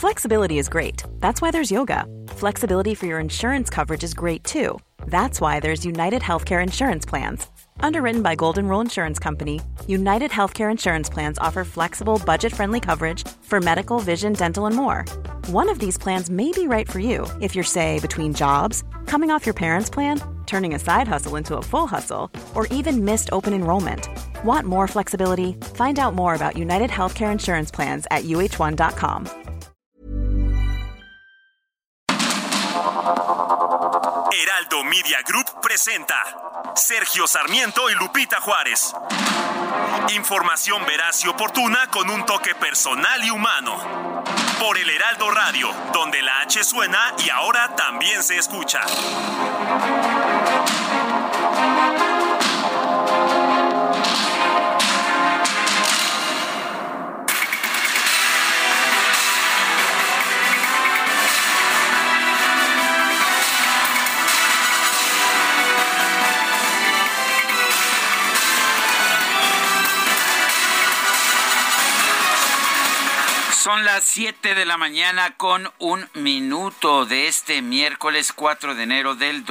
Flexibility is great. That's why there's yoga. Flexibility for your insurance coverage is great too. That's why there's United Healthcare Insurance Plans. Underwritten by Golden Rule Insurance Company, United Healthcare Insurance Plans offer flexible, budget-friendly coverage for medical, vision, dental, and more. One of these plans may be right for you if you're, say, between jobs, coming off your parents' plan, turning a side hustle into a full hustle, or even missed open enrollment. Want more flexibility? Find out more about United Healthcare Insurance Plans at uh1.com. Heraldo Media Group presenta Sergio Sarmiento y Lupita Juárez. Información veraz y oportuna con un toque personal y humano. Por el Heraldo Radio, donde la H suena y ahora también se escucha. Son las 7 de la mañana con 1 minuto de este miércoles 4 de enero del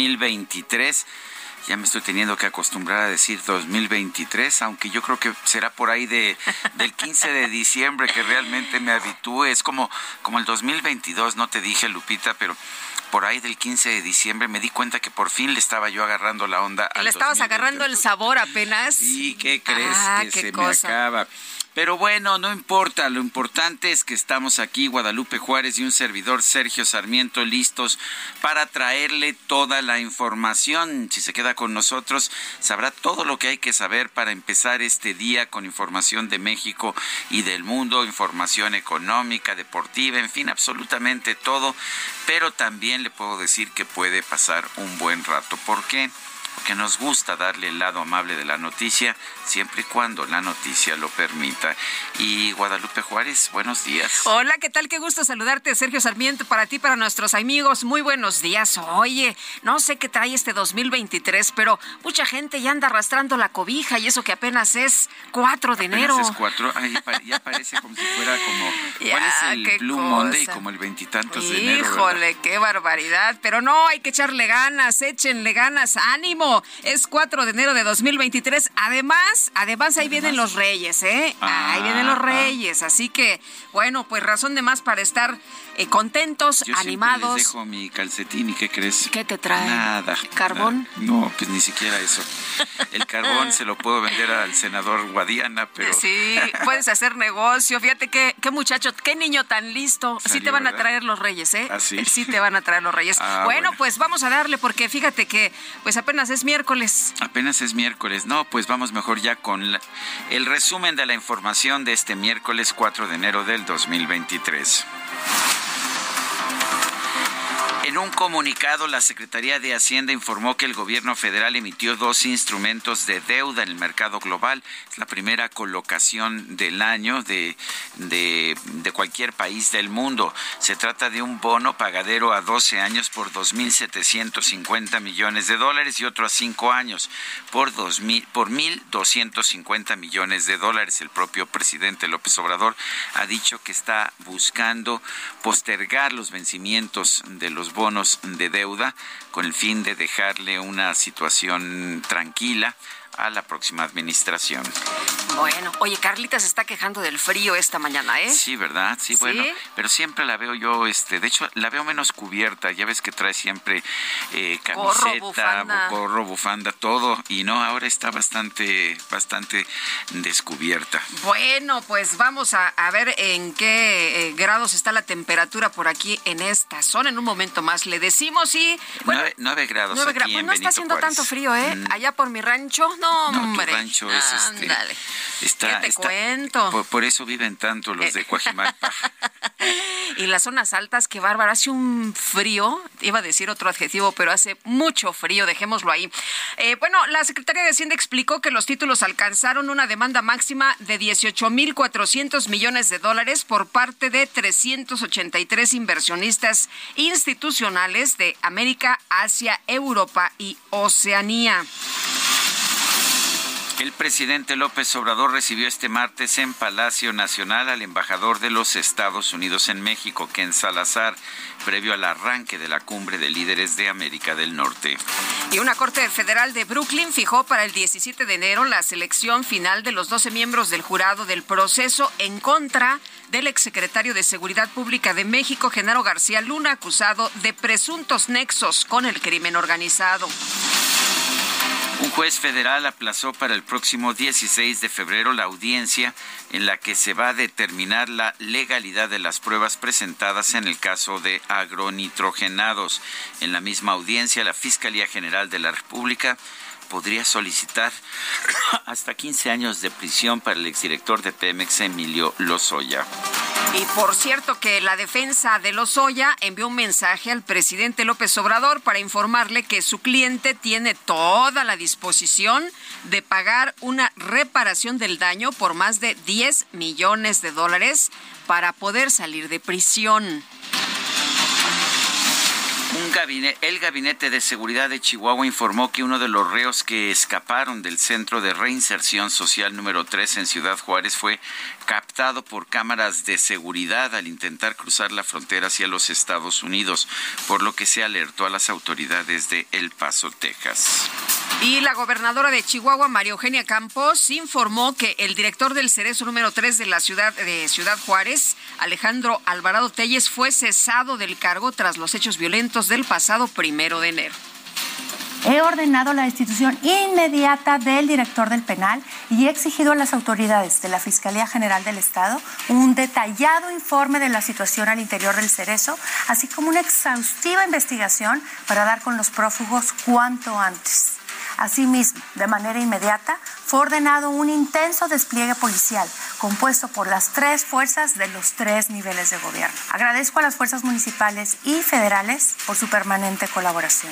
2023. Ya me estoy teniendo que acostumbrar a decir 2023, aunque yo creo que será por ahí del 15 de diciembre que realmente me habitúe. Es como el 2022, no te dije, Lupita, pero por ahí del 15 de diciembre me di cuenta que por fin le estaba yo agarrando la onda al 2022. Le estabas agarrando el sabor apenas. Sí, ¿qué crees? Que qué se cosa. me acaba. Pero bueno, no importa, lo importante es que estamos aquí, Guadalupe Juárez y un servidor, Sergio Sarmiento, listos para traerle toda la información. Si se queda con nosotros, sabrá todo lo que hay que saber para empezar este día con información de México y del mundo, información económica, deportiva, en fin, absolutamente todo. Pero también le puedo decir que puede pasar un buen rato. ¿Por qué? Porque nos gusta darle el lado amable de la noticia, siempre y cuando la noticia lo permita. Y Guadalupe Juárez, buenos días. Hola, ¿qué tal? Qué gusto saludarte, Sergio Sarmiento, para ti, para nuestros amigos. Muy buenos días. Oye, no sé qué trae este 2023, pero mucha gente ya anda arrastrando la cobija y eso que apenas es 4 de enero. Apenas es 4, ya parece como si fuera como, ¿cuál es el Blue Monday? Como el veintitantos de enero, Híjole, ¿verdad? qué barbaridad. Pero no, hay que echarle ganas, échenle ganas, ánimo. Es 4 de enero de 2023. Además, ahí vienen los Reyes, ¿eh? Ahí vienen los Reyes. Así que, bueno, pues razón de más para estar contentos, yo animados. Yo les dejo mi calcetín, ¿y qué crees? ¿Qué te trae? Nada. ¿Carbón? Nada. No, pues ni siquiera eso. El carbón se lo puedo vender al senador Guadiana, pero... Sí, puedes hacer negocio. Fíjate qué muchacho, qué niño tan listo. Salió, sí te van ¿verdad? a traer los Reyes, ¿eh? ¿Ah, sí? Sí te van a traer los Reyes. Bueno, pues vamos a darle, porque fíjate que pues apenas es miércoles. Apenas es miércoles. No, pues vamos mejor ya con el resumen de la información de este miércoles 4 de enero del 2023. En un comunicado, la Secretaría de Hacienda informó que el gobierno federal emitió 2 instrumentos de deuda en el mercado global. Es la primera colocación del año de cualquier país del mundo. Se trata de un bono pagadero a 12 años por $2,750 millones y otro a 5 años por $1,250 millones. El propio presidente López Obrador ha dicho que está buscando postergar los vencimientos de los bonos de deuda con el fin de dejarle una situación tranquila a la próxima administración. Bueno, oye, Carlita se está quejando del frío esta mañana, ¿eh? Sí, ¿verdad? Sí, bueno, pero siempre la veo yo, de hecho, la veo menos cubierta. Ya ves que trae siempre camiseta, gorro, bufanda, todo, y no, ahora está bastante descubierta. Bueno, pues vamos a ver en qué grados está la temperatura por aquí en esta zona. En un momento más le decimos y... Bueno, 9 grados 9 aquí grados. en Pues no está Benito haciendo Juárez. tanto frío, ¿eh? Allá por mi rancho, no, hombre. Tu rancho es Ándale. ¿Qué te cuento? Por eso viven tanto los de Coajimalpa. Y las zonas altas, qué bárbaro, hace un frío, iba a decir otro adjetivo, pero hace mucho frío, dejémoslo ahí. Bueno, la Secretaría de Hacienda explicó que los títulos alcanzaron una demanda máxima de $18,400 millones por parte de 383 inversionistas institucionales de América, Asia, Europa y Oceanía. El presidente López Obrador recibió este martes en Palacio Nacional al embajador de los Estados Unidos en México, Ken Salazar, previo al arranque de la Cumbre de Líderes de América del Norte. Y una corte federal de Brooklyn fijó para el 17 de enero la selección final de los 12 miembros del jurado del proceso en contra del exsecretario de Seguridad Pública de México, Genaro García Luna, acusado de presuntos nexos con el crimen organizado. Un juez federal aplazó para el próximo 16 de febrero la audiencia en la que se va a determinar la legalidad de las pruebas presentadas en el caso de agronitrogenados. En la misma audiencia, la Fiscalía General de la República podría solicitar hasta 15 años de prisión para el exdirector de Pemex, Emilio Lozoya. Y por cierto que la defensa de Lozoya envió un mensaje al presidente López Obrador para informarle que su cliente tiene toda la disposición de pagar una reparación del daño por más de $10 millones para poder salir de prisión. El Gabinete de Seguridad de Chihuahua informó que uno de los reos que escaparon del Centro de Reinserción Social número 3 en Ciudad Juárez fue captado por cámaras de seguridad al intentar cruzar la frontera hacia los Estados Unidos, por lo que se alertó a las autoridades de El Paso, Texas. Y la gobernadora de Chihuahua, María Eugenia Campos, informó que el director del Cerezo número 3 de la Ciudad Juárez, Alejandro Alvarado Telles, fue cesado del cargo tras los hechos violentos del pasado 1 de enero. He ordenado la destitución inmediata del director del penal y he exigido a las autoridades de la Fiscalía General del Estado un detallado informe de la situación al interior del Cerezo, así como una exhaustiva investigación para dar con los prófugos cuanto antes. Asimismo, de manera inmediata, fue ordenado un intenso despliegue policial compuesto por las 3 fuerzas de los 3 niveles de gobierno. Agradezco a las fuerzas municipales y federales por su permanente colaboración.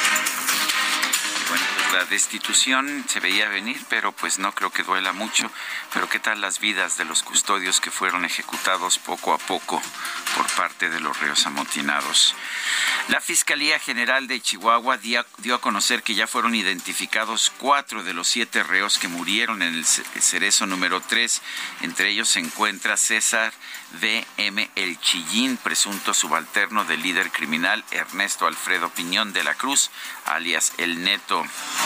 Bueno, pues la destitución se veía venir, pero pues no creo que duela mucho. Pero ¿qué tal las vidas de los custodios que fueron ejecutados poco a poco por parte de los reos amotinados? La Fiscalía General de Chihuahua dio a conocer que ya fueron identificados 4 de los 7 reos que murieron en el Cerezo número 3. Entre ellos se encuentra César V.M. El Chillín, presunto subalterno del líder criminal Ernesto Alfredo Piñón de la Cruz, alias El Neto.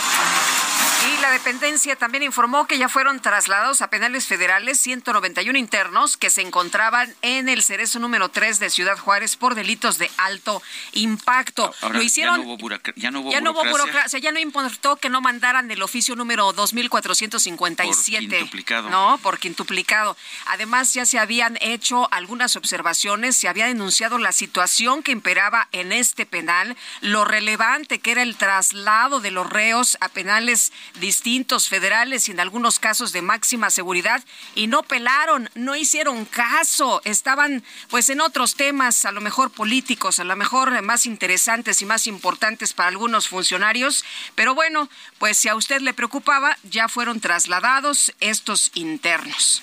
Y la dependencia también informó que ya fueron trasladados a penales federales 191 internos que se encontraban en el Cerezo número 3 de Ciudad Juárez por delitos de alto impacto. Ahora, lo hicieron. Ya no hubo burocracia. Ya no importó que no mandaran el oficio número 2457. Por quintuplicado. No, por quintuplicado. Además, ya se habían hecho algunas observaciones, se había denunciado la situación que imperaba en este penal, lo relevante que era el traslado de los reos a penales distintos, federales y en algunos casos de máxima seguridad, y no pelaron, no hicieron caso, estaban pues en otros temas, a lo mejor políticos, a lo mejor más interesantes y más importantes para algunos funcionarios, pero bueno, pues si a usted le preocupaba, ya fueron trasladados estos internos.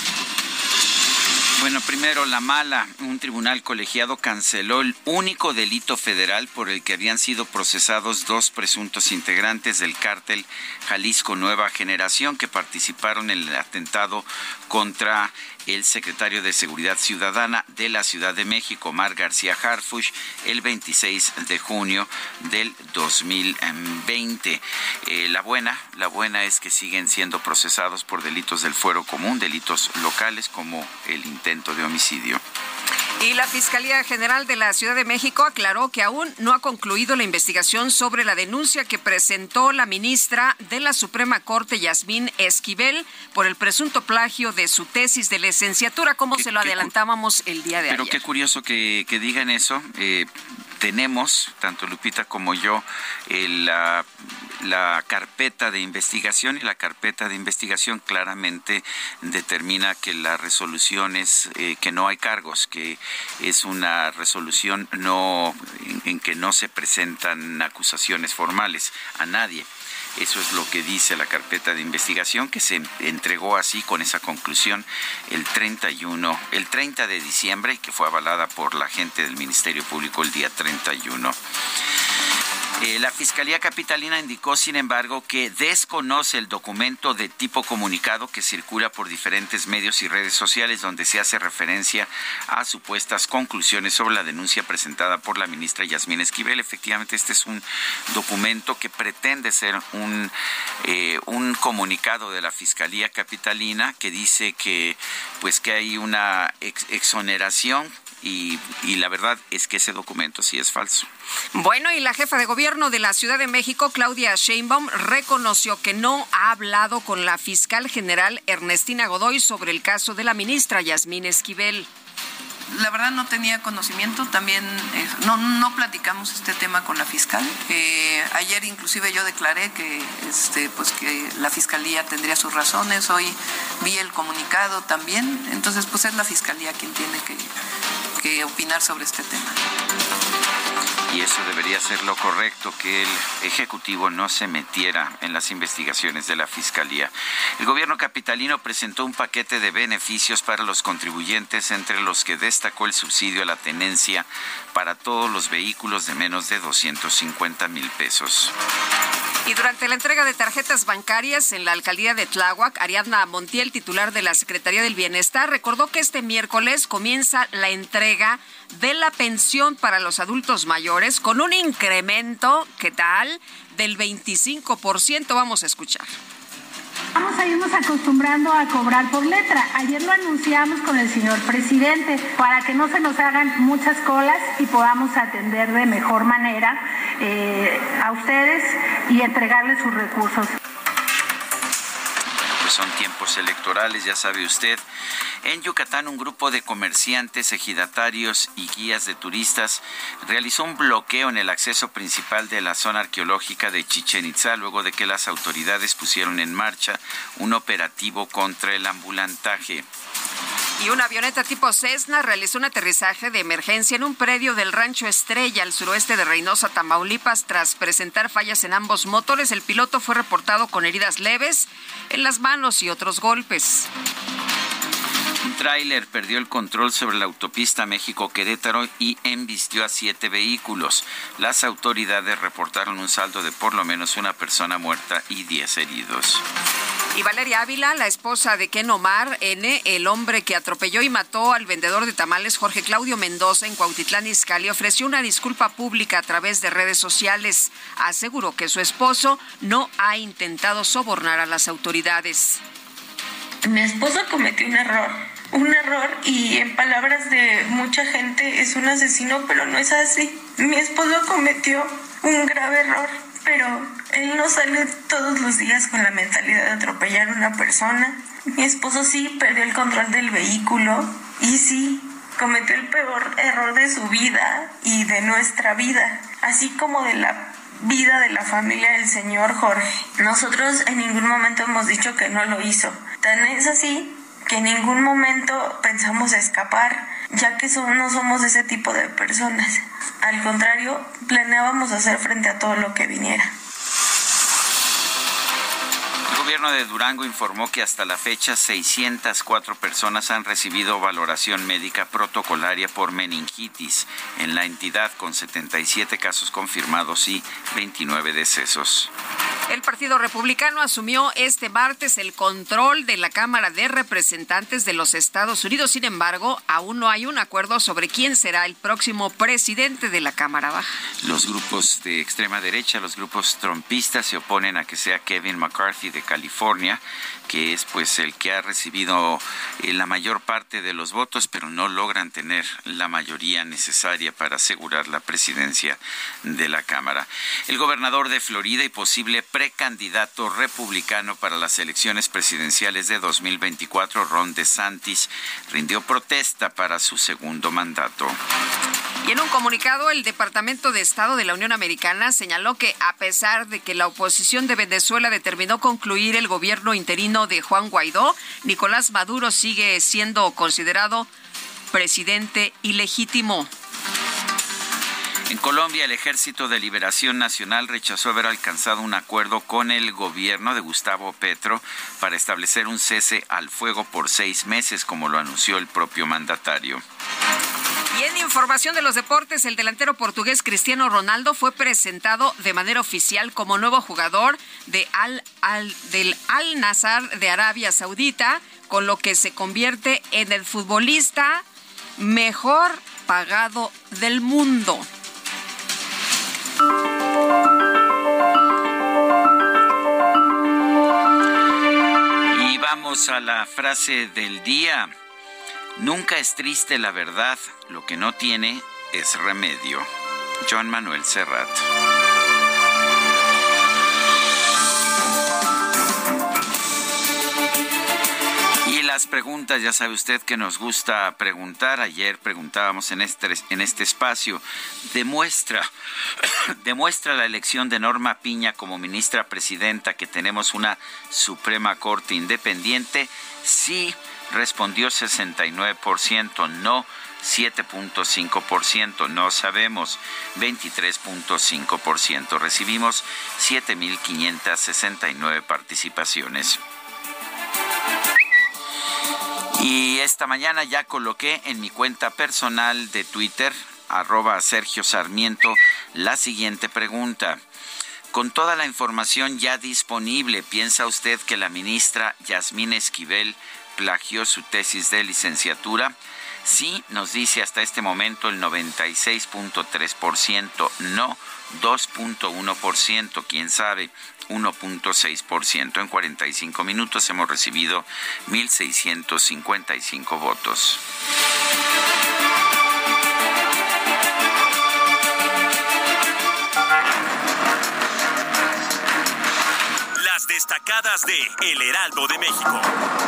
Bueno, primero la mala. Un tribunal colegiado canceló el único delito federal por el que habían sido procesados 2 presuntos integrantes del cártel Jalisco Nueva Generación que participaron en el atentado contra el secretario de Seguridad Ciudadana de la Ciudad de México, Omar García Harfuch, el 26 de junio del 2020. La buena es que siguen siendo procesados por delitos del fuero común, delitos locales como el intento de homicidio. Y la Fiscalía General de la Ciudad de México aclaró que aún no ha concluido la investigación sobre la denuncia que presentó la ministra de la Suprema Corte, Yasmín Esquivel, por el presunto plagio de su tesis de licenciatura, como se lo adelantábamos el día de ayer. Pero qué curioso que digan eso. Tenemos, tanto Lupita como yo, la carpeta de investigación, y la carpeta de investigación claramente determina que la resolución es que no hay cargos, que es una resolución en que no se presentan acusaciones formales a nadie. Eso es lo que dice la carpeta de investigación, que se entregó así con esa conclusión el 30 de diciembre, y que fue avalada por la gente del Ministerio Público el día 31. La Fiscalía Capitalina indicó, sin embargo, que desconoce el documento de tipo comunicado que circula por diferentes medios y redes sociales donde se hace referencia a supuestas conclusiones sobre la denuncia presentada por la ministra Yasmín Esquivel. Efectivamente, este es un documento que pretende ser un comunicado de la Fiscalía Capitalina que dice que hay una exoneración y la verdad es que ese documento sí es falso. Bueno, y la jefa de gobierno de la Ciudad de México, Claudia Sheinbaum, reconoció que no ha hablado con la fiscal general Ernestina Godoy sobre el caso de la ministra Yasmín Esquivel. La verdad no tenía conocimiento, también no platicamos este tema con la fiscal. Ayer inclusive yo declaré que que la fiscalía tendría sus razones, hoy vi el comunicado también, entonces pues es la fiscalía quien tiene que opinar sobre este tema. Y eso debería ser lo correcto, que el Ejecutivo no se metiera en las investigaciones de la Fiscalía. El gobierno capitalino presentó un paquete de beneficios para los contribuyentes, entre los que destacó el subsidio a la tenencia para todos los vehículos de menos de 250,000 pesos. Y durante la entrega de tarjetas bancarias en la alcaldía de Tláhuac, Ariadna Montiel, titular de la Secretaría del Bienestar, recordó que este miércoles comienza la entrega de la pensión para los adultos mayores con un incremento, ¿qué tal?, del 25%. Vamos a escuchar. Vamos a irnos acostumbrando a cobrar por letra. Ayer lo anunciamos con el señor presidente para que no se nos hagan muchas colas y podamos atender de mejor manera a ustedes y entregarles sus recursos. Pues son tiempos electorales, ya sabe usted. En Yucatán, un grupo de comerciantes, ejidatarios y guías de turistas realizó un bloqueo en el acceso principal de la zona arqueológica de Chichén Itzá, luego de que las autoridades pusieron en marcha un operativo contra el ambulantaje. Y una avioneta tipo Cessna realizó un aterrizaje de emergencia en un predio del Rancho Estrella, al suroeste de Reynosa, Tamaulipas. Tras presentar fallas en ambos motores, el piloto fue reportado con heridas leves en las manos y otros golpes. Un tráiler perdió el control sobre la autopista México-Querétaro y embistió a 7 vehículos. Las autoridades reportaron un saldo de por lo menos una persona muerta y 10 heridos. Y Valeria Ávila, la esposa de Ken Omar N., el hombre que atropelló y mató al vendedor de tamales Jorge Claudio Mendoza en Cuautitlán Izcalli, ofreció una disculpa pública a través de redes sociales. Aseguró que su esposo no ha intentado sobornar a las autoridades. Mi esposo cometió un error y en palabras de mucha gente es un asesino, pero no es así. Mi esposo cometió un grave error, pero él no sale todos los días con la mentalidad de atropellar a una persona. Mi esposo sí perdió el control del vehículo y sí cometió el peor error de su vida y de nuestra vida, así como de la vida de la familia del señor Jorge. Nosotros en ningún momento hemos dicho que no lo hizo. Tan es así que en ningún momento pensamos escapar, ya que no somos ese tipo de personas. Al contrario, planeábamos hacer frente a todo lo que viniera. El gobierno de Durango informó que hasta la fecha 604 personas han recibido valoración médica protocolaria por meningitis en la entidad, con 77 casos confirmados y 29 decesos. El Partido Republicano asumió este martes el control de la Cámara de Representantes de los Estados Unidos. Sin embargo, aún no hay un acuerdo sobre quién será el próximo presidente de la Cámara Baja. Los grupos de extrema derecha, los grupos trumpistas, se oponen a que sea Kevin McCarthy de California, que es pues el que ha recibido la mayor parte de los votos, pero no logran tener la mayoría necesaria para asegurar la presidencia de la Cámara. El gobernador de Florida y posible precandidato republicano para las elecciones presidenciales de 2024, Ron DeSantis, rindió protesta para su segundo mandato. Y en un comunicado, el Departamento de Estado de la Unión Americana señaló que a pesar de que la oposición de Venezuela determinó concluir el gobierno interino de Juan Guaidó, Nicolás Maduro sigue siendo considerado presidente ilegítimo. En Colombia, el Ejército de Liberación Nacional rechazó haber alcanzado un acuerdo con el gobierno de Gustavo Petro para establecer un cese al fuego por 6 meses, como lo anunció el propio mandatario. Y en información de los deportes, el delantero portugués Cristiano Ronaldo fue presentado de manera oficial como nuevo jugador del Al-Nassr de Arabia Saudita, con lo que se convierte en el futbolista mejor pagado del mundo. Y vamos a la frase del día. Nunca es triste la verdad, lo que no tiene es remedio. Joan Manuel Serrat. Y las preguntas, ya sabe usted que nos gusta preguntar. Ayer preguntábamos en este espacio. ¿Demuestra la elección de Norma Piña como ministra presidenta que tenemos una Suprema Corte independiente? Sí, respondió 69%, no 7.5%, no sabemos 23.5%. Recibimos 7.569 participaciones. Y esta mañana ya coloqué en mi cuenta personal de Twitter, @Sergio Sarmiento, la siguiente pregunta. Con toda la información ya disponible, ¿piensa usted que la ministra Yasmín Esquivel plagió su tesis de licenciatura? Sí, nos dice hasta este momento el 96.3%, no 2.1%, quién sabe, 1.6%. En 45 minutos hemos recibido 1,655 votos. Las destacadas de El Heraldo de México.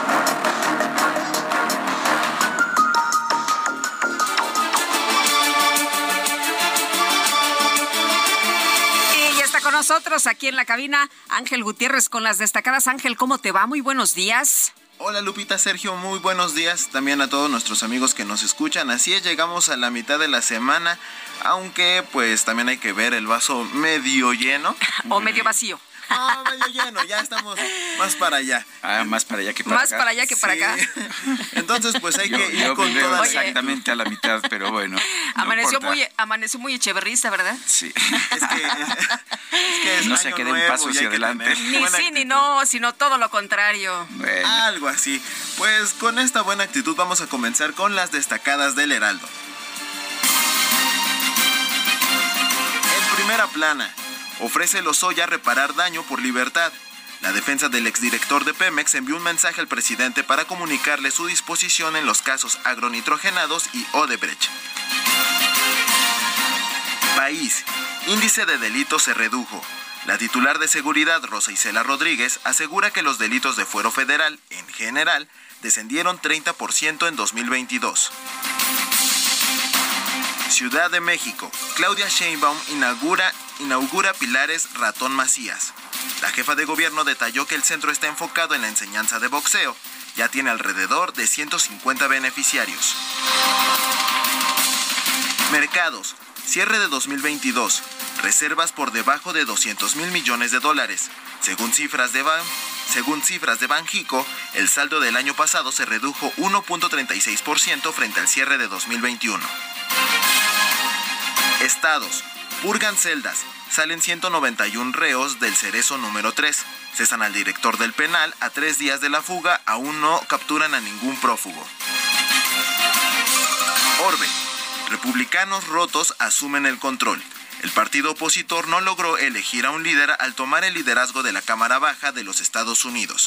Con nosotros aquí en la cabina Ángel Gutiérrez con las destacadas. Ángel, ¿cómo te va? Muy buenos días. Hola Lupita, Sergio, muy buenos días también a todos nuestros amigos que nos escuchan. Así es, llegamos a la mitad de la semana, aunque pues también hay que ver el vaso medio lleno. O medio vacío. Ah, medio lleno, ya estamos más para allá. Más para allá que para acá. Más para allá que para acá. Entonces, pues hay que ir con todas. todas. Exactamente a la mitad, pero bueno. Amaneció muy echeverrista, ¿verdad? Sí. Es que no se quede un paso hacia adelante. Ni sí ni no, sino todo lo contrario. Bueno. Algo así. Pues con esta buena actitud vamos a comenzar con las destacadas del Heraldo. En primera plana. Ofrece Lozoya reparar daño por libertad. La defensa del exdirector de Pemex envió un mensaje al presidente para comunicarle su disposición en los casos agronitrogenados y Odebrecht. País. Índice de delitos se redujo. La titular de seguridad, Rosa Isela Rodríguez, asegura que los delitos de fuero federal, en general, descendieron 30% en 2022. Ciudad de México. Claudia Sheinbaum inaugura Pilares Ratón Macías. La jefa de gobierno detalló que el centro está enfocado en la enseñanza de boxeo. Ya tiene alrededor de 150 beneficiarios. Mercados. Cierre de 2022. Reservas por debajo de $200,000 millones. Según cifras de Banjico, el saldo del año pasado se redujo 1.36% frente al cierre de 2021. Estados. Purgan celdas. Salen 191 reos del Cerezo número 3. Cesan al director del penal a 3 días de la fuga. Aún no capturan a ningún prófugo. Orbe. Republicanos rotos asumen el control. El partido opositor no logró elegir a un líder al tomar el liderazgo de la Cámara Baja de los Estados Unidos.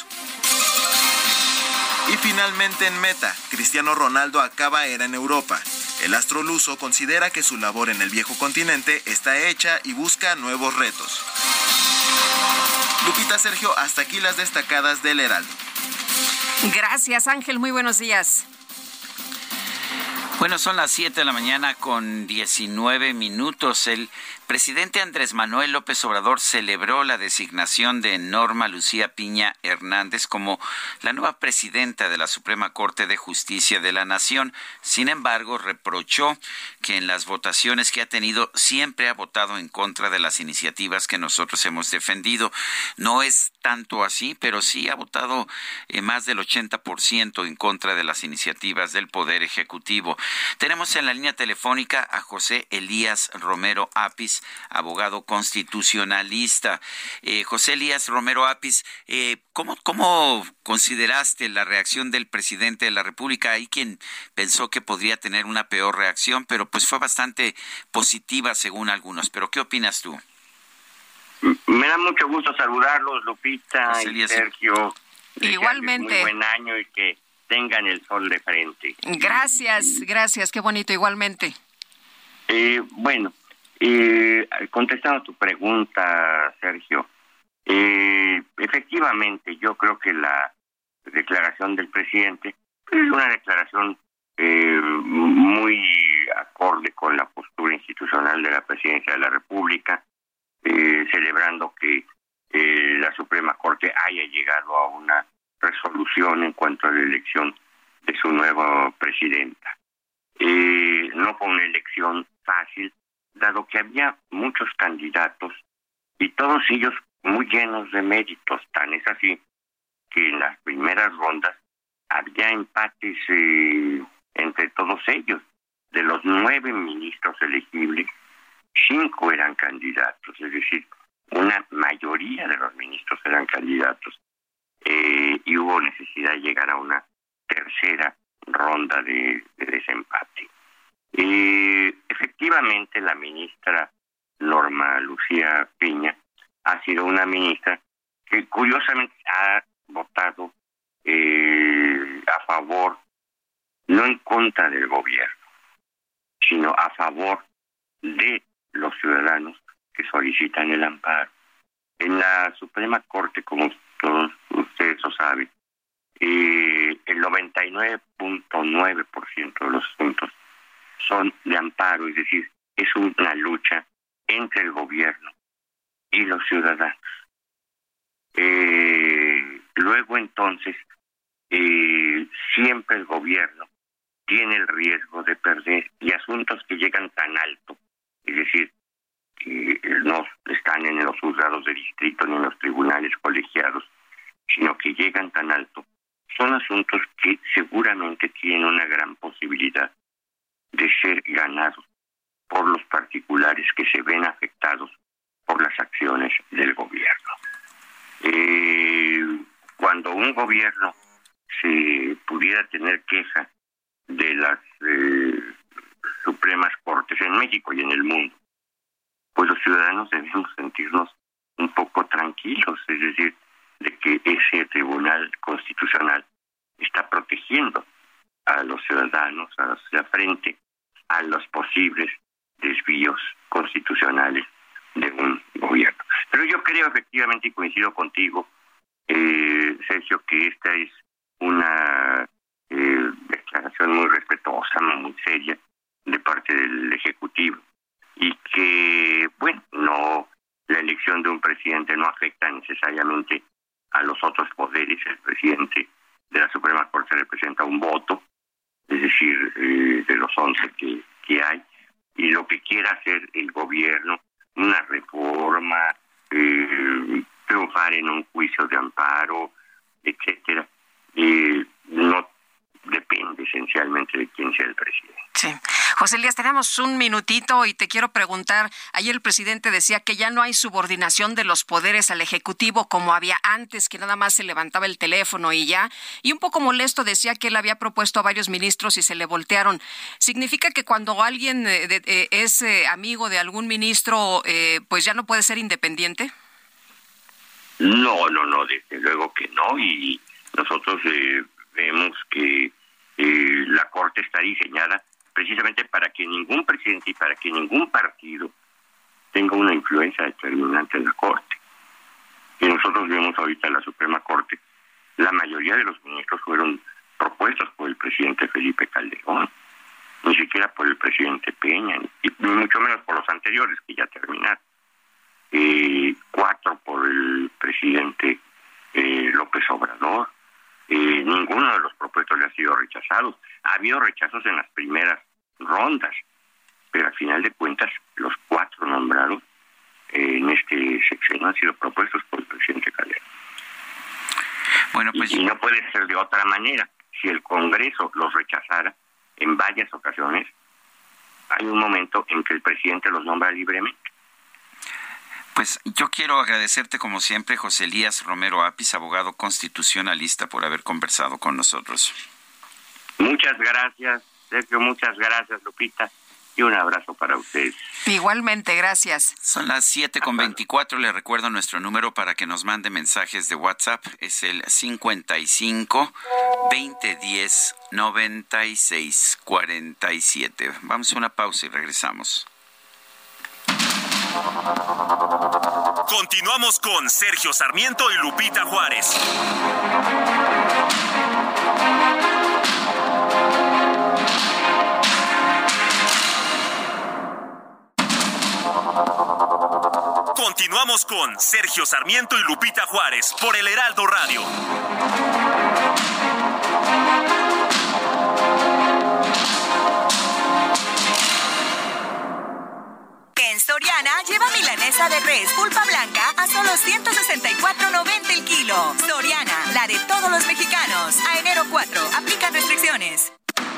Y finalmente en Meta, Cristiano Ronaldo acaba era en Europa. El astro luso considera que su labor en el viejo continente está hecha y busca nuevos retos. Lupita, Sergio, hasta aquí las destacadas del Heraldo. Gracias, Ángel, muy buenos días. Bueno, son las 7 de la mañana con 19 minutos. El presidente Andrés Manuel López Obrador celebró la designación de Norma Lucía Piña Hernández como la nueva presidenta de la Suprema Corte de Justicia de la Nación. Sin embargo, reprochó que en las votaciones que ha tenido siempre ha votado en contra de las iniciativas que nosotros hemos defendido. No es tanto así, pero sí ha votado más del 80% en contra de las iniciativas del Poder Ejecutivo. Tenemos en la línea telefónica a José Elías Romero Apis, abogado constitucionalista. José Elías Romero Apis, ¿cómo consideraste la reacción del presidente de la República? Hay quien pensó que podría tener una peor reacción, pero pues fue bastante positiva según algunos. ¿Pero qué opinas tú? Me da mucho gusto saludarlos, Lupita y Sergio. Igualmente. Muy buen año y que tengan el sol de frente. Gracias, qué bonito, igualmente. Contestando a tu pregunta, Sergio, efectivamente yo creo que la declaración del presidente es una declaración muy acorde con la postura institucional de la Presidencia de la República, celebrando que la Suprema Corte haya llegado a una resolución en cuanto a la elección de su nueva presidenta. No fue una elección fácil, dado que había muchos candidatos y todos ellos muy llenos de méritos. Tan es así que en las primeras rondas había empates entre todos ellos. De los 9 ministros elegibles, 5 eran candidatos, es decir, una mayoría de los ministros eran candidatos. Y hubo necesidad de llegar a una tercera ronda de desempate. Efectivamente, la ministra Norma Lucía Piña ha sido una ministra que curiosamente ha votado a favor, no en contra del gobierno, sino a favor de los ciudadanos que solicitan el amparo. En la Suprema Corte, como todos ustedes lo saben, el 99.9% de los asuntos son de amparo, es decir, es una lucha entre el gobierno y los ciudadanos. Luego entonces, siempre el gobierno tiene el riesgo de perder, y asuntos que llegan tan alto, es decir, que no están en los juzgados de distrito ni en los tribunales colegiados, sino que llegan tan alto, son asuntos que seguramente tienen una gran posibilidad de ser ganados por los particulares que se ven afectados por las acciones del gobierno. Cuando un gobierno se pudiera tener queja de las Supremas Cortes en México y en el mundo, pues los ciudadanos debemos sentirnos un poco tranquilos, es decir, de que ese Tribunal Constitucional está protegiendo a los ciudadanos hacia frente a los posibles desvíos constitucionales de un gobierno. Pero yo creo efectivamente, y coincido contigo, Sergio, que esta es una declaración muy respetuosa, muy seria de parte del Ejecutivo, y que, no, la elección de un presidente no afecta necesariamente a los otros poderes. El presidente de la Suprema Corte representa un voto, es decir, de los 11 que hay, y lo que quiera hacer el gobierno, una reforma, triunfar en un juicio de amparo, etcétera, no depende esencialmente de quién sea el presidente. Sí. José Elías, tenemos un minutito y te quiero preguntar, ayer el presidente decía que ya no hay subordinación de los poderes al Ejecutivo como había antes, que nada más se levantaba el teléfono y ya, y un poco molesto decía que él había propuesto a varios ministros y se le voltearon. ¿Significa que cuando alguien es amigo de algún ministro, pues ya no puede ser independiente? No, desde luego que no, y nosotros vemos que la Corte está diseñada precisamente para que ningún presidente y para que ningún partido tenga una influencia determinante en la Corte. Y nosotros vemos ahorita en la Suprema Corte, la mayoría de los ministros fueron propuestos por el presidente Felipe Calderón, ni siquiera por el presidente Peña, y mucho menos por los anteriores que ya terminaron. 4 por el presidente López Obrador. Ninguno de los propuestos le ha sido rechazado. Ha habido rechazos en las primeras rondas, pero al final de cuentas los 4 nombrados en este sexenio han sido propuestos por el presidente Calderón. Bueno, pues, y no puede ser de otra manera. Si el Congreso los rechazara, en varias ocasiones, hay un momento en que el presidente los nombra libremente. Pues yo quiero agradecerte como siempre, José Elías Romero Apis, abogado constitucionalista, por haber conversado con nosotros. Muchas gracias, Sergio, muchas gracias, Lupita, y un abrazo para ustedes. Igualmente, gracias. Son las 7:24, le recuerdo nuestro número para que nos mande mensajes de WhatsApp, es el 55 2010 96 47. Vamos a una pausa y regresamos. Continuamos con Sergio Sarmiento y Lupita Juárez. Continuamos con Sergio Sarmiento y Lupita Juárez por el Heraldo Radio. En Soriana, lleva milanesa de res pulpa blanca a solo $164.90 el kilo. Soriana, la de todos los mexicanos. A enero 4, aplican restricciones.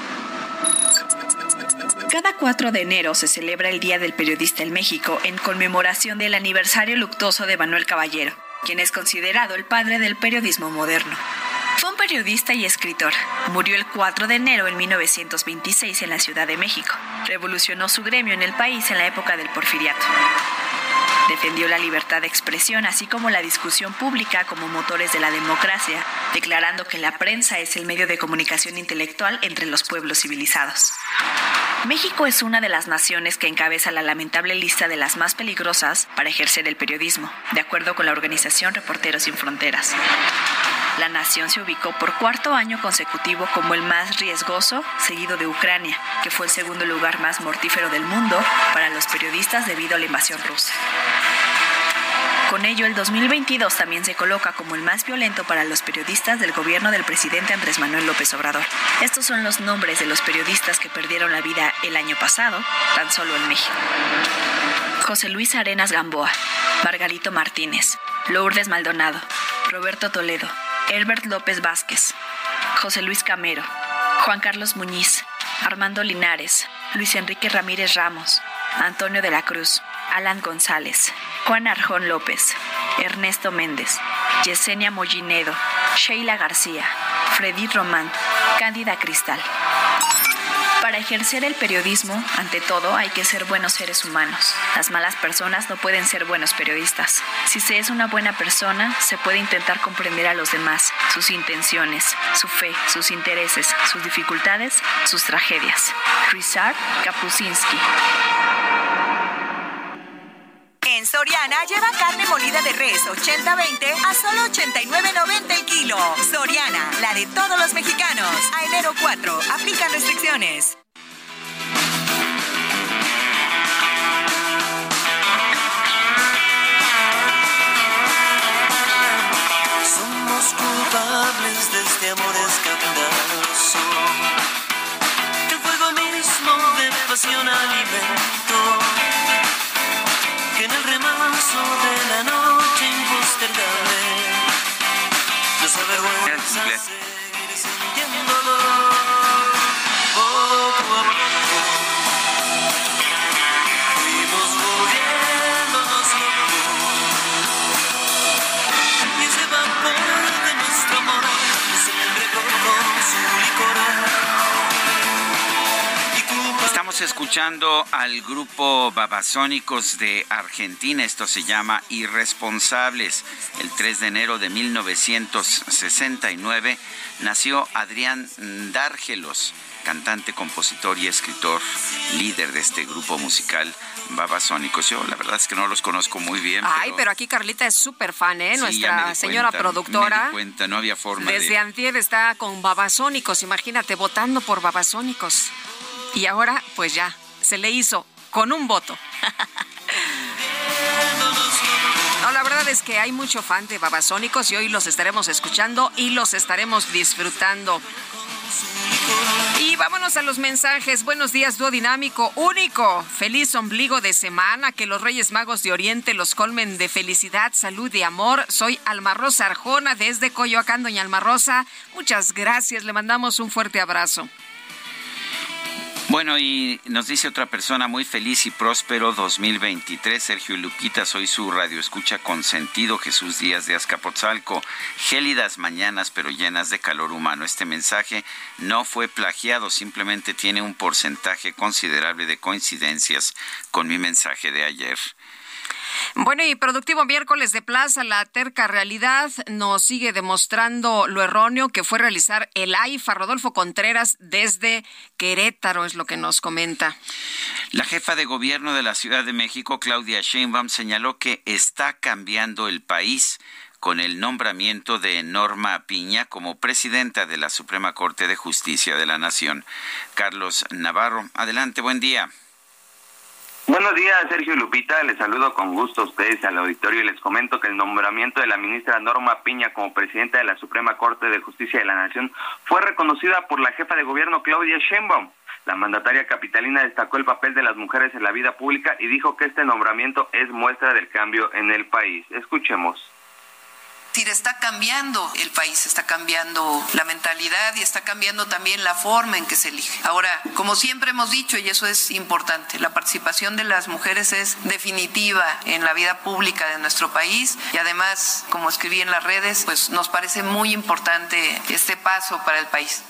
Cada 4 de enero se celebra el Día del Periodista en México en conmemoración del aniversario luctuoso de Manuel Caballero, quien es considerado el padre del periodismo moderno. Fue un periodista y escritor. Murió el 4 de enero en 1926 en la Ciudad de México. Revolucionó su gremio en el país en la época del Porfiriato. Defendió la libertad de expresión, así como la discusión pública como motores de la democracia, declarando que la prensa es el medio de comunicación intelectual entre los pueblos civilizados. México es una de las naciones que encabeza la lamentable lista de las más peligrosas para ejercer el periodismo, de acuerdo con la organización Reporteros Sin Fronteras. La nación se ubicó por 4º año consecutivo como el más riesgoso, seguido de Ucrania, que fue el segundo lugar más mortífero del mundo para los periodistas debido a la invasión rusa. Con ello, el 2022 también se coloca como el más violento para los periodistas del gobierno del presidente Andrés Manuel López Obrador. Estos son los nombres de los periodistas que perdieron la vida el año pasado, tan solo en México. José Luis Arenas Gamboa, Margarito Martínez, Lourdes Maldonado, Roberto Toledo, Herbert López Vázquez, José Luis Camero, Juan Carlos Muñiz, Armando Linares, Luis Enrique Ramírez Ramos, Antonio de la Cruz, Alan González, Juan Arjón López, Ernesto Méndez, Yesenia Mollinedo, Sheila García, Freddy Román, Cándida Cristal. Para ejercer el periodismo, ante todo, hay que ser buenos seres humanos. Las malas personas no pueden ser buenos periodistas. Si se es una buena persona, se puede intentar comprender a los demás, sus intenciones, su fe, sus intereses, sus dificultades, sus tragedias. Ryszard Kapuscinski. En Soriana, lleva carne molida de res 80-20 a solo $89.90 el kilo. Soriana, la de todos los mexicanos. A enero 4, aplican restricciones. Somos culpables de este amor escandaloso. El fuego mismo de pasión alimento, que en el remanso de la noche impostergable nos avergüenza seguir sintiéndolo poco a poco. Fuimos volviéndonos locos y ese vapor de nuestro amor se embriagó con su licor. Estamos escuchando al grupo Babasónicos de Argentina. Esto se llama Irresponsables. El 3 de enero de 1969 nació Adrián Dárgelos, cantante, compositor y escritor, líder de este grupo musical Babasónicos. Yo la verdad es que no los conozco muy bien. Ay, pero aquí Carlita es súper fan, ¿eh? Sí, nuestra señora productora. Me di cuenta, no había forma desde antier está con Babasónicos, imagínate, votando por Babasónicos. Y ahora, pues ya, se le hizo con un voto. No, la verdad es que hay mucho fan de Babasónicos y hoy los estaremos escuchando y los estaremos disfrutando. Y vámonos a los mensajes. Buenos días, dúo dinámico, único. Feliz ombligo de semana. Que los Reyes Magos de Oriente los colmen de felicidad, salud y amor. Soy Alma Rosa Arjona desde Coyoacán. Doña Alma Rosa, muchas gracias. Le mandamos un fuerte abrazo. Bueno, y nos dice otra persona: muy feliz y próspero 2023. Sergio y Lupita, soy su radioescucha consentido, Jesús Díaz de Azcapotzalco. Gélidas mañanas, pero llenas de calor humano. Este mensaje no fue plagiado, simplemente tiene un porcentaje considerable de coincidencias con mi mensaje de ayer. Bueno, y productivo miércoles de Plaza, la terca realidad nos sigue demostrando lo erróneo que fue realizar el AIFA. Rodolfo Contreras desde Querétaro es lo que nos comenta. La jefa de gobierno de la Ciudad de México, Claudia Sheinbaum, señaló que está cambiando el país con el nombramiento de Norma Piña como presidenta de la Suprema Corte de Justicia de la Nación. Carlos Navarro, adelante, buen día. Buenos días, Sergio y Lupita. Les saludo con gusto a ustedes al auditorio y les comento que el nombramiento de la ministra Norma Piña como presidenta de la Suprema Corte de Justicia de la Nación fue reconocida por la jefa de gobierno Claudia Sheinbaum. La mandataria capitalina destacó el papel de las mujeres en la vida pública y dijo que este nombramiento es muestra del cambio en el país. Escuchemos. Está cambiando el país, está cambiando la mentalidad y está cambiando también la forma en que se elige. Ahora, como siempre hemos dicho, y eso es importante, la participación de las mujeres es definitiva en la vida pública de nuestro país y además, como escribí en las redes, pues nos parece muy importante este paso para el país.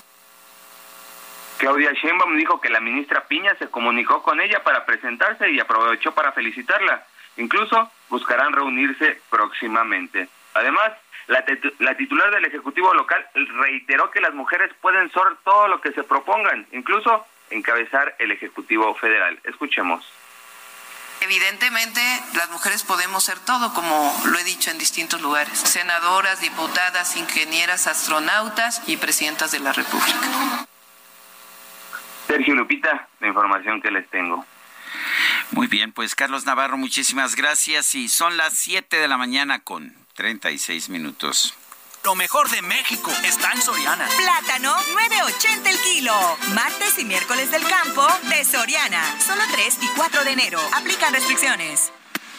Claudia Sheinbaum dijo que la ministra Piña se comunicó con ella para presentarse y aprovechó para felicitarla. Incluso buscarán reunirse próximamente. Además, la titular del Ejecutivo local reiteró que las mujeres pueden ser todo lo que se propongan, incluso encabezar el Ejecutivo federal. Escuchemos. Evidentemente, las mujeres podemos ser todo, como lo he dicho en distintos lugares. Senadoras, diputadas, ingenieras, astronautas y presidentas de la República. Sergio, Lupita, la información que les tengo. Muy bien, pues Carlos Navarro, muchísimas gracias. Y son las 7 de la mañana con 36 minutos. Lo mejor de México está en Soriana. Plátano, 9.80 el kilo. Martes y miércoles del campo de Soriana. Solo 3 y 4 de enero. Aplican restricciones.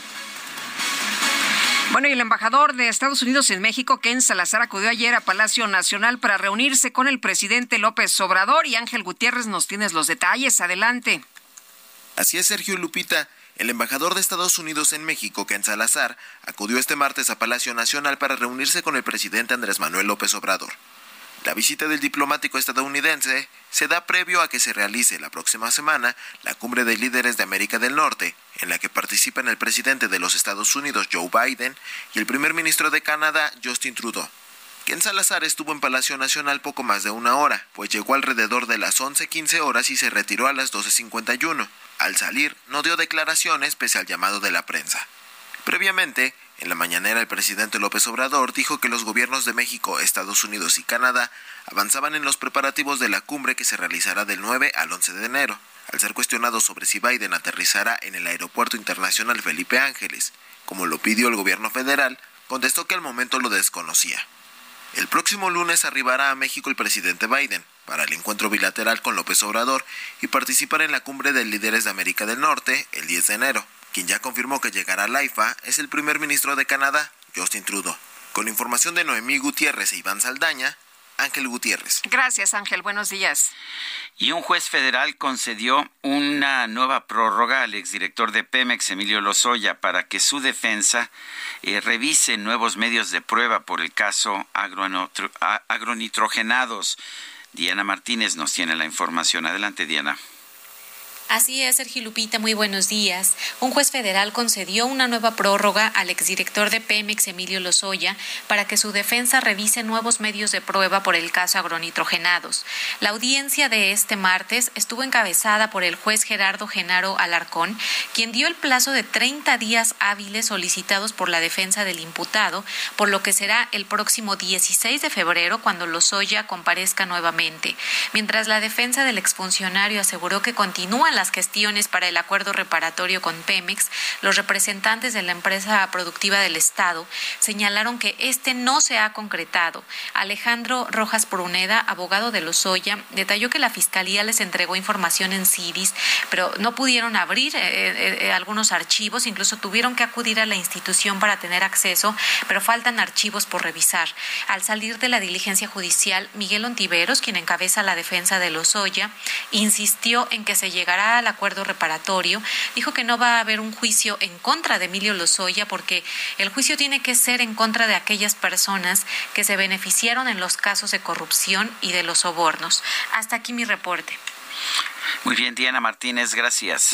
Bueno, y el embajador de Estados Unidos en México, Ken Salazar, acudió ayer a Palacio Nacional para reunirse con el presidente López Obrador. Y Ángel Gutiérrez, nos tienes los detalles. Adelante. Así es, Sergio y Lupita. El embajador de Estados Unidos en México, Ken Salazar, acudió este martes a Palacio Nacional para reunirse con el presidente Andrés Manuel López Obrador. La visita del diplomático estadounidense se da previo a que se realice la próxima semana la cumbre de líderes de América del Norte, en la que participan el presidente de los Estados Unidos, Joe Biden, y el primer ministro de Canadá, Justin Trudeau. Ken Salazar estuvo en Palacio Nacional poco más de una hora, pues llegó alrededor de las 11:15 horas y se retiró a las 12:51. Al salir, no dio declaraciones pese al llamado de la prensa. Previamente, en la mañanera el presidente López Obrador dijo que los gobiernos de México, Estados Unidos y Canadá avanzaban en los preparativos de la cumbre que se realizará del 9 al 11 de enero. Al ser cuestionado sobre si Biden aterrizará en el Aeropuerto Internacional Felipe Ángeles, como lo pidió el gobierno federal, contestó que al momento lo desconocía. El próximo lunes arribará a México el presidente Biden para el encuentro bilateral con López Obrador y participar en la cumbre de líderes de América del Norte el 10 de enero. Quien ya confirmó que llegará al AIFA es el primer ministro de Canadá, Justin Trudeau. Con información de Noemí Gutiérrez e Iván Saldaña, Ángel Gutiérrez. Gracias, Ángel. Buenos días. Y un juez federal concedió una nueva prórroga al exdirector de Pemex, Emilio Lozoya, para que su defensa revise nuevos medios de prueba por el caso agronitrogenados. Diana Martínez nos tiene la información. Adelante, Diana. Así es, Sergio Lupita, muy buenos días. Un juez federal concedió una nueva prórroga al exdirector de Pemex, Emilio Lozoya, para que su defensa revise nuevos medios de prueba por el caso agronitrogenados. La audiencia de este martes estuvo encabezada por el juez Gerardo Genaro Alarcón, quien dio el plazo de 30 días hábiles solicitados por la defensa del imputado, por lo que será el próximo 16 de febrero cuando Lozoya comparezca nuevamente. Mientras la defensa del exfuncionario aseguró que continúan las gestiones para el acuerdo reparatorio con Pemex, los representantes de la empresa productiva del Estado señalaron que este no se ha concretado. Alejandro Rojas Pruneda, abogado de Lozoya, detalló que la Fiscalía les entregó información en CIDIS, pero no pudieron abrir algunos archivos, incluso tuvieron que acudir a la institución para tener acceso, pero faltan archivos por revisar. Al salir de la diligencia judicial, Miguel Ontiveros, quien encabeza la defensa de Lozoya, insistió en que se llegará al acuerdo reparatorio. Dijo que no va a haber un juicio en contra de Emilio Lozoya porque el juicio tiene que ser en contra de aquellas personas que se beneficiaron en los casos de corrupción y de los sobornos. Hasta aquí mi reporte. Muy bien, Diana Martínez, gracias.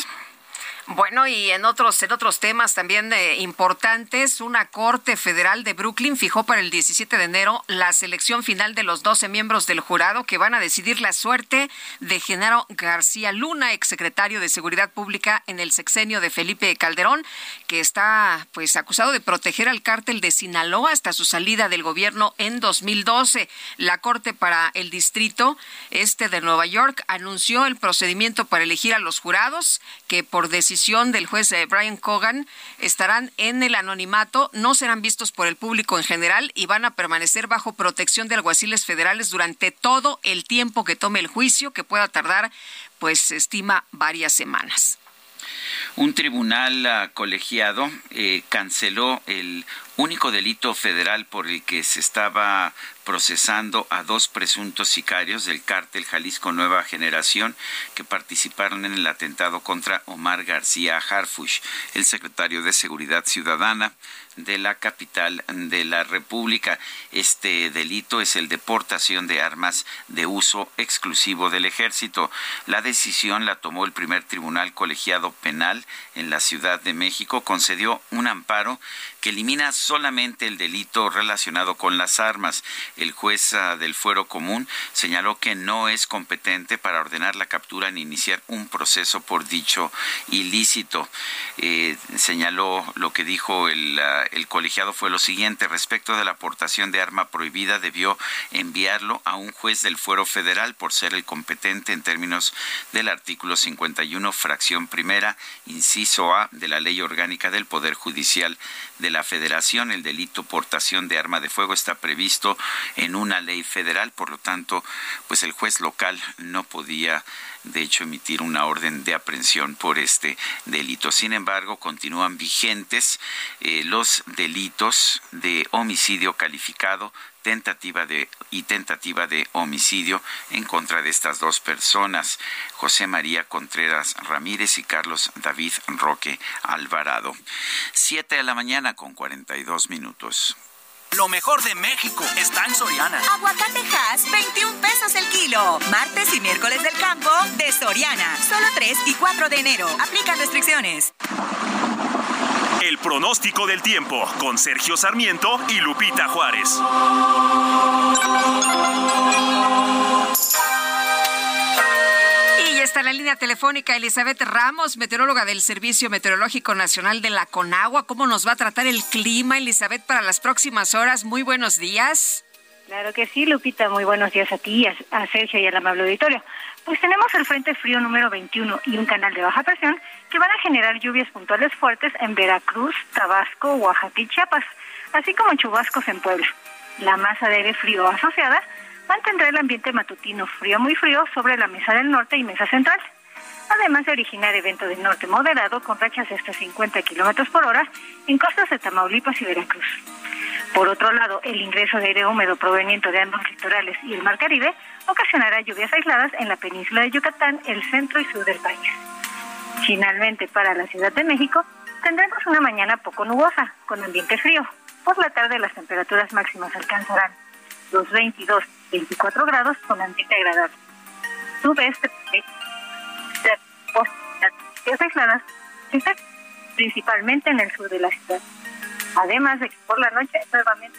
Bueno, y en otros temas también importantes, una corte federal de Brooklyn fijó para el 17 de enero la selección final de los 12 miembros del jurado que van a decidir la suerte de Genaro García Luna, exsecretario de Seguridad Pública en el sexenio de Felipe Calderón, que está pues acusado de proteger al cártel de Sinaloa hasta su salida del gobierno en 2012. La Corte para el Distrito Este de Nueva York anunció el procedimiento para elegir a los jurados que por decisión del juez Brian Cogan estarán en el anonimato, no serán vistos por el público en general y van a permanecer bajo protección de alguaciles federales durante todo el tiempo que tome el juicio, que pueda tardar, pues se estima, varias semanas. Un tribunal colegiado canceló el único delito federal por el que se estaba procesando a 2 presuntos sicarios del cártel Jalisco Nueva Generación que participaron en el atentado contra Omar García Harfuch, el secretario de Seguridad Ciudadana de la capital de la República. Este delito es el de portación de armas de uso exclusivo del Ejército. La decisión la tomó el primer tribunal colegiado penal en la Ciudad de México. Concedió un amparo que elimina solamente el delito relacionado con las armas. El juez del Fuero Común señaló que no es competente para ordenar la captura ni iniciar un proceso por dicho ilícito. Señaló lo que dijo el colegiado fue lo siguiente: respecto de la aportación de arma prohibida, debió enviarlo a un juez del Fuero Federal por ser el competente en términos del artículo 51, fracción primera, inciso A de la Ley Orgánica del Poder Judicial de la Federación. El delito portación de arma de fuego está previsto en una ley federal, por lo tanto, pues el juez local no podía, de hecho, emitir una orden de aprehensión por este delito. Sin embargo, continúan vigentes los delitos de homicidio calificado, tentativa de homicidio en contra de estas 2 personas, José María Contreras Ramírez y Carlos David Roque Alvarado. 7:42 a.m. Lo mejor de México está en Soriana. Aguacate Hass, 21 pesos el kilo. Martes y miércoles del campo de Soriana. Solo 3 y 4 de enero. Aplican restricciones. El pronóstico del tiempo con Sergio Sarmiento y Lupita Juárez. Y ya está en la línea telefónica Elizabeth Ramos, meteoróloga del Servicio Meteorológico Nacional de la Conagua. ¿Cómo nos va a tratar el clima, Elizabeth, para las próximas horas? Muy buenos días. Claro que sí, Lupita. Muy buenos días a ti, a Sergio y al amable auditorio. Pues tenemos el Frente Frío número 21 y un canal de baja presión que van a generar lluvias puntuales fuertes en Veracruz, Tabasco, Oaxaca y Chiapas, así como chubascos en Puebla. La masa de aire frío asociada mantendrá el ambiente matutino frío muy frío sobre la mesa del norte y mesa central, además de originar evento de norte moderado con rachas de hasta 50 kilómetros por hora en costas de Tamaulipas y Veracruz. Por otro lado, el ingreso de aire húmedo proveniente de ambos litorales y el Mar Caribe ocasionará lluvias aisladas en la península de Yucatán, el centro y sur del país. Finalmente, para la Ciudad de México, tendremos una mañana poco nubosa, con ambiente frío. Por la tarde, las temperaturas máximas alcanzarán los 22-24 grados con ambiente agradable. Sudeste, lluvias aisladas, principalmente en el sur de la ciudad. Además de que por la noche nuevamente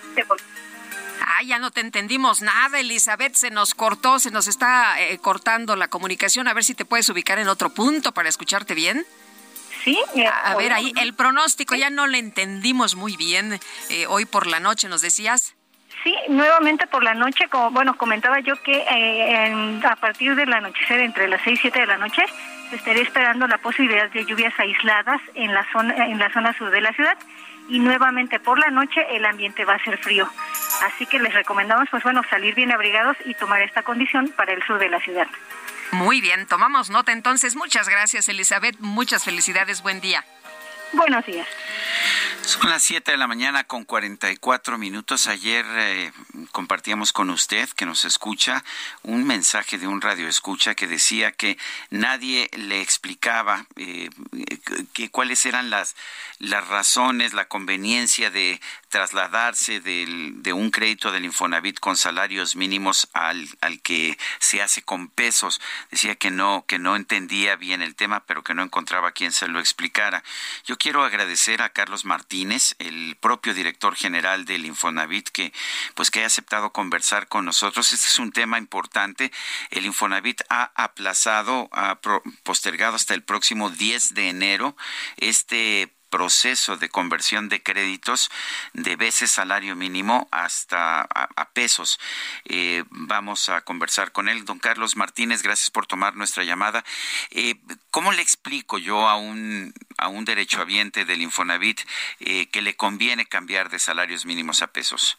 ya no te entendimos nada, Elizabeth, se nos cortó, se nos está cortando la comunicación. A ver si te puedes ubicar en otro punto para escucharte bien. Sí. A ver, ahí el pronóstico, ya no le entendimos muy bien. Hoy por la noche, ¿nos decías? Sí, nuevamente por la noche, como comentaba yo que a partir del anochecer, entre las 6 y 7 de la noche, se estaría esperando la posibilidad de lluvias aisladas en la zona sur de la ciudad, y nuevamente por la noche el ambiente va a ser frío. Así que les recomendamos, salir bien abrigados y tomar esta condición para el sur de la ciudad. Muy bien, tomamos nota entonces. Muchas gracias, Elizabeth. Muchas felicidades. Buen día. Buenos días. Son las 7 de la mañana con 44 minutos. Ayer compartíamos con usted, que nos escucha, un mensaje de un radioescucha que decía que nadie le explicaba cuáles eran las razones, la conveniencia de trasladarse de un crédito del Infonavit con salarios mínimos al que se hace con pesos. Decía que no entendía bien el tema, pero que no encontraba quien se lo explicara. Yo quiero agradecer a Carlos Martínez, el propio director general del Infonavit, que haya aceptado conversar con nosotros. Este es un tema importante. El Infonavit ha postergado hasta el próximo 10 de enero este proceso de conversión de créditos de veces salario mínimo hasta a pesos. Vamos a conversar con él. Don Carlos Martínez, gracias por tomar nuestra llamada. ¿Cómo le explico yo a un derechohabiente del Infonavit que le conviene cambiar de salarios mínimos a pesos?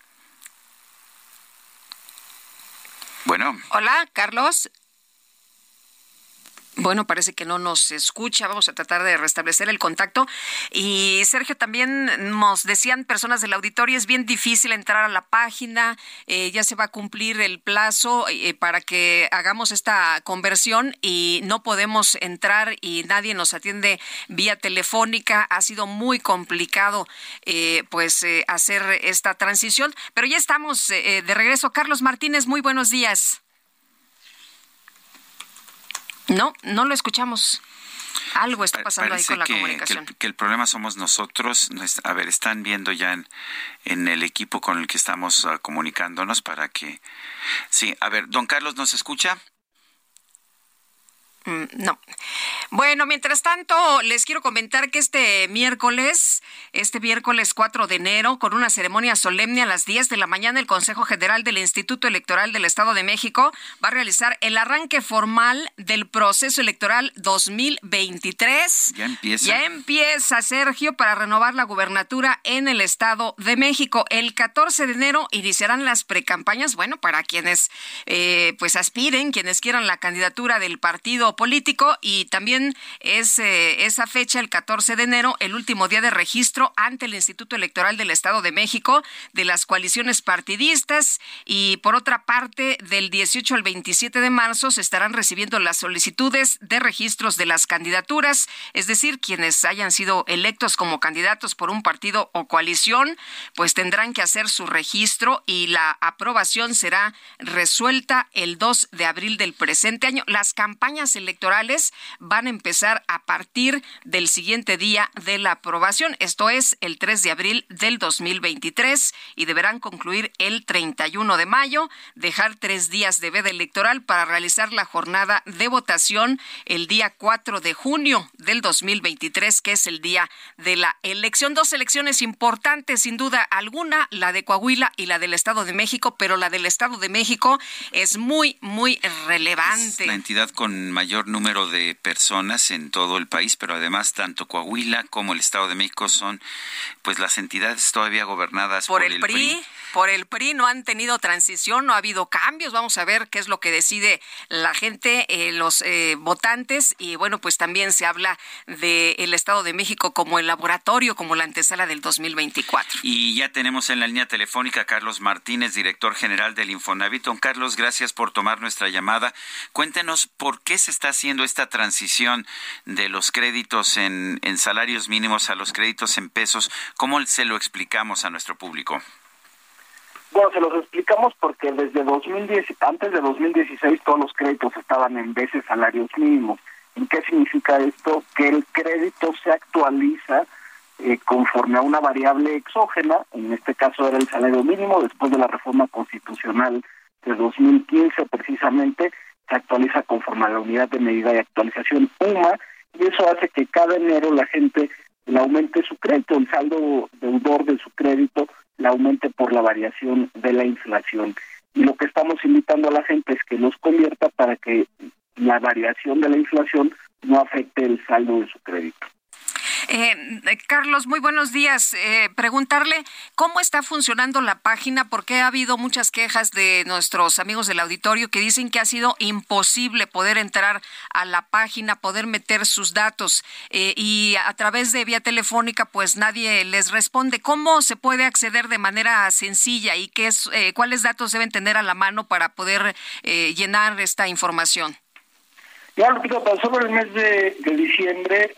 Bueno. Hola, Carlos. Bueno, parece que no nos escucha. Vamos a tratar de restablecer el contacto. Y Sergio, también nos decían personas del auditorio, es bien difícil entrar a la página. Ya se va a cumplir el plazo para que hagamos esta conversión y no podemos entrar y nadie nos atiende vía telefónica. Ha sido muy complicado hacer esta transición. Pero ya estamos de regreso. Carlos Martínez, muy buenos días. No lo escuchamos. Algo está pasando ahí con la comunicación. Que el problema somos nosotros. A ver, están viendo ya en el equipo con el que estamos comunicándonos para que... Sí, a ver, don Carlos, ¿nos escucha? No. Bueno, mientras tanto, les quiero comentar que este miércoles 4 de enero, con una ceremonia solemne a las 10 de la mañana, el Consejo General del Instituto Electoral del Estado de México va a realizar el arranque formal del proceso electoral 2023. Ya empieza, Sergio, para renovar la gubernatura en el Estado de México. El 14 de enero iniciarán las precampañas, para quienes aspiren, quienes quieran la candidatura del partido político, y también es esa fecha, el 14 de enero, el último día de registro ante el Instituto Electoral del Estado de México de las coaliciones partidistas. Y por otra parte, del 18 al 27 de marzo se estarán recibiendo las solicitudes de registros de las candidaturas, es decir, quienes hayan sido electos como candidatos por un partido o coalición, pues tendrán que hacer su registro y la aprobación será resuelta el 2 de abril del presente año. Las campañas electorales van a empezar a partir del siguiente día de la aprobación, esto es el 3 de abril del 2023, y deberán concluir el 31 de mayo, dejar 3 días de veda electoral para realizar la jornada de votación el día 4 de junio del 2023, que es el día de la elección. 2 elecciones importantes, sin duda alguna, la de Coahuila y la del Estado de México, pero la del Estado de México es muy, muy relevante. Es la entidad con mayor número de personas en todo el país, pero además tanto Coahuila como el Estado de México son las entidades todavía gobernadas por el PRI. Por el PRI no han tenido transición, no ha habido cambios. Vamos a ver qué es lo que decide la gente, los votantes. Y también se habla del Estado de México como el laboratorio, como la antesala del 2024. Y ya tenemos en la línea telefónica a Carlos Martínez, director general del Infonavit. Don Carlos, gracias por tomar nuestra llamada. Cuéntenos por qué se está haciendo esta transición de los créditos en salarios mínimos a los créditos en pesos. ¿Cómo se lo explicamos a nuestro público? Bueno, se los explicamos porque desde antes de 2016 todos los créditos estaban en veces salarios mínimos. ¿Y qué significa esto? Que el crédito se actualiza conforme a una variable exógena, en este caso era el salario mínimo, después de la reforma constitucional de 2015 precisamente, se actualiza conforme a la unidad de medida de actualización UMA, y eso hace que cada enero la gente le aumente su crédito, el saldo deudor de su crédito le aumente por la variación de la inflación. Y lo que estamos invitando a la gente es que los convierta para que la variación de la inflación no afecte el saldo de su crédito. Carlos, muy buenos días. Preguntarle cómo está funcionando la página, porque ha habido muchas quejas de nuestros amigos del auditorio que dicen que ha sido imposible poder entrar a la página, poder meter sus datos y a través de vía telefónica pues nadie les responde. ¿Cómo se puede acceder de manera sencilla y cuáles datos deben tener a la mano para poder llenar esta información? Ya, Lupita, tan solo el mes de diciembre,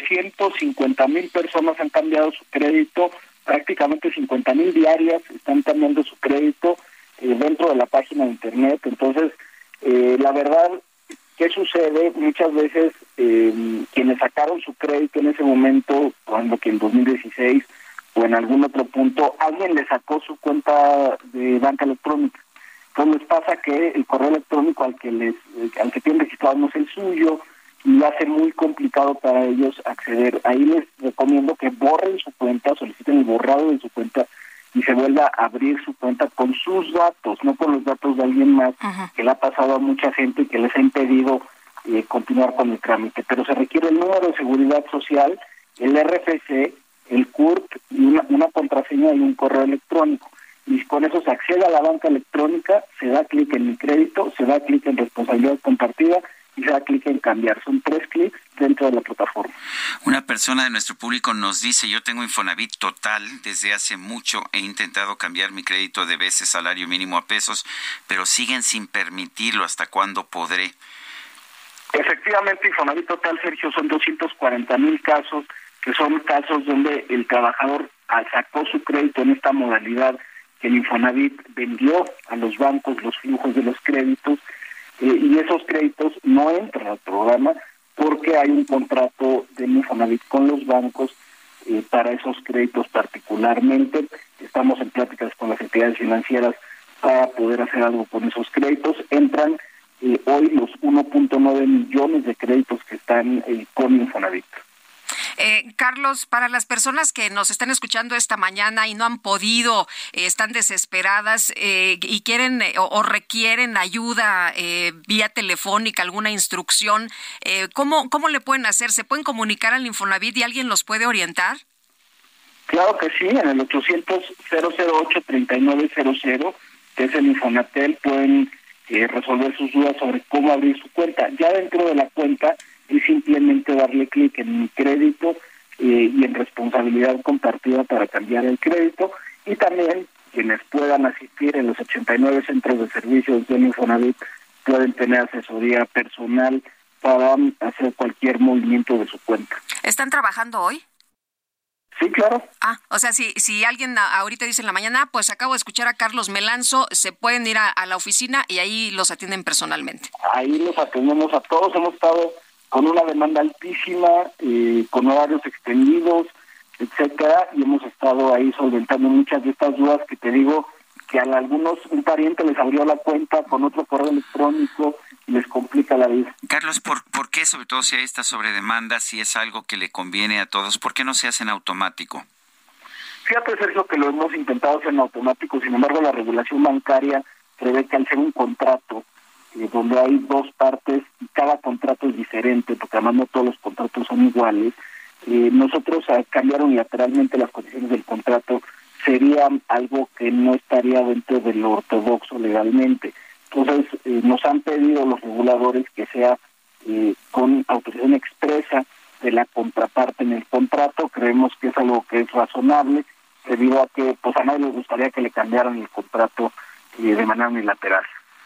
350,000 personas han cambiado su crédito, prácticamente 50,000 diarias están cambiando su crédito dentro de la página de Internet. Entonces, la verdad, ¿qué sucede? Muchas veces quienes sacaron su crédito en ese momento, cuando que en 2016 o en algún otro punto, alguien le sacó su cuenta de banca electrónica. Entonces les pasa que el correo electrónico al que tienen registrado no es el suyo y hace muy complicado para ellos acceder. Ahí les recomiendo que borren su cuenta, soliciten el borrado de su cuenta y se vuelva a abrir su cuenta con sus datos, no con los datos de alguien más, que le ha pasado a mucha gente y que les ha impedido continuar con el trámite. Pero se requiere el número de seguridad social, el RFC, el CURP y una contraseña y un correo electrónico. Y con eso se accede a la banca electrónica, se da clic en mi crédito, se da clic en responsabilidad compartida y se da clic en cambiar. Son 3 clics dentro de la plataforma. Una persona de nuestro público nos dice: yo tengo Infonavit Total desde hace mucho, he intentado cambiar mi crédito de veces salario mínimo a pesos, pero siguen sin permitirlo. ¿Hasta cuándo podré? Efectivamente, Infonavit Total, Sergio, son 240,000 casos, que son casos donde el trabajador sacó su crédito en esta modalidad que el Infonavit vendió a los bancos los flujos de los créditos y esos créditos no entran al programa porque hay un contrato del Infonavit con los bancos para esos créditos particularmente. Estamos en pláticas con las entidades financieras para poder hacer algo con esos créditos. Entran hoy los 1.9 millones de créditos que están con Infonavit. Carlos, para las personas que nos están escuchando esta mañana y no han podido, están desesperadas y quieren o requieren ayuda vía telefónica, alguna instrucción, ¿cómo le pueden hacer? ¿Se pueden comunicar al Infonavit y alguien los puede orientar? Claro que sí, en el 800-008-3900, que es el Infonatel, pueden resolver sus dudas sobre cómo abrir su cuenta. Ya dentro de la cuenta es simplemente darle clic en mi crédito y en responsabilidad compartida para cambiar el crédito, y también quienes puedan asistir en los 89 centros de servicios del Infonavit pueden tener asesoría personal para hacer cualquier movimiento de su cuenta. ¿Están trabajando hoy? Sí, claro. O sea, si alguien ahorita dice en la mañana, pues acabo de escuchar a Carlos, me lanzo, se pueden ir a la oficina y ahí los atienden personalmente. Ahí los atendemos a todos. Hemos estado con una demanda altísima, con horarios extendidos, etcétera, y hemos estado ahí solventando muchas de estas dudas que te digo que a algunos un pariente les abrió la cuenta con otro correo electrónico y les complica la vida. Carlos, ¿por qué, sobre todo si hay esta sobredemanda, si es algo que le conviene a todos, por qué no se hace en automático? Fíjate, Sergio, que lo hemos intentado hacer en automático, sin embargo la regulación bancaria prevé que al ser un contrato donde hay 2 partes y cada contrato es diferente, porque además no todos los contratos son iguales, nosotros al cambiar unilateralmente las condiciones del contrato sería algo que no estaría dentro de lo ortodoxo legalmente. Entonces nos han pedido los reguladores que sea con autorización expresa de la contraparte en el contrato. Creemos que es algo que es razonable, debido a que pues a nadie le gustaría que le cambiaran el contrato de manera unilateral.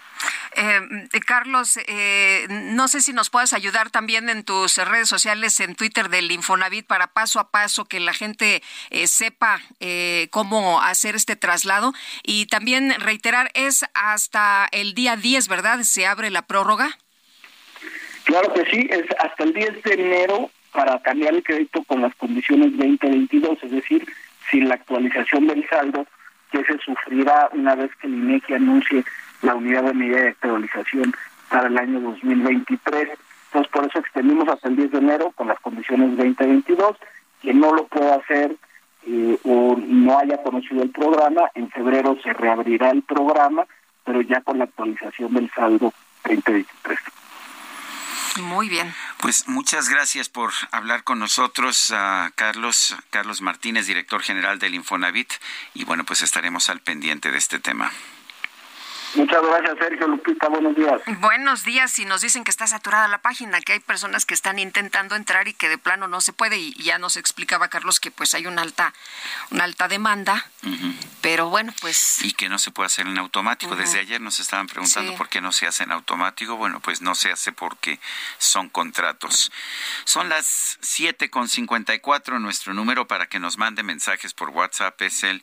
Carlos, no sé si nos puedes ayudar también en tus redes sociales, en Twitter del Infonavit, para paso a paso que la gente sepa cómo hacer este traslado. Y también reiterar, es hasta el día 10, ¿verdad? ¿Se abre la prórroga? Claro que sí, es hasta el 10 de enero para cambiar el crédito con las condiciones 2022, es decir, sin la actualización del saldo que se sufrirá una vez que el INEGI anuncie la unidad de medida de actualización para el año 2023. Entonces, por eso extendimos hasta el 10 de enero con las condiciones 2022. Quien no lo pueda hacer o no haya conocido el programa, en febrero se reabrirá el programa, pero ya con la actualización del saldo 2023. Muy bien. Pues muchas gracias por hablar con nosotros, Carlos Martínez, director general del Infonavit, y bueno, pues estaremos al pendiente de este tema. Muchas gracias, Sergio, Lupita, buenos días. Buenos días, y nos dicen que está saturada la página, que hay personas que están intentando entrar y que de plano no se puede, y ya nos explicaba Carlos que pues hay una alta demanda, pero bueno, pues... Y que no se puede hacer en automático. Desde ayer nos estaban preguntando por qué no se hace en automático. Bueno, pues no se hace porque son contratos. Son las 7:54, nuestro número para que nos mande mensajes por WhatsApp es el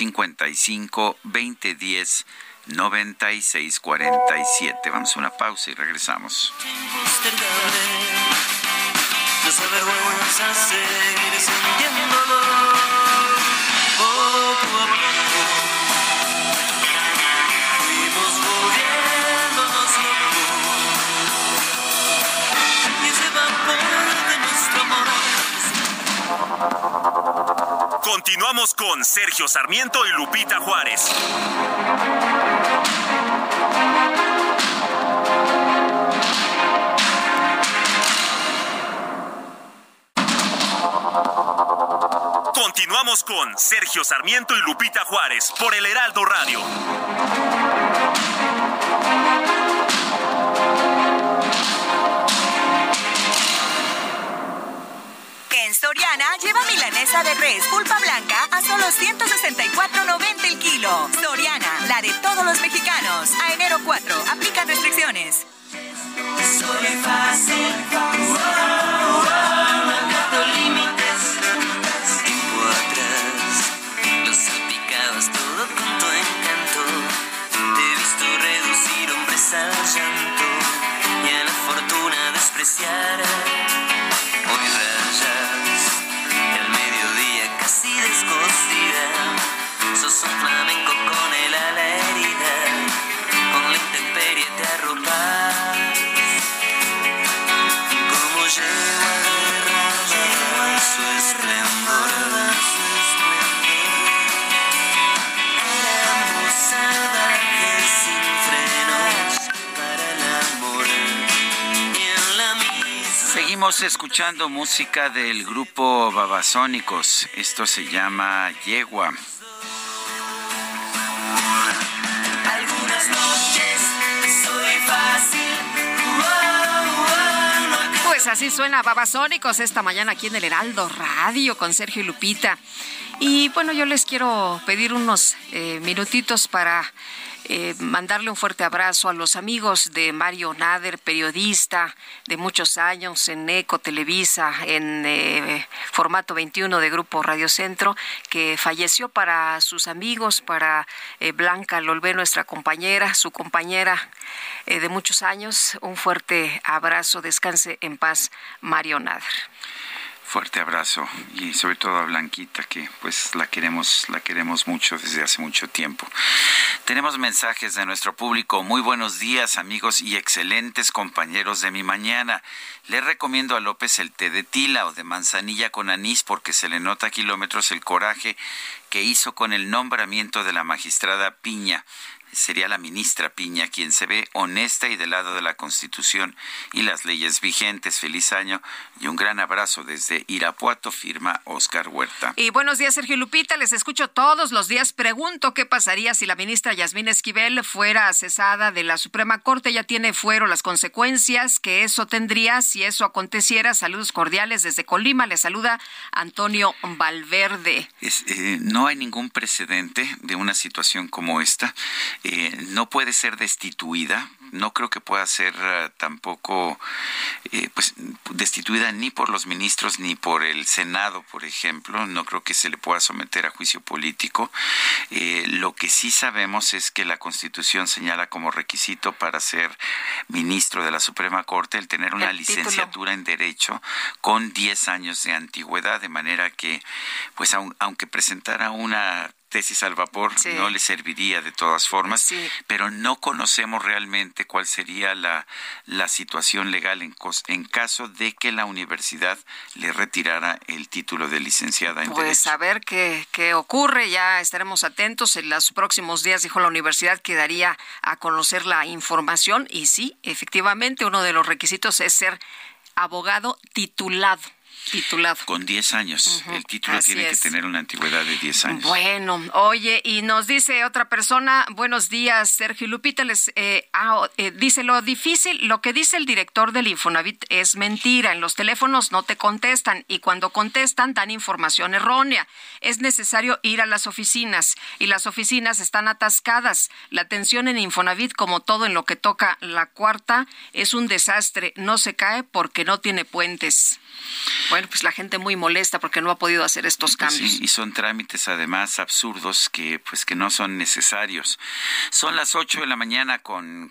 55-2010-9647. Vamos a una pausa y regresamos. Desavergüenza seguir sintiéndolo poco a poco. Fuimos volviéndonos locos y ese vapor de nuestro amor. Continuamos con Sergio Sarmiento y Lupita Juárez. Continuamos con Sergio Sarmiento y Lupita Juárez por el Heraldo Radio. En Soriana, lleva milanesa de res pulpa blanca a solo $164.90 el kilo. Soriana, la de todos los mexicanos. A enero 4, aplican restricciones. Soy fácil, marcando límites, tiempo atrás, los salpicabas todo con tu encanto. Te he visto reducir hombres al llanto y a la fortuna despreciar. Hoy rayas el mediodía casi descosida. Sos un flamenco con el ala herida, con la intemperie te arropas. Como lleva derramada su esplendor. Éramos salvajes sin frenos para el amor. Y en la misma... Seguimos escuchando música del grupo Babasónicos. Esto se llama Yegua. Algunas noches soy fácil. Pues así suena Babasónicos esta mañana aquí en el Heraldo Radio con Sergio y Lupita. Y bueno, yo les quiero pedir unos minutitos para mandarle un fuerte abrazo a los amigos de Mario Nader, periodista de muchos años en ECO Televisa, en formato 21 de Grupo Radio Centro, que falleció. Para sus amigos, para Blanca Lolvé, nuestra compañera, su compañera de muchos años, un fuerte abrazo. Descanse en paz, Mario Nader. Fuerte abrazo, y sobre todo a Blanquita, que pues la queremos mucho desde hace mucho tiempo. Tenemos mensajes de nuestro público. Muy buenos días, amigos y excelentes compañeros de mi mañana. Les recomiendo a López el té de tila o de manzanilla con anís, porque se le nota a kilómetros el coraje que hizo con el nombramiento de la magistrada Piña. Sería la ministra Piña, quien se ve honesta y del lado de la Constitución y las leyes vigentes. Feliz año y un gran abrazo desde Irapuato, firma Oscar Huerta. Y buenos días, Sergio Lupita, les escucho todos los días. Pregunto qué pasaría si la ministra Yasmín Esquivel fuera cesada de la Suprema Corte. Ya tiene fuero las consecuencias que eso tendría si eso aconteciera. Saludos cordiales desde Colima. Le saluda Antonio Valverde. No hay ningún precedente de una situación como esta. No puede ser destituida. No creo que pueda ser tampoco destituida ni por los ministros ni por el Senado, por ejemplo. No creo que se le pueda someter a juicio político. Lo que sí sabemos es que la Constitución señala como requisito para ser ministro de la Suprema Corte el tener una licenciatura en Derecho con 10 años de antigüedad, de manera que, pues aunque presentara una tesis al vapor, no le serviría de todas formas, pero no conocemos realmente cuál sería la situación legal en caso de que la universidad le retirara el título de licenciada en Derecho. Pues a ver qué ocurre, ya estaremos atentos. En los próximos días, dijo la universidad, que daría a conocer la información, y sí, efectivamente, uno de los requisitos es ser abogado titulado. Con 10 años. El título Así tiene es. que tener una antigüedad de 10 años. Bueno, oye, y nos dice otra persona, buenos días, Sergio y Lupita, dice lo que dice el director del Infonavit es mentira, en los teléfonos no te contestan y cuando contestan dan información errónea. Es necesario ir a las oficinas y las oficinas están atascadas. La atención en Infonavit, como todo en lo que toca la cuarta, es un desastre, no se cae porque no tiene puentes. Bueno, pues la gente muy molesta porque no ha podido hacer estos cambios. Sí, y son trámites además absurdos que no son necesarios. Son las 8:04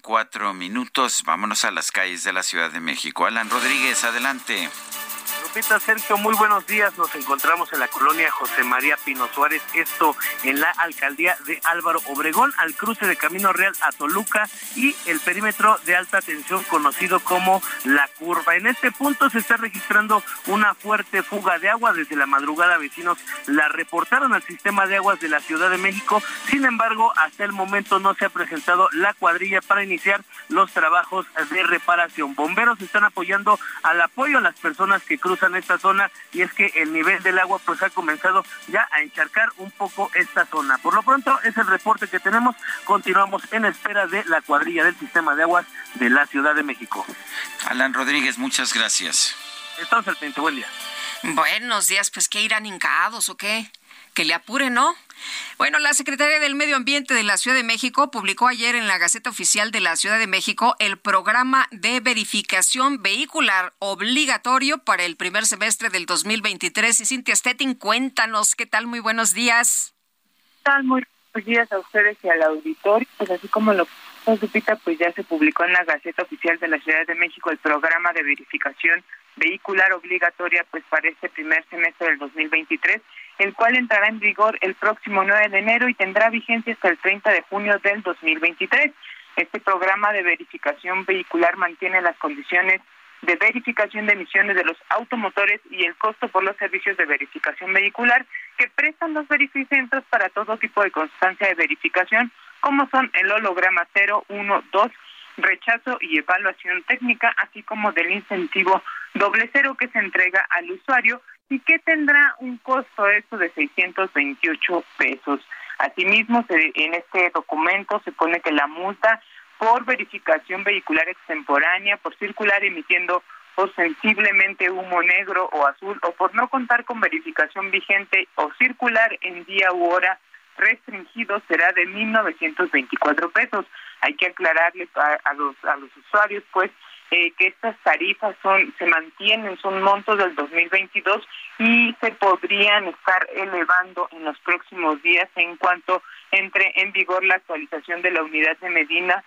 a.m. Vámonos a las calles de la Ciudad de México. Alan Rodríguez, adelante. Lupita, Sergio, muy buenos días. Nos encontramos en la colonia José María Pino Suárez, esto en la alcaldía de Álvaro Obregón, al cruce de Camino Real a Toluca y el perímetro de alta tensión conocido como La Curva. En este punto se está registrando una fuerte fuga de agua. Desde la madrugada vecinos la reportaron al sistema de aguas de la Ciudad de México. Sin embargo, hasta el momento no se ha presentado la cuadrilla para iniciar los trabajos de reparación. Bomberos están apoyando al apoyo a las personas que cruzan esta zona, y es que el nivel del agua pues ha comenzado ya a encharcar un poco esta zona. Por lo pronto es el reporte que tenemos. Continuamos en espera de la cuadrilla del sistema de aguas de la Ciudad de México. Alan Rodríguez, muchas gracias. Estamos al pendiente. Buen día. Buenos días, pues ¿qué irán hincados o qué? Que le apure, ¿no? Bueno, la Secretaría del Medio Ambiente de la Ciudad de México publicó ayer en la Gaceta Oficial de la Ciudad de México el programa de verificación vehicular obligatorio para el primer semestre del 2023. Y Cintia Stettin, cuéntanos, ¿qué tal? Muy buenos días. ¿Qué tal? Muy buenos días a ustedes y al auditorio. Pues así como lo Lupita, pues ya se publicó en la Gaceta Oficial de la Ciudad de México el programa de verificación vehicular obligatoria pues para este primer semestre del 2023, el cual entrará en vigor el próximo 9 de enero y tendrá vigencia hasta el 30 de junio del 2023. Este programa de verificación vehicular mantiene las condiciones de verificación de emisiones de los automotores y el costo por los servicios de verificación vehicular que prestan los verificentros para todo tipo de constancia de verificación, como son el holograma 0, 1, 2, rechazo y evaluación técnica, así como del incentivo 00 que se entrega al usuario y que tendrá un costo de 628 pesos. Asimismo, en este documento se pone que la multa por verificación vehicular extemporánea, por circular emitiendo ostensiblemente humo negro o azul, o por no contar con verificación vigente o circular en día u hora restringido, será de 1,924 pesos. Hay que aclararle a los usuarios, pues, que estas tarifas se mantienen, son montos del 2022 y se podrían estar elevando en los próximos días en cuanto entre en vigor la actualización de la unidad de medida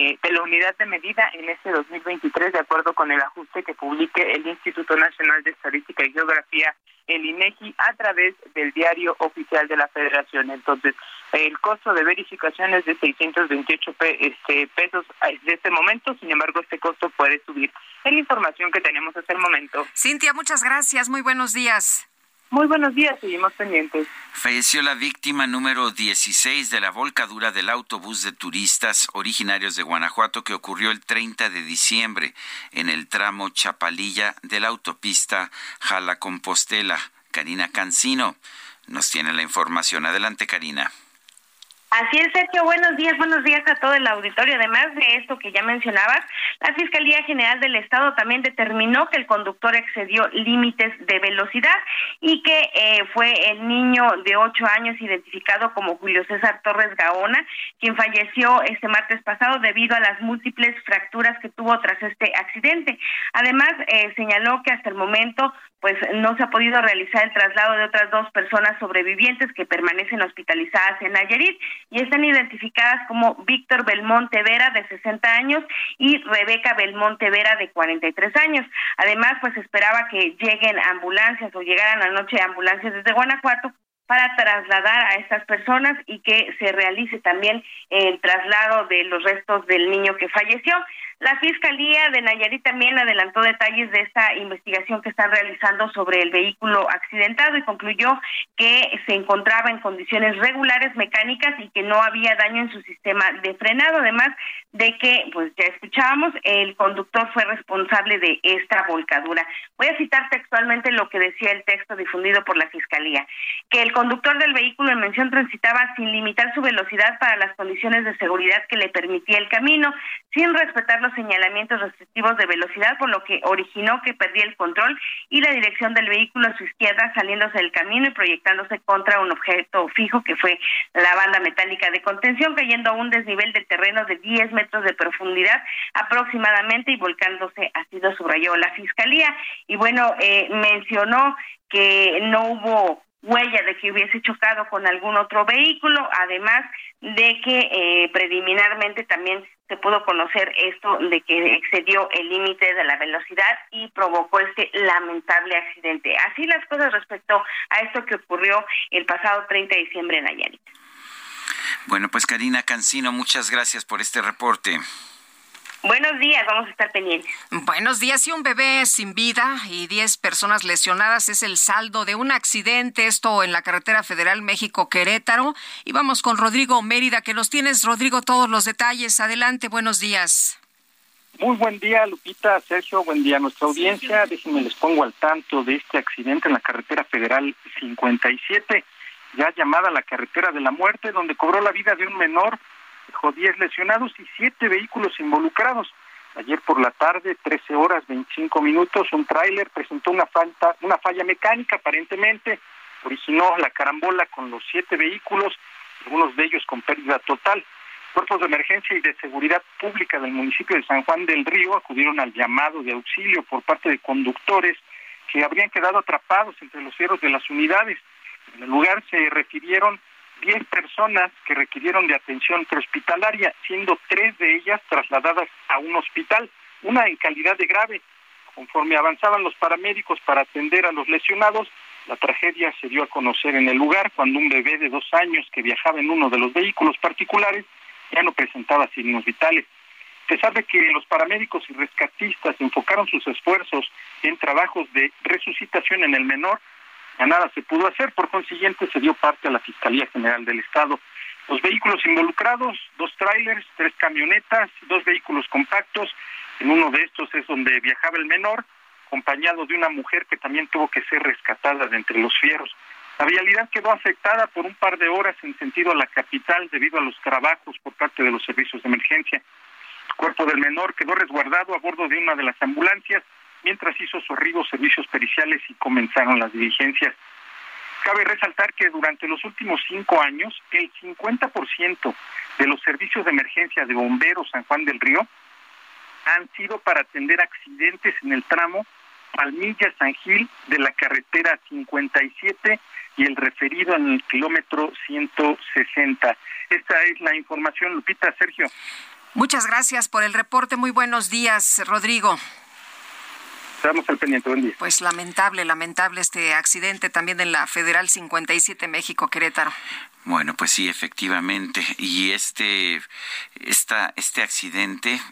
en este 2023, de acuerdo con el ajuste que publique el Instituto Nacional de Estadística y Geografía, el INEGI, a través del Diario Oficial de la Federación. Entonces, el costo de verificación es de 628 pesos desde este momento. Sin embargo, este costo puede subir. Es la información que tenemos hasta el momento. Cintia, muchas gracias. Muy buenos días. Muy buenos días, seguimos pendientes. Falleció la víctima número 16 de la volcadura del autobús de turistas originarios de Guanajuato que ocurrió el 30 de diciembre en el tramo Chapalilla de la autopista Jala-Compostela. Karina Cancino nos tiene la información. Adelante, Karina. Así es, Sergio, buenos días a todo el auditorio. Además de esto que ya mencionabas, la Fiscalía General del Estado también determinó que el conductor excedió límites de velocidad y que fue el niño de 8 años identificado como Julio César Torres Gaona, quien falleció este martes pasado debido a las múltiples fracturas que tuvo tras este accidente. Además, señaló que hasta el momento pues no se ha podido realizar el traslado de otras 2 personas sobrevivientes que permanecen hospitalizadas en Nayarit y están identificadas como Víctor Belmonte Vera, de 60 años, y Rebeca Belmonte Vera, de 43 años. Además, pues esperaba que lleguen ambulancias o llegaran anoche ambulancias desde Guanajuato para trasladar a estas personas y que se realice también el traslado de los restos del niño que falleció. La Fiscalía de Nayarit también adelantó detalles de esta investigación que están realizando sobre el vehículo accidentado y concluyó que se encontraba en condiciones regulares mecánicas y que no había daño en su sistema de frenado, además de que, pues ya escuchábamos, el conductor fue responsable de esta volcadura. Voy a citar textualmente lo que decía el texto difundido por la Fiscalía, que el conductor del vehículo en mención transitaba sin limitar su velocidad para las condiciones de seguridad que le permitía el camino, sin respetar los señalamientos restrictivos de velocidad, por lo que originó que perdía el control y la dirección del vehículo a su izquierda, saliéndose del camino y proyectándose contra un objeto fijo que fue la banda metálica de contención, cayendo a un desnivel de terreno de 10 metros de profundidad aproximadamente y volcándose, así lo subrayó la Fiscalía. Y bueno, mencionó que no hubo huella de que hubiese chocado con algún otro vehículo, además de que preliminarmente también se pudo conocer esto de que excedió el límite de la velocidad y provocó este lamentable accidente. Así las cosas respecto a esto que ocurrió el pasado 30 de diciembre en Nayarit. Bueno, pues Karina Cancino, muchas gracias por este reporte. Buenos días, vamos a estar pendientes. Buenos días. Y un bebé sin vida y 10 personas lesionadas es el saldo de un accidente, esto en la carretera federal México-Querétaro. Y vamos con Rodrigo Mérida, que nos tienes, Rodrigo, todos los detalles. Adelante, buenos días. Muy buen día, Lupita, Sergio, buen día a nuestra audiencia. Déjenme les pongo al tanto de este accidente en la carretera federal 57, ya llamada la carretera de la muerte, donde cobró la vida de un menor, dejó 10 lesionados y 7 vehículos involucrados. Ayer por la tarde, 13 horas 25 minutos, un tráiler presentó una falla mecánica, aparentemente originó la carambola con los 7 vehículos, algunos de ellos con pérdida total. Cuerpos de emergencia y de seguridad pública del municipio de San Juan del Río acudieron al llamado de auxilio por parte de conductores que habrían quedado atrapados entre los fierros de las unidades. En el lugar se refirieron 10 personas que requirieron de atención prehospitalaria, siendo 3 de ellas trasladadas a un hospital, una en calidad de grave. Conforme avanzaban los paramédicos para atender a los lesionados, la tragedia se dio a conocer en el lugar cuando un bebé de 2 años que viajaba en uno de los vehículos particulares ya no presentaba signos vitales. A pesar de que los paramédicos y rescatistas enfocaron sus esfuerzos en trabajos de resucitación en el menor, ya nada se pudo hacer, por consiguiente se dio parte a la Fiscalía General del Estado. Los vehículos involucrados, 2 tráilers, 3 camionetas, 2 vehículos compactos. En uno de estos es donde viajaba el menor, acompañado de una mujer que también tuvo que ser rescatada de entre los fierros. La vialidad quedó afectada por un par de horas en sentido a la capital debido a los trabajos por parte de los servicios de emergencia. El cuerpo del menor quedó resguardado a bordo de una de las ambulancias mientras hizo sorridos servicios periciales y comenzaron las diligencias. Cabe resaltar que durante los últimos 5 años, el 50% de los servicios de emergencia de Bomberos San Juan del Río han sido para atender accidentes en el tramo Palmilla-San Gil de la carretera 57 y el referido en el kilómetro 160. Esta es la información, Lupita, Sergio. Muchas gracias por el reporte. Muy buenos días, Rodrigo. Estamos al pendiente, buen día. Pues lamentable este accidente también en la Federal 57 México-Querétaro. Bueno, pues sí, efectivamente. Y este accidente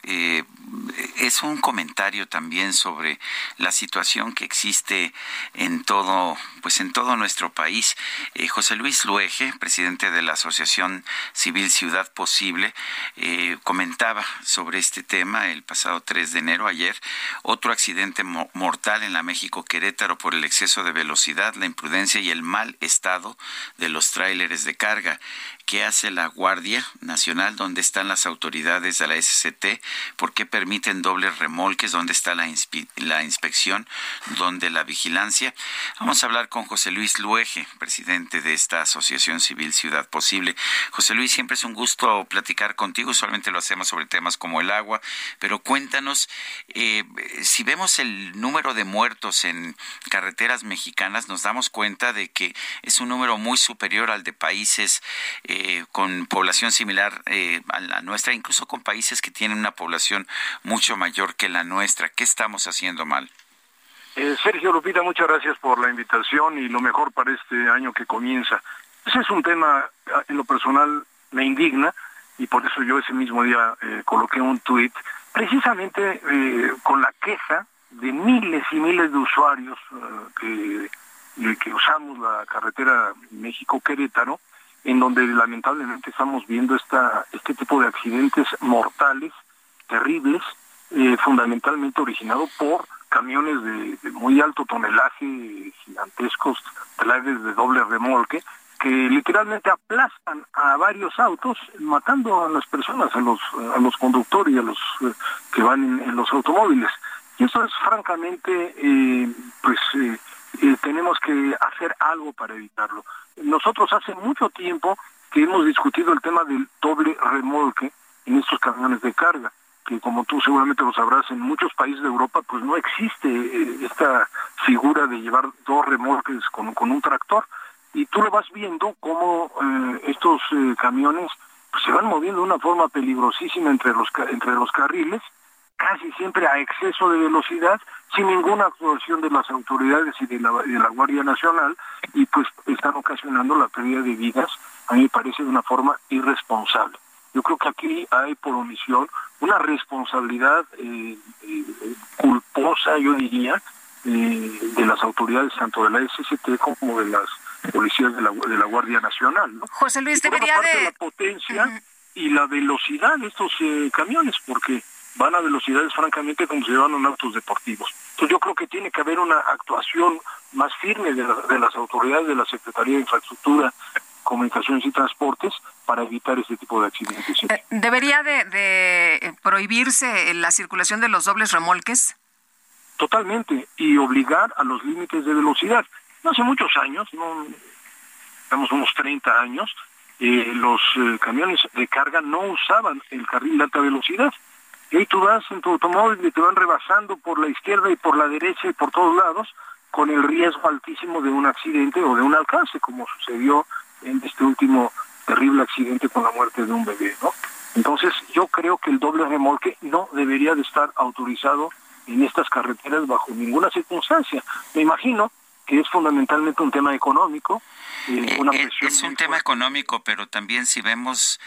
es un comentario también sobre la situación que existe en todo nuestro país. José Luis Luege, presidente de la Asociación Civil Ciudad Posible, comentaba sobre este tema el pasado 3 de enero, ayer, otro accidente mortal en la México-Querétaro por el exceso de velocidad, la imprudencia y el mal estado de los tráileres de carga. ¿Qué hace la Guardia Nacional? ¿Dónde están las autoridades de la SCT? ¿Por qué permiten dobles remolques? ¿Dónde está la inspección? ¿Dónde la vigilancia? Vamos a hablar con José Luis Luege, presidente de esta Asociación Civil Ciudad Posible. José Luis, siempre es un gusto platicar contigo. Usualmente lo hacemos sobre temas como el agua, pero cuéntanos, si vemos el número de muertos en carreteras mexicanas, nos damos cuenta de que es un número muy superior al de países con población similar a la nuestra, incluso con países que tienen una población mucho mayor que la nuestra. ¿Qué estamos haciendo mal? Sergio, Lupita, muchas gracias por la invitación y lo mejor para este año que comienza. Ese es un tema, en lo personal, me indigna y por eso yo ese mismo día coloqué un tuit precisamente con la queja de miles y miles de usuarios que usamos la carretera México-Querétaro, en donde lamentablemente estamos viendo este tipo de accidentes mortales, terribles, fundamentalmente originado por camiones de muy alto tonelaje, gigantescos, trailers de doble remolque, que literalmente aplastan a varios autos, matando a las personas, a los conductores y a los que van en los automóviles. Y eso es francamente, tenemos que hacer algo para evitarlo. Nosotros hace mucho tiempo que hemos discutido el tema del doble remolque en estos camiones de carga, que como tú seguramente lo sabrás, en muchos países de Europa pues no existe esta figura de llevar dos remolques con un tractor, y tú lo vas viendo como estos camiones pues, se van moviendo de una forma peligrosísima entre los carriles, casi siempre a exceso de velocidad, sin ninguna actuación de las autoridades y de la Guardia Nacional, y pues están ocasionando la pérdida de vidas, a mí me parece de una forma irresponsable. Yo creo que aquí hay por omisión una responsabilidad culposa, yo diría, de las autoridades tanto de la SST como de las policías de la Guardia Nacional, ¿no? José Luis, debería la potencia y la velocidad de estos camiones, porque van a velocidades francamente como se llevan en autos deportivos. Entonces yo creo que tiene que haber una actuación más firme de las autoridades de la Secretaría de Infraestructura, Comunicaciones y Transportes para evitar este tipo de accidentes. ¿Sí? ¿Debería de prohibirse la circulación de los dobles remolques? Totalmente, y obligar a los límites de velocidad. No hace muchos años, digamos unos 30 años, los camiones de carga no usaban el carril de alta velocidad. Y ahí tú vas en tu automóvil y te van rebasando por la izquierda y por la derecha y por todos lados, con el riesgo altísimo de un accidente o de un alcance, como sucedió en este último terrible accidente con la muerte de un bebé, ¿no? Entonces, yo creo que el doble remolque no debería de estar autorizado en estas carreteras bajo ninguna circunstancia. Me imagino que es fundamentalmente un tema económico. Es un tema económico, pero también si vemos,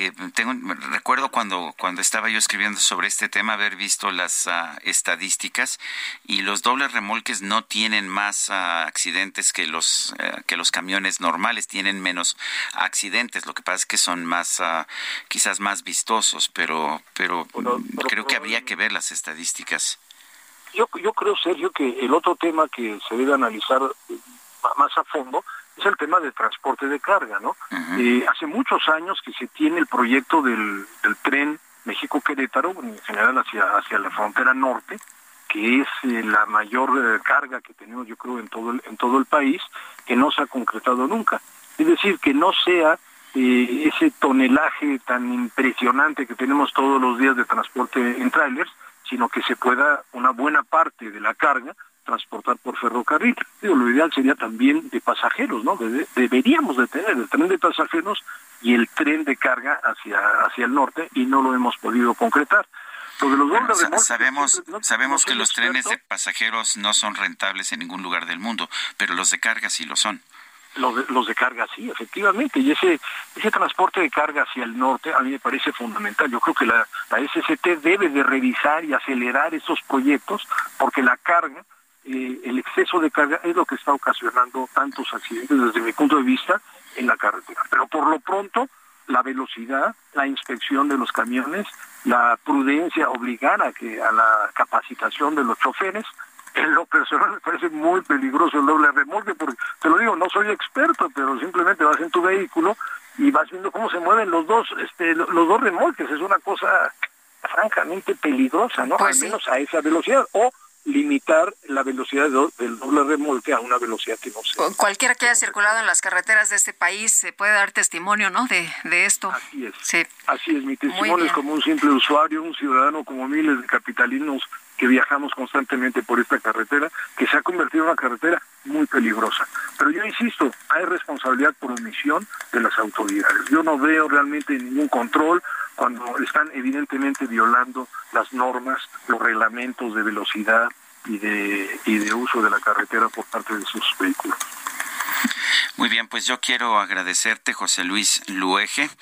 recuerdo cuando estaba yo escribiendo sobre este tema, haber visto las estadísticas, y los dobles remolques no tienen más accidentes que los camiones normales, tienen menos accidentes. Lo que pasa es que son más, quizás más vistosos, pero creo que habría que ver las estadísticas. Yo creo, Sergio, que el otro tema que se debe analizar más a fondo es el tema del transporte de carga, ¿no? Hace muchos años que se tiene el proyecto del tren México-Querétaro, en general hacia la frontera norte, que es la mayor carga que tenemos, yo creo, en todo el país, que no se ha concretado nunca. Es decir, que no sea ese tonelaje tan impresionante que tenemos todos los días de transporte en trailers, sino que se pueda una buena parte de la carga transportar por ferrocarril. Lo ideal sería también de pasajeros, ¿no? Deberíamos de tener el tren de pasajeros y el tren de carga hacia el norte, y no lo hemos podido concretar. Lo de los sabemos que los trenes de pasajeros no son rentables en ningún lugar del mundo, pero los de carga sí lo son. Los de carga sí, efectivamente, y ese transporte de carga hacia el norte a mí me parece fundamental. Yo creo que la SST debe de revisar y acelerar esos proyectos, porque la carga, el exceso de carga es lo que está ocasionando tantos accidentes desde mi punto de vista en la carretera. Pero por lo pronto, la velocidad, la inspección de los camiones, la prudencia, obligar a la capacitación de los choferes. En lo personal me parece muy peligroso el doble remolque, porque te lo digo, no soy experto, pero simplemente vas en tu vehículo y vas viendo cómo se mueven los dos remolques. Es una cosa francamente peligrosa, ¿no? Pues al menos a esa velocidad, o limitar la velocidad del doble remolque a una velocidad que no sea. Cualquiera que haya circulado en las carreteras de este país se puede dar testimonio, ¿no? De esto. Así es. Sí. Así es, mi testimonio es como un simple usuario, un ciudadano, como miles de capitalinos que viajamos constantemente por esta carretera, que se ha convertido en una carretera muy peligrosa. Pero yo insisto, hay responsabilidad por omisión de las autoridades. Yo no veo realmente ningún control cuando están evidentemente violando las normas, los reglamentos de velocidad y de uso de la carretera por parte de sus vehículos. Muy bien, pues yo quiero agradecerte, José Luis Luege.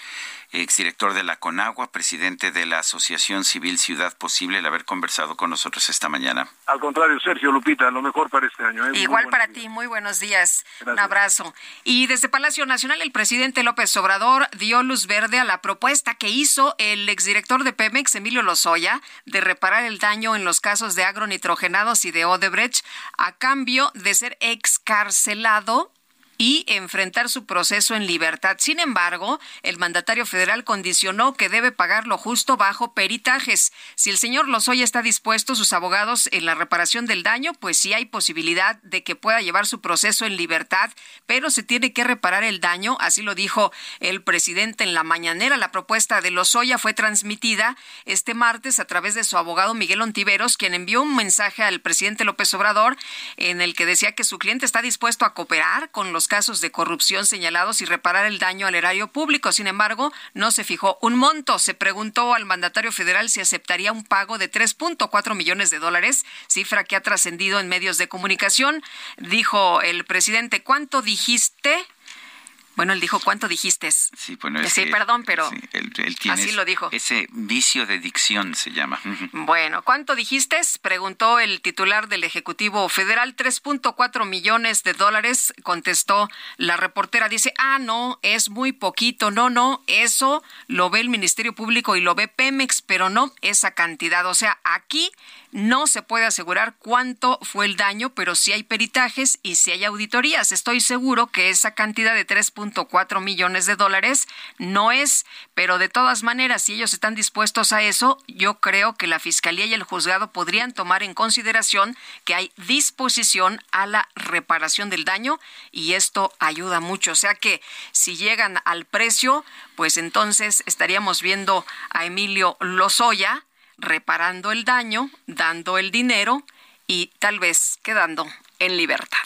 exdirector de la CONAGUA, presidente de la Asociación Civil Ciudad Posible, el haber conversado con nosotros esta mañana. Al contrario, Sergio, Lupita, lo mejor para este año. Igual para ti, muy buenos días. Gracias. Un abrazo. Y desde Palacio Nacional, el presidente López Obrador dio luz verde a la propuesta que hizo el exdirector de Pemex, Emilio Lozoya, de reparar el daño en los casos de agronitrogenados y de Odebrecht a cambio de ser excarcelado y enfrentar su proceso en libertad. Sin embargo, el mandatario federal condicionó que debe pagar lo justo bajo peritajes. Si el señor Lozoya está dispuesto, sus abogados, en la reparación del daño, pues sí hay posibilidad de que pueda llevar su proceso en libertad, pero se tiene que reparar el daño, así lo dijo el presidente en la mañanera. La propuesta de Lozoya fue transmitida este martes a través de su abogado Miguel Ontiveros, quien envió un mensaje al presidente López Obrador en el que decía que su cliente está dispuesto a cooperar con los casos de corrupción señalados y reparar el daño al erario público. Sin embargo, no se fijó un monto. Se preguntó al mandatario federal si aceptaría un pago de 3.4 millones de dólares, cifra que ha trascendido en medios de comunicación. Dijo el presidente, ¿cuánto dijiste? Bueno, él dijo, ¿cuánto dijiste? Sí, bueno, sí, perdón, pero sí, él tiene así lo dijo. Ese vicio de dicción se llama. Bueno, ¿cuánto dijiste? Preguntó el titular del Ejecutivo Federal. 3.4 millones de dólares, contestó la reportera. Dice, no, es muy poquito. No, eso lo ve el Ministerio Público y lo ve Pemex, pero no esa cantidad. O sea, aquí no se puede asegurar cuánto fue el daño, pero sí hay peritajes y sí hay auditorías. Estoy seguro que esa cantidad de 3.4 millones de dólares no es, pero de todas maneras, si ellos están dispuestos a eso, yo creo que la Fiscalía y el juzgado podrían tomar en consideración que hay disposición a la reparación del daño y esto ayuda mucho. O sea que si llegan al precio, pues entonces estaríamos viendo a Emilio Lozoya reparando el daño, dando el dinero y tal vez quedando en libertad.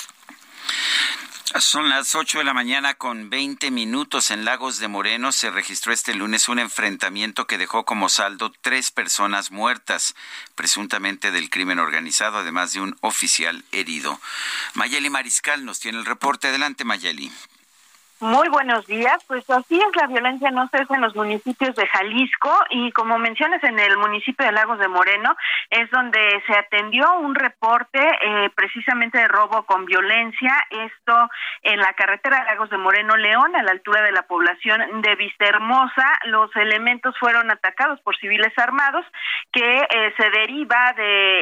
Son las 8 de la mañana con 20 minutos. En Lagos de Moreno se registró este lunes un enfrentamiento que dejó como saldo 3 personas muertas, presuntamente del crimen organizado, además de un oficial herido. Mayeli Mariscal nos tiene el reporte. Adelante, Mayeli. Muy buenos días. Pues así es, la violencia no cesa en los municipios de Jalisco y como mencionas, en el municipio de Lagos de Moreno es donde se atendió un reporte precisamente de robo con violencia, esto en la carretera Lagos de Moreno-León, a la altura de la población de Vistahermosa. Los elementos fueron atacados por civiles armados, que se deriva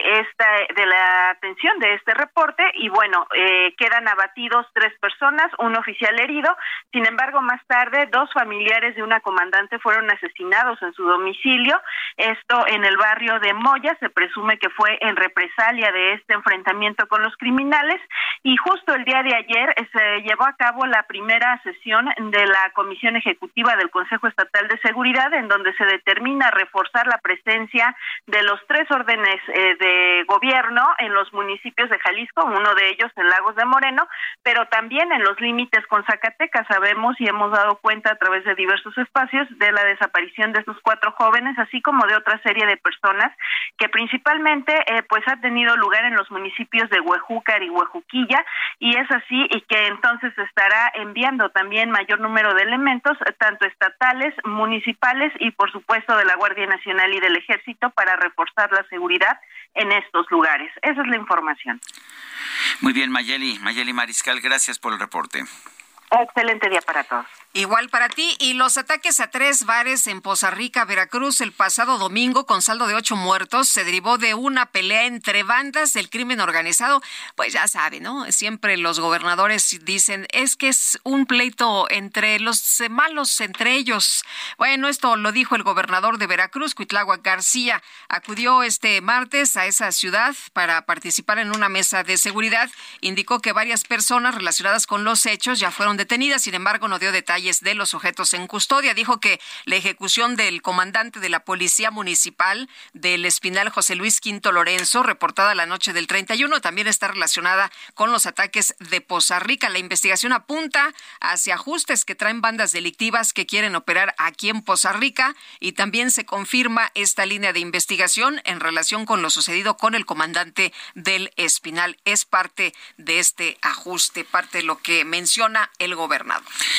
de la atención de este reporte y bueno, quedan abatidos 3 personas, un oficial herido. Sin embargo, más tarde, 2 familiares de una comandante fueron asesinados en su domicilio. Esto en el barrio de Moya. Se presume que fue en represalia de este enfrentamiento con los criminales. Y justo el día de ayer se llevó a cabo la primera sesión de la Comisión Ejecutiva del Consejo Estatal de Seguridad, en donde se determina reforzar la presencia de los 3 órdenes de gobierno en los municipios de Jalisco, uno de ellos en Lagos de Moreno, pero también en los límites con Zacatecas. Sabemos y hemos dado cuenta a través de diversos espacios de la desaparición de estos 4 jóvenes, así como de otra serie de personas que principalmente pues ha tenido lugar en los municipios de Huejúcar y Huejuquilla, y es así y que entonces se estará enviando también mayor número de elementos, tanto estatales, municipales y por supuesto de la Guardia Nacional y del Ejército para reforzar la seguridad en estos lugares. Esa es la información. Muy bien, Mayeli Mariscal, gracias por el reporte. Excelente día para todos. Igual para ti. Y los ataques a 3 bares en Poza Rica, Veracruz, el pasado domingo, con saldo de 8 muertos, se derivó de una pelea entre bandas del crimen organizado. Pues ya sabe, ¿no? Siempre los gobernadores dicen, es que es un pleito entre los malos, entre ellos. Bueno, esto lo dijo el gobernador de Veracruz, Cuitláhuac García. Acudió este martes a esa ciudad para participar en una mesa de seguridad. Indicó que varias personas relacionadas con los hechos ya fueron detenidas, sin embargo, no dio detalles de los sujetos en custodia. Dijo que la ejecución del comandante de la Policía Municipal del Espinal, José Luis Quinto Lorenzo, reportada la noche del 31, también está relacionada con los ataques de Poza Rica. La investigación apunta hacia ajustes que traen bandas delictivas que quieren operar aquí en Poza Rica y también se confirma esta línea de investigación en relación con lo sucedido con el comandante del Espinal. Es parte de este ajuste, parte de lo que menciona el gobernador. Rápidamente,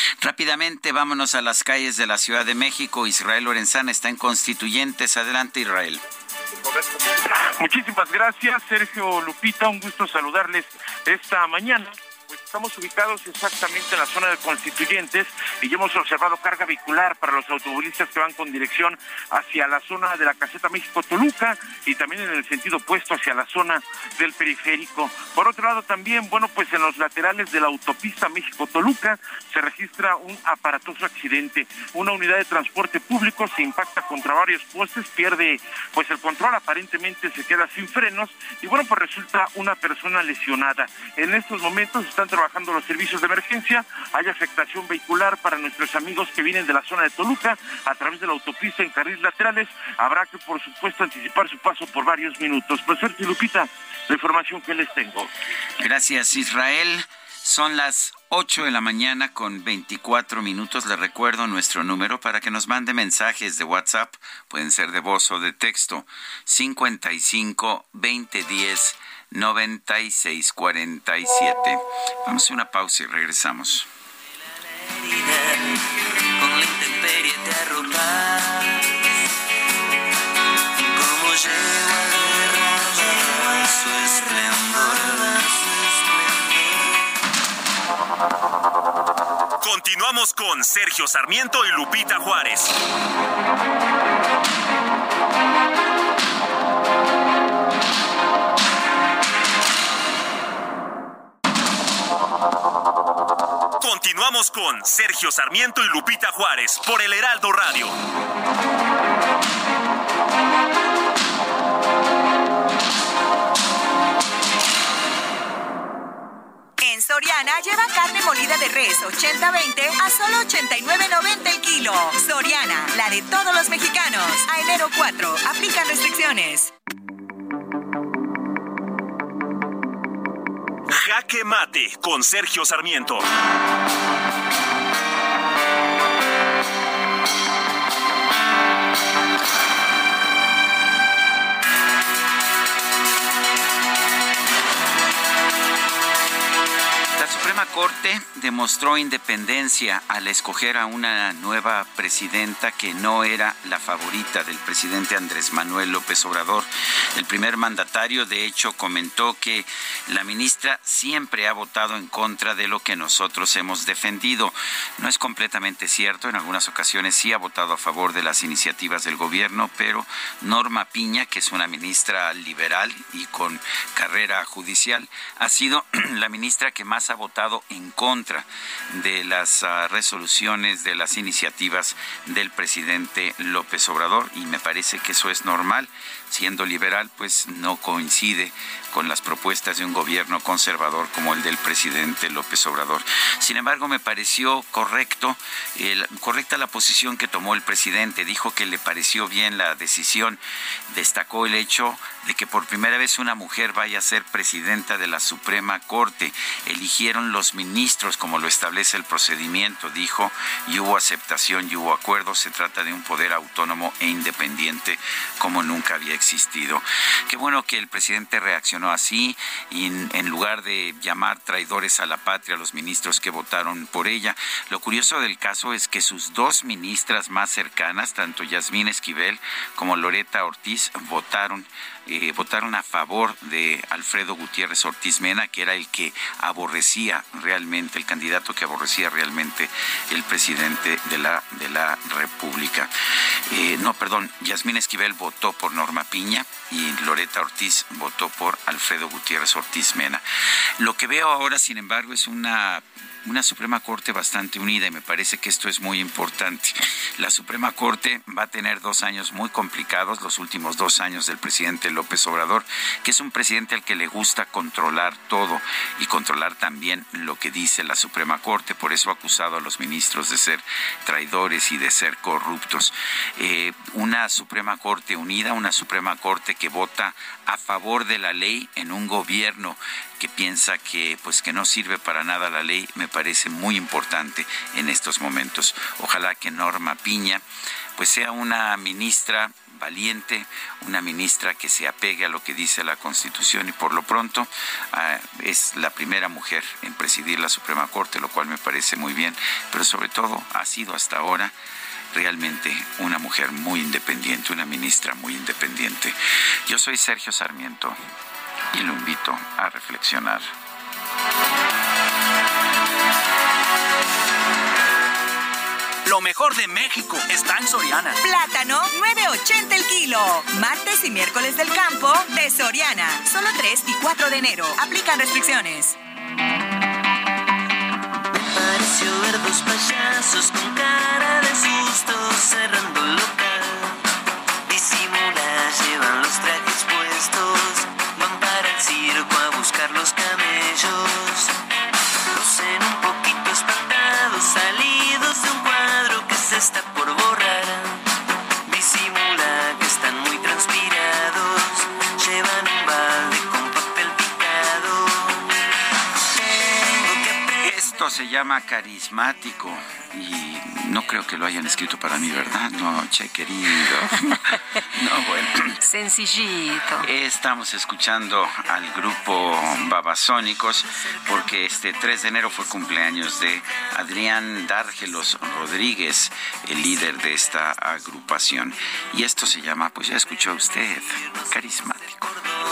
rápidamente vámonos a las calles de la Ciudad de México. Israel Lorenzana está en Constituyentes. Adelante, Israel. Muchísimas gracias, Sergio, Lupita, un gusto saludarles esta mañana. Pues estamos ubicados exactamente en la zona de Constituyentes y ya hemos observado carga vehicular para los automovilistas que van con dirección hacia la zona de la Caseta México-Toluca y también en el sentido opuesto hacia la zona del periférico. Por otro lado también, bueno, pues en los laterales de la autopista México-Toluca se registra un aparatoso accidente. Una unidad de transporte público se impacta contra varios postes, pierde pues el control, aparentemente se queda sin frenos y bueno, pues resulta una persona lesionada. En estos momentos están trabajando los servicios de emergencia, hay afectación vehicular para nuestros amigos que vienen de la zona de Toluca a través de la autopista en carriles laterales, habrá que por supuesto anticipar su paso por varios minutos. Pues Sergio, Lupita, la información que les tengo. Gracias, Israel. Son las 8 de la mañana con 24 minutos. Les recuerdo nuestro número para que nos mande mensajes de WhatsApp. Pueden ser de voz o de texto. 55 2010 9647. Vamos a hacer una pausa y regresamos. Con la intemperie te arropas, como lleva derramada su esplendor. Continuamos con Sergio Sarmiento y Lupita Juárez. Continuamos con Sergio Sarmiento y Lupita Juárez por el Heraldo Radio. En Soriana lleva carne molida de res 80-20 a solo 89.90 el kilo. Soriana, la de todos los mexicanos. A enero 4, aplican restricciones. Jaque Mate con Sergio Sarmiento. La Suprema Corte demostró independencia al escoger a una nueva presidenta que no era la favorita del presidente Andrés Manuel López Obrador. El primer mandatario, de hecho, comentó que la ministra siempre ha votado en contra de lo que nosotros hemos defendido. No es completamente cierto, en algunas ocasiones sí ha votado a favor de las iniciativas del gobierno, pero Norma Piña, que es una ministra liberal y con carrera judicial, ha sido la ministra que más ha votado en contra de las resoluciones, de las iniciativas del presidente López Obrador, y me parece que eso es normal. Siendo liberal, pues no coincide con las propuestas de un gobierno conservador como el del presidente López Obrador. Sin embargo, me pareció correcta la posición que tomó el presidente. Dijo que le pareció bien la decisión. Destacó el hecho de que por primera vez una mujer vaya a ser presidenta de la Suprema Corte. Eligieron los ministros como lo establece el procedimiento, dijo, y hubo aceptación y hubo acuerdo. Se trata de un poder autónomo e independiente como nunca había existido. Qué bueno que el presidente reaccionó así y en lugar de llamar traidores a la patria a los ministros que votaron por ella. Lo curioso del caso es que sus dos ministras más cercanas, tanto Yasmín Esquivel como Loreta Ortiz, votaron a favor de Alfredo Gutiérrez Ortiz Mena, que era el que aborrecía realmente, el candidato que aborrecía realmente el presidente de la República. Yasmín Esquivel votó por Norma Piña y Loreta Ortiz votó por Alfredo Gutiérrez Ortiz Mena. Lo que veo ahora, sin embargo, es una Suprema Corte bastante unida, y me parece que esto es muy importante. La Suprema Corte va a tener 2 años muy complicados, los últimos 2 años del presidente López Obrador, que es un presidente al que le gusta controlar todo y controlar también lo que dice la Suprema Corte. Por eso ha acusado a los ministros de ser traidores y de ser corruptos. Una Suprema Corte unida, una Suprema Corte que vota a favor de la ley en un gobierno que piensa que pues que no sirve para nada la ley, me parece muy importante en estos momentos. Ojalá que Norma Piña pues sea una ministra valiente, una ministra que se apegue a lo que dice la Constitución, y por lo pronto es la primera mujer en presidir la Suprema Corte, lo cual me parece muy bien, pero sobre todo ha sido hasta ahora realmente una mujer muy independiente, una ministra muy independiente. Yo soy Sergio Sarmiento y lo invito a reflexionar. Lo mejor de México está en Soriana. Plátano, 9.80 el kilo. Martes y miércoles del campo de Soriana. Solo 3 y 4 de enero. Aplican restricciones. Me pareció ver dos payasos con cara de susto cerrando el local. Disimular, llevan los trajes puestos. Van para el circo a buscar los camellos. Lucen un poquito espantados, salidos de un cuadro que se está por borrar. Disimula que están muy transpirados. Llevan un balde con papel picado. Esto se llama Carismático y no creo que lo hayan escrito para mí, ¿verdad? No, che querido. No, bueno. Sencillito. Estamos escuchando al grupo Babasónicos porque este 3 de enero fue cumpleaños de Adrián Dárgelos Rodríguez, el líder de esta agrupación. Y esto se llama, pues ya escuchó usted, Carismático.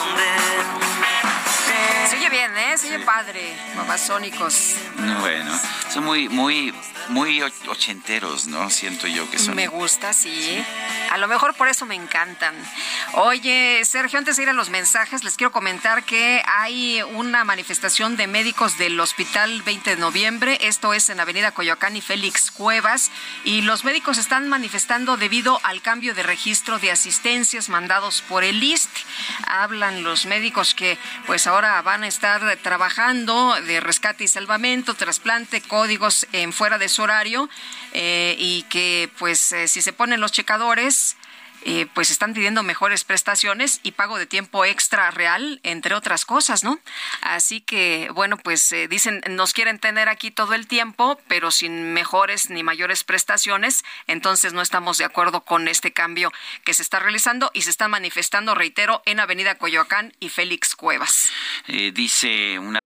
Se oye bien, ¿eh? Se oye padre, Babasónicos. Bueno, son muy ochenteros, ¿no? Siento yo que son. Me gusta, sí. A lo mejor por eso me encantan. Oye, Sergio, antes de ir a los mensajes, les quiero comentar que hay una manifestación de médicos del Hospital 20 de Noviembre. Esto es en Avenida Coyoacán y Félix Cuevas. Y los médicos están manifestando debido al cambio de registro de asistencias mandados por el ISSSTE. Hablan los médicos que pues ahora van a estar trabajando de rescate y salvamento, trasplante, códigos en fuera de su horario, y que pues si se ponen los checadores, pues están pidiendo mejores prestaciones y pago de tiempo extra real, entre otras cosas, ¿no? Así que, bueno, pues dicen, nos quieren tener aquí todo el tiempo, pero sin mejores ni mayores prestaciones, entonces no estamos de acuerdo con este cambio que se está realizando y se está manifestando, reitero, en Avenida Coyoacán y Félix Cuevas. Dice una...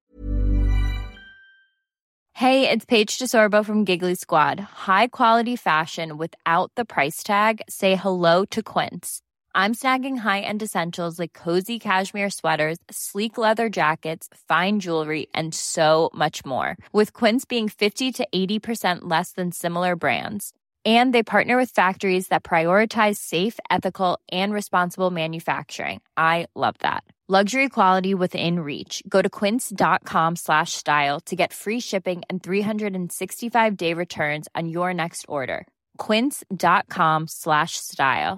Hey, it's Paige DeSorbo from Giggly Squad. High quality fashion without the price tag. Say hello to Quince. I'm snagging high-end essentials like cozy cashmere sweaters, sleek leather jackets, fine jewelry, and so much more. With Quince being 50 to 80% less than similar brands. And they partner with factories that prioritize safe, ethical, and responsible manufacturing. I love that. Luxury quality within reach. Go to quince.com/style to get free shipping and 365-day returns on your next order. Quince.com/style.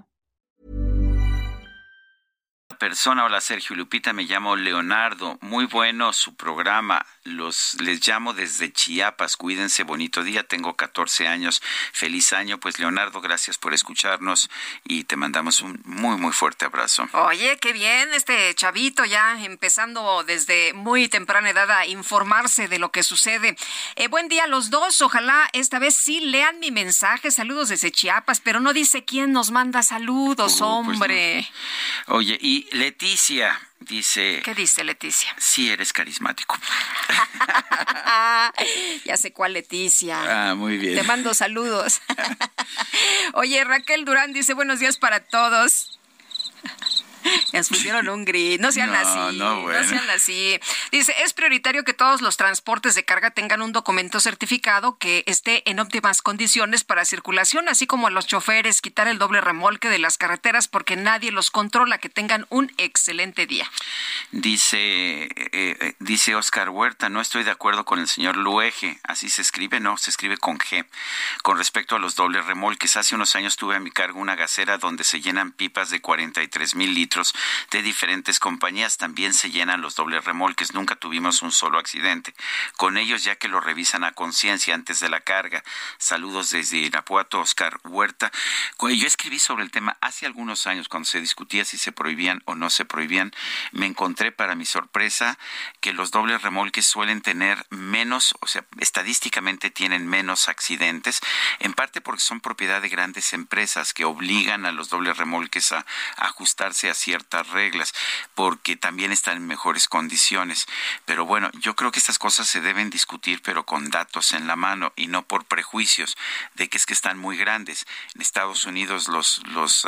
Persona, hola Sergio Lupita, me llamo Leonardo, muy bueno su programa, les llamo desde Chiapas, cuídense, bonito día, tengo 14 años, feliz año. Pues Leonardo, gracias por escucharnos y te mandamos un muy fuerte abrazo. Oye, qué bien, este chavito ya empezando desde muy temprana edad a informarse de lo que sucede. Buen día a los dos, ojalá esta vez sí lean mi mensaje, saludos desde Chiapas, pero no dice quién nos manda saludos, hombre. Pues no. Oye, y Leticia dice... ¿Qué dice Leticia? Sí, eres carismático. Ya sé cuál Leticia. Ah, muy bien. Te mando saludos. Oye, Raquel Durán dice, buenos días para todos. Les pusieron un grito. No sean así. No sean así. Dice, es prioritario que todos los transportes de carga tengan un documento certificado que esté en óptimas condiciones para circulación, así como a los choferes, quitar el doble remolque de las carreteras porque nadie los controla. Que tengan un excelente día. Dice Oscar Huerta, no estoy de acuerdo con el señor Luege. Así se escribe, no, se escribe con G. Con respecto a los dobles remolques, hace unos años tuve a mi cargo una gasera donde se llenan pipas de 43,000 litros de diferentes compañías. También se llenan los dobles remolques. Nunca tuvimos un solo accidente con ellos, ya que lo revisan a conciencia antes de la carga. Saludos desde Irapuato, Oscar Huerta. Yo escribí sobre el tema hace algunos años, cuando se discutía si se prohibían o no se prohibían. Me encontré, para mi sorpresa, que los dobles remolques suelen tener menos, o sea, estadísticamente tienen menos accidentes, en parte porque son propiedad de grandes empresas que obligan a los dobles remolques a ajustarse a ciertas reglas, porque también están en mejores condiciones. Pero bueno, yo creo que estas cosas se deben discutir, pero con datos en la mano y no por prejuicios de que es que están muy grandes. En Estados Unidos los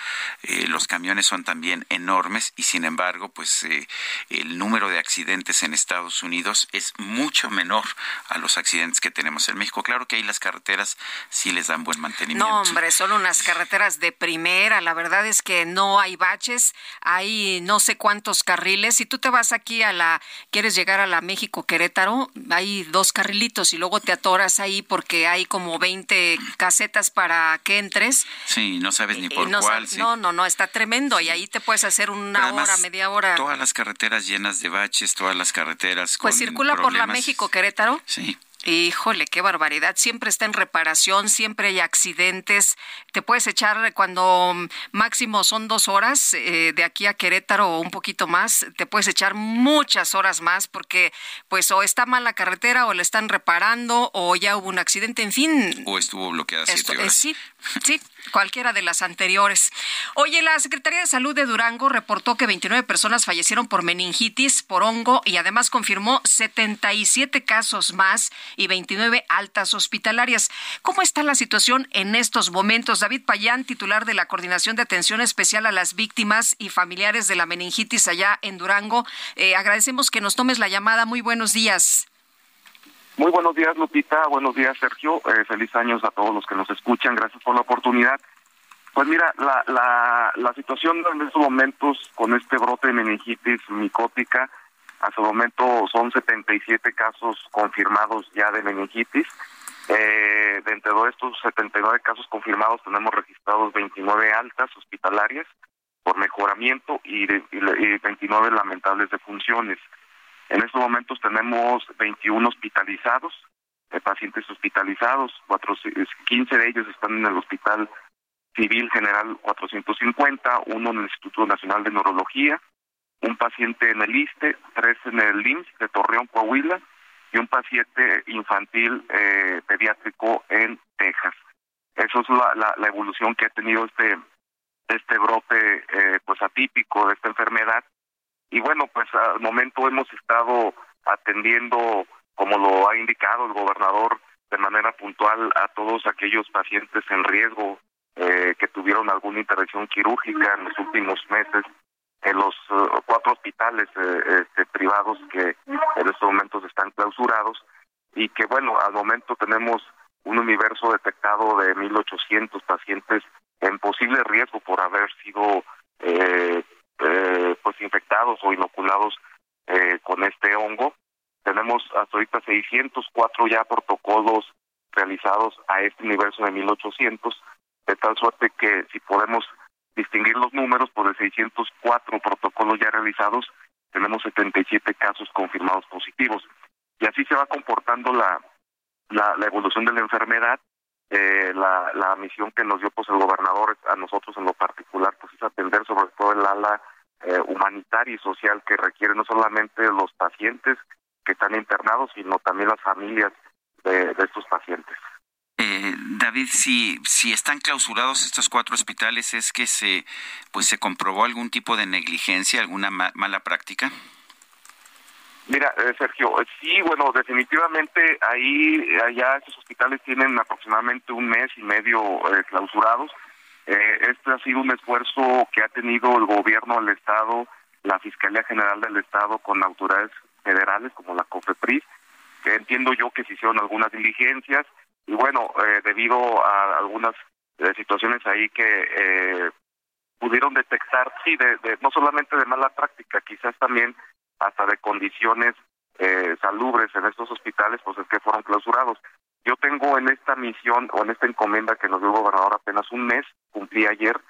camiones son también enormes y sin embargo, pues el número de accidentes en Estados Unidos es mucho menor a los accidentes que tenemos en México. Claro que ahí las carreteras sí les dan buen mantenimiento. No, hombre, son unas carreteras de primera. La verdad es que no hay baches, hay no sé cuántos carriles. Si tú te vas aquí quieres llegar a la México-Querétaro, hay 2 carrilitos y luego te atoras ahí porque hay como 20 casetas para que entres. Sí, no sabes ni por no, cuál. Sí. No, está tremendo y ahí te puedes hacer una hora, media hora. Todas las carreteras llenas de baches, todas las carreteras pues con circula problemas. Por la México-Querétaro. Sí. Híjole, qué barbaridad. Siempre está en reparación, siempre hay accidentes. Te puedes echar cuando máximo son 2 horas de aquí a Querétaro o un poquito más. Te puedes echar muchas horas más porque pues o está mal la carretera o la están reparando o ya hubo un accidente, en fin. O estuvo bloqueada 7 horas. Sí, cualquiera de las anteriores. Oye, la Secretaría de Salud de Durango reportó que 29 personas fallecieron por meningitis, por hongo y además confirmó 77 casos más y 29 altas hospitalarias. ¿Cómo está la situación en estos momentos? David Payán, titular de la Coordinación de Atención Especial a las Víctimas y Familiares de la Meningitis allá en Durango. Agradecemos que nos tomes la llamada. Muy buenos días. Muy buenos días, Lupita. Buenos días, Sergio. Feliz años a todos los que nos escuchan. Gracias por la oportunidad. Pues mira, la situación en estos momentos con este brote de meningitis micótica, hasta el momento son 77 casos confirmados ya de meningitis. Dentro de estos 79 casos confirmados tenemos registrados 29 altas hospitalarias por mejoramiento y 29 lamentables defunciones. En estos momentos tenemos 21 hospitalizados, pacientes hospitalizados, 15 de ellos están en el Hospital Civil General 450, uno en el Instituto Nacional de Neurología, un paciente en el ISSSTE, 3 en el IMSS de Torreón, Coahuila, y un paciente infantil pediátrico en Texas. Eso es la evolución que ha tenido este brote pues atípico de esta enfermedad. Y bueno, pues al momento hemos estado atendiendo, como lo ha indicado el gobernador, de manera puntual a todos aquellos pacientes en riesgo que tuvieron alguna intervención quirúrgica en los últimos meses en los 4 hospitales privados que en estos momentos están clausurados y que bueno, al momento tenemos un universo detectado de 1,800 pacientes en posible riesgo por haber sido pues infectados o inoculados con este hongo. Tenemos hasta ahorita 604 ya protocolos realizados a este universo de 1,800, de tal suerte que si podemos distinguir los números, por de 604 protocolos ya realizados, tenemos 77 casos confirmados positivos. Y así se va comportando la evolución de la enfermedad. La misión que nos dio pues el gobernador a nosotros en lo particular pues es atender sobre todo el ala humanitaria y social que requiere no solamente los pacientes que están internados, sino también las familias de estos pacientes. David, si están clausurados estos 4 hospitales, ¿es que se comprobó algún tipo de negligencia, alguna mala práctica? Mira, Sergio, sí, bueno, definitivamente allá estos hospitales tienen aproximadamente 1 mes y medio clausurados. Este ha sido un esfuerzo que ha tenido el gobierno del Estado, la Fiscalía General del Estado con autoridades federales como la COFEPRIS, que entiendo yo que se hicieron algunas diligencias y bueno, debido a algunas situaciones ahí que pudieron detectar, sí, no solamente de mala práctica, quizás también hasta de condiciones salubres en estos hospitales, pues es que fueron clausurados. Yo tengo en esta misión o en esta encomienda que nos dio el gobernador apenas 1 mes, cumplí ayer,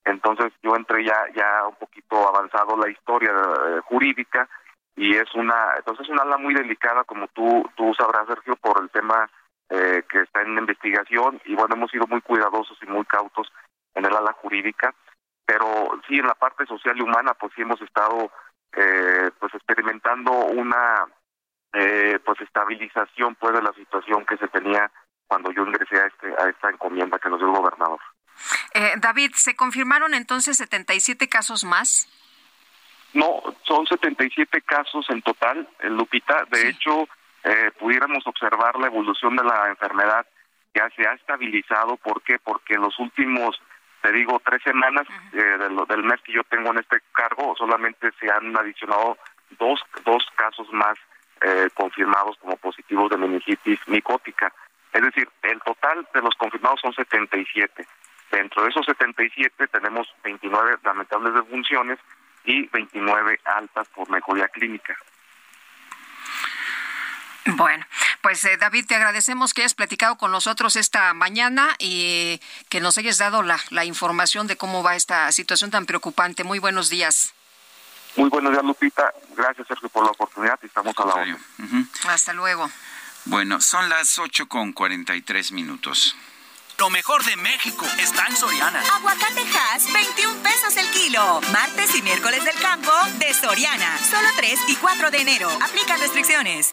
Entonces yo entré ya un poquito avanzado la historia jurídica, y es una ala muy delicada, como tú sabrás, Sergio, por el tema que está en investigación, y bueno, hemos sido muy cuidadosos y muy cautos en el ala jurídica, pero sí, en la parte social y humana, pues sí hemos estado pues experimentando una pues estabilización pues de la situación que se tenía cuando yo ingresé a esta encomienda que nos dio el gobernador. David, ¿se confirmaron entonces 77 casos más? No, son 77 casos en total, Lupita. De hecho, pudiéramos observar la evolución de la enfermedad, ya se ha estabilizado. ¿Por qué? Porque en los últimos, te digo, 3 semanas del mes que yo tengo en este cargo, solamente se han adicionado dos casos más confirmados como positivos de meningitis micótica. Es decir, el total de los confirmados son 77. Dentro de esos 77 tenemos 29 lamentables defunciones y 29 altas por mejoría clínica. Bueno, pues David, te agradecemos que hayas platicado con nosotros esta mañana y que nos hayas dado la información de cómo va esta situación tan preocupante. Muy buenos días. Muy buenos días, Lupita. Gracias, Sergio, por la oportunidad y estamos a la orden. Hasta luego. Bueno, son las 8:43. Lo mejor de México está en Soriana. Aguacate Hass, 21 pesos el kilo. Martes y miércoles del campo de Soriana. Solo 3 y 4 de enero. Aplican restricciones.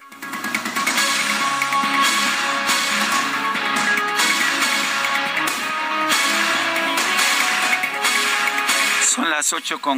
Son las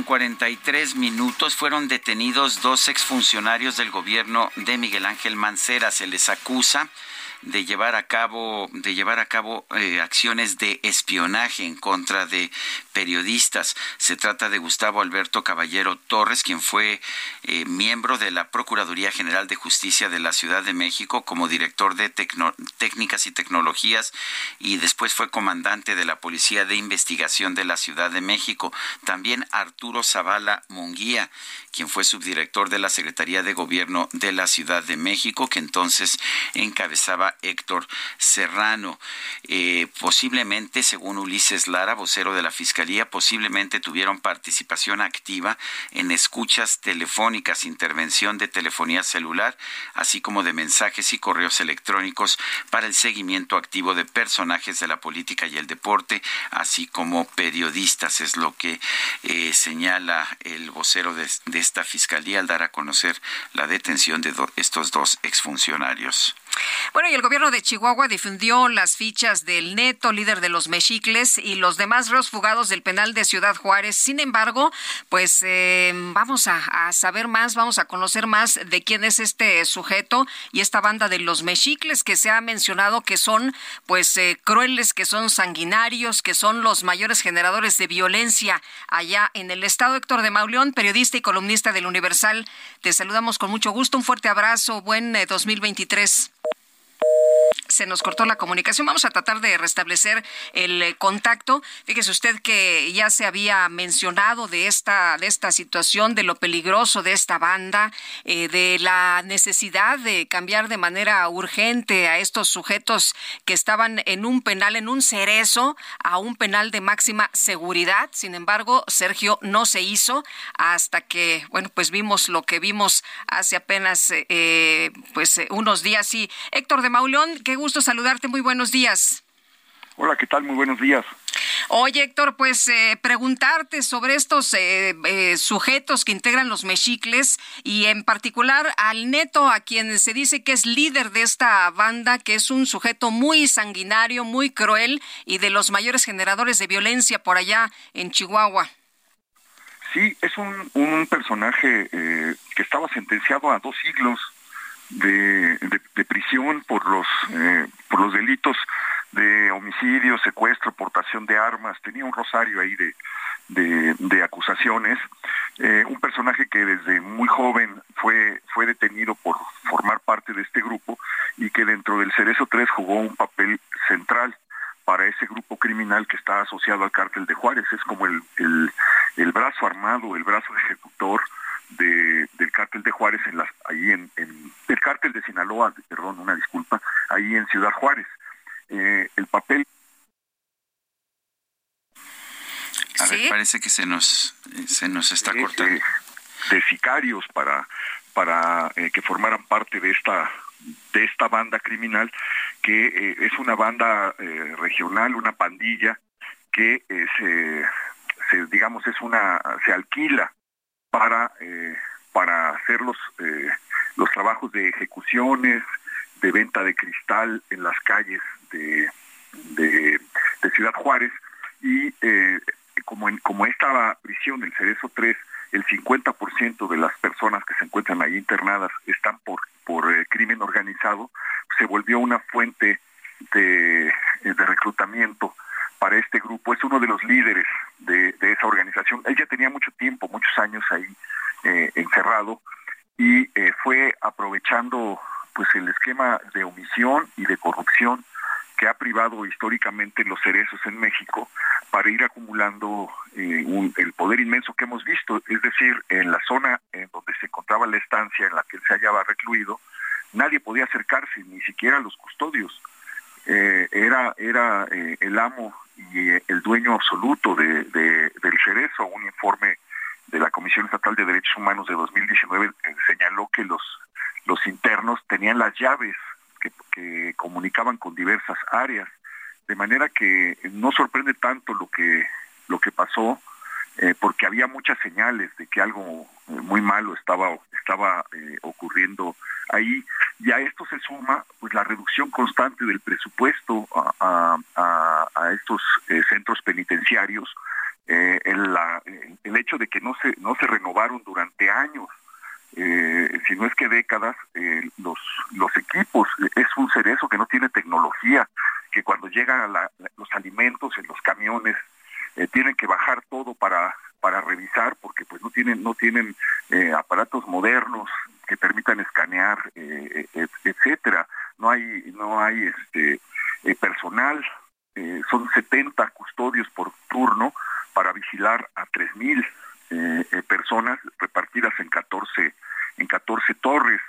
8:43. Fueron detenidos 2 exfuncionarios del gobierno de Miguel Ángel Mancera. Se les acusa de llevar a cabo acciones de espionaje en contra de periodistas. Se trata de Gustavo Alberto Caballero Torres, quien fue miembro de la Procuraduría General de Justicia de la Ciudad de México como director de técnicas y tecnologías, y después fue comandante de la Policía de Investigación de la Ciudad de México. También Arturo Zavala Munguía, quien fue subdirector de la Secretaría de Gobierno de la Ciudad de México, que entonces encabezaba Héctor Serrano. Posiblemente, según Ulises Lara, vocero de la Fiscalía, posiblemente tuvieron participación activa en escuchas telefónicas, intervención de telefonía celular, así como de mensajes y correos electrónicos para el seguimiento activo de personajes de la política y el deporte, así como periodistas. Es lo que señala el vocero de esta Fiscalía al dar a conocer la detención de estos 2 exfuncionarios. Bueno, y el gobierno de Chihuahua difundió las fichas del Neto, líder de los Mexicles, y los demás reos fugados del penal de Ciudad Juárez. Sin embargo, pues vamos a saber más, vamos a conocer más de quién es este sujeto y esta banda de los Mexicles, que se ha mencionado que son pues crueles, que son sanguinarios, que son los mayores generadores de violencia allá en el estado. Héctor de Mauleón, periodista y columnista del Universal, te saludamos con mucho gusto. Un fuerte abrazo, buen 2023. Se nos cortó la comunicación. Vamos a tratar de restablecer el contacto. Fíjese usted que ya se había mencionado de esta situación, de lo peligroso de esta banda, de la necesidad de cambiar de manera urgente a estos sujetos que estaban en un penal, en un cerezo, a un penal de máxima seguridad. Sin embargo, Sergio, no se hizo hasta que, bueno, pues vimos lo que vimos hace apenas unos días. Y Héctor de Mauleón, qué gusto saludarte, muy buenos días. Hola, ¿qué tal? Muy buenos días. Oye, Héctor, pues preguntarte sobre estos sujetos que integran los Mexicles y en particular al Neto, a quien se dice que es líder de esta banda, que es un sujeto muy sanguinario, muy cruel y de los mayores generadores de violencia por allá en Chihuahua. Sí, es un personaje que estaba sentenciado a 2 siglos de prisión por los delitos de homicidio, secuestro, portación de armas. Tenía un rosario ahí de acusaciones. Un personaje que desde muy joven fue detenido por formar parte de este grupo y que dentro del Cerezo 3 jugó un papel central para ese grupo criminal que está asociado al cártel de Juárez. Es como el brazo armado, el brazo ejecutor del cártel de Juárez el cártel de Sinaloa, una disculpa, ahí en Ciudad Juárez. El papel A ver, parece que se nos está cortando. De sicarios para que formaran parte de esta banda criminal, que es una banda regional, una pandilla que se alquila para hacer los trabajos de ejecuciones, de venta de cristal en las calles de Ciudad Juárez, y como esta prisión, el Cerezo 3, el 50% de las personas que se encuentran ahí internadas están por crimen organizado, se volvió una fuente de reclutamiento para este grupo. Es uno de los líderes de esa organización. Él ya tenía muchos años ahí encerrado, y fue aprovechando pues el esquema de omisión y de corrupción que ha privado históricamente los cerezos en México para ir acumulando el poder inmenso que hemos visto. Es decir, en la zona en donde se encontraba la estancia en la que él se hallaba recluido, nadie podía acercarse, ni siquiera los custodios. Era el amo y el dueño absoluto del Cerezo. Un informe de la Comisión Estatal de Derechos Humanos de 2019 señaló que los internos tenían las llaves que comunicaban con diversas áreas, de manera que no sorprende tanto lo que pasó, porque había muchas señales de que algo muy malo estaba ocurriendo ahí. Y a esto se suma pues la reducción constante del presupuesto a estos centros penitenciarios, el hecho de que no se renovaron durante años, si no es que décadas, los equipos. Es un Cerezo que no tiene tecnología, que cuando llegan los alimentos en los camiones tienen que bajar todo para revisar, porque pues no tienen aparatos modernos que permitan escanear, etcétera. No hay personal. Son 70 custodios por turno para vigilar a 3,000 personas repartidas en 14 torres.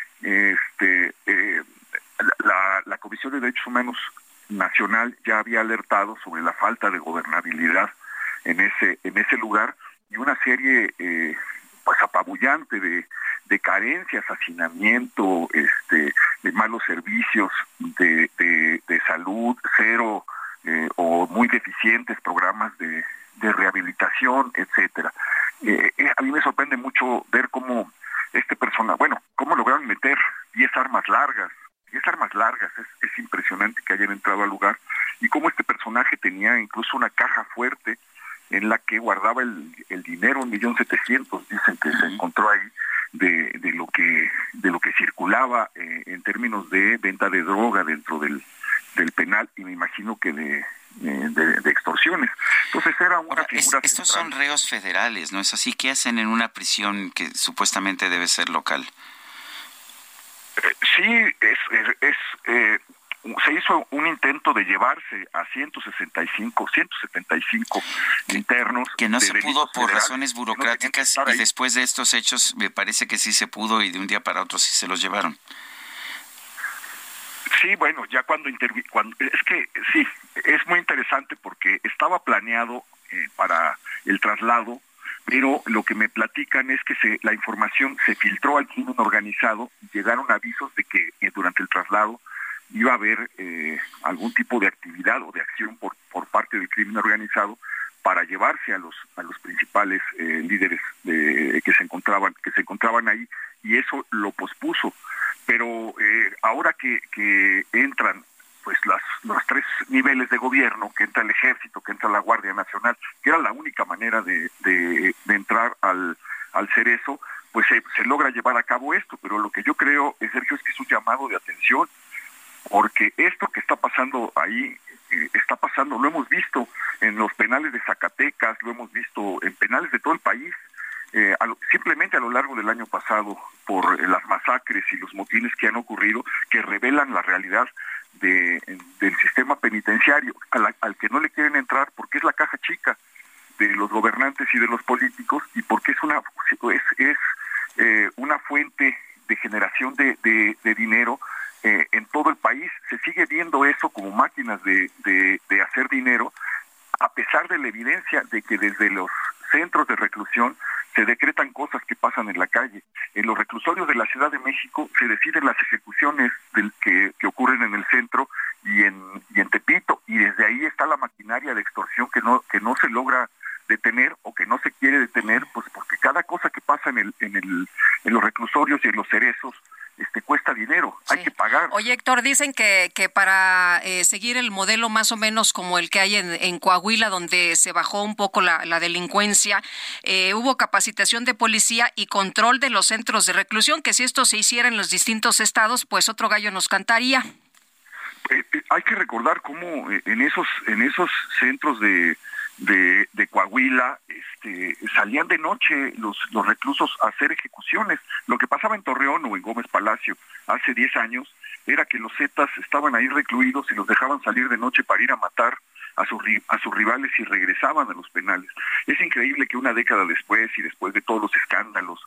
La Comisión de Derechos Humanos Nacional ya había alertado sobre la falta de gobernabilidad en ese lugar, y una serie pues apabullante de carencias, hacinamiento, de malos servicios de salud, cero o muy deficientes programas de rehabilitación, etcétera. A mí me sorprende mucho ver cómo cómo lograron meter 10 armas largas. Es impresionante que hayan entrado al lugar, y cómo este personaje tenía incluso una caja fuerte en la que guardaba el dinero, 1.700.000, dicen que se encontró ahí, de lo que circulaba en términos de venta de droga dentro del penal, y me imagino que de extorsiones. Entonces era una figura estos central. Son reos federales, ¿no es así? ¿Qué hacen en una prisión que supuestamente debe ser local? Sí, se hizo un intento de llevarse a 175 internos. Que no se pudo por federal, razones burocráticas, y después de estos hechos me parece que sí se pudo, y de un día para otro sí se los llevaron. Sí, bueno, ya es que sí, es muy interesante porque estaba planeado para el traslado, pero lo que me platican es que la información se filtró al crimen organizado, y llegaron avisos de que durante el traslado iba a haber algún tipo de actividad o de acción por parte del crimen organizado para llevarse a los principales líderes que se encontraban ahí, y eso lo pospuso. Pero ahora que entran pues los 3 niveles de gobierno, que entra el Ejército, que entra la Guardia Nacional, que era la única manera de entrar al Cerezo, pues se logra llevar a cabo esto. Pero lo que yo creo, Sergio, es que es un llamado de atención, porque esto que está pasando ahí, lo hemos visto en los penales de Zacatecas, lo hemos visto en penales de todo el país, simplemente a lo largo del año pasado, por las masacres y los motines que han ocurrido, que revelan la realidad del sistema penitenciario, al que no le quieren entrar porque es la caja chica de los gobernantes y de los políticos, y porque es una fuente de generación de dinero en todo el país. Se sigue viendo eso como máquinas de hacer dinero, a pesar de la evidencia de que desde los centros de reclusión se decretan cosas que pasan en la calle. En los reclusorios de la Ciudad de México se deciden las ejecuciones que ocurren en el centro y en Tepito, y desde ahí está la maquinaria de extorsión que no se logra detener o que no se quiere detener, pues porque cada cosa que pasa en los reclusorios y en los cerezos cuesta dinero, sí. Hay que pagar. Oye, Héctor, dicen que para seguir el modelo más o menos como el que hay en Coahuila, donde se bajó un poco la delincuencia, hubo capacitación de policía y control de los centros de reclusión, que si esto se hiciera en los distintos estados, pues otro gallo nos cantaría. Hay que recordar cómo en esos centros de Coahuila salían de noche los reclusos a hacer ejecuciones. Lo que pasaba en Torreón o en Gómez Palacio hace 10 años era que los zetas estaban ahí recluidos y los dejaban salir de noche para ir a matar a sus rivales y regresaban a los penales. Es increíble que una década después y después de todos los escándalos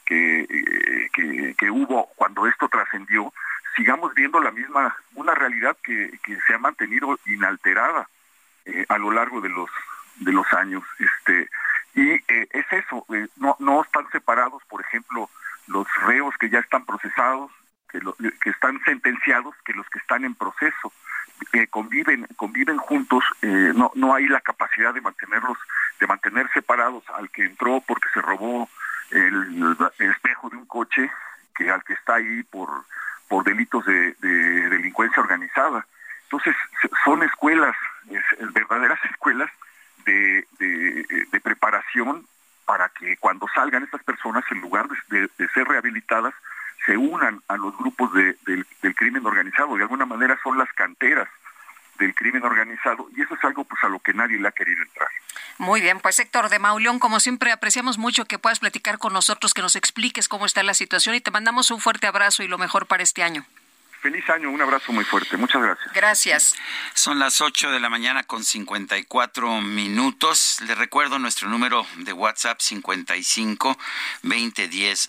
que hubo cuando esto trascendió, sigamos viendo una realidad que se ha mantenido inalterada a lo largo de los años, y es eso, no están separados, por ejemplo, los reos que ya están procesados, que están sentenciados, que los que están en proceso, conviven juntos, no hay la capacidad de mantener separados al que entró porque se robó el espejo de un coche, que al que está ahí por delitos de delincuencia organizada. Entonces son escuelas, verdaderas escuelas de preparación para que cuando salgan estas personas, en lugar de ser rehabilitadas, se unan a los grupos del crimen organizado. De alguna manera son las canteras del crimen organizado, y eso es algo pues a lo que nadie le ha querido entrar. Muy bien, pues Héctor de Mauleón, como siempre apreciamos mucho que puedas platicar con nosotros, que nos expliques cómo está la situación, y te mandamos un fuerte abrazo y lo mejor para este año. Feliz año, un abrazo muy fuerte. Muchas gracias. Gracias. Son las 8 de la mañana con 54 minutos. Les recuerdo nuestro número de WhatsApp 55 2010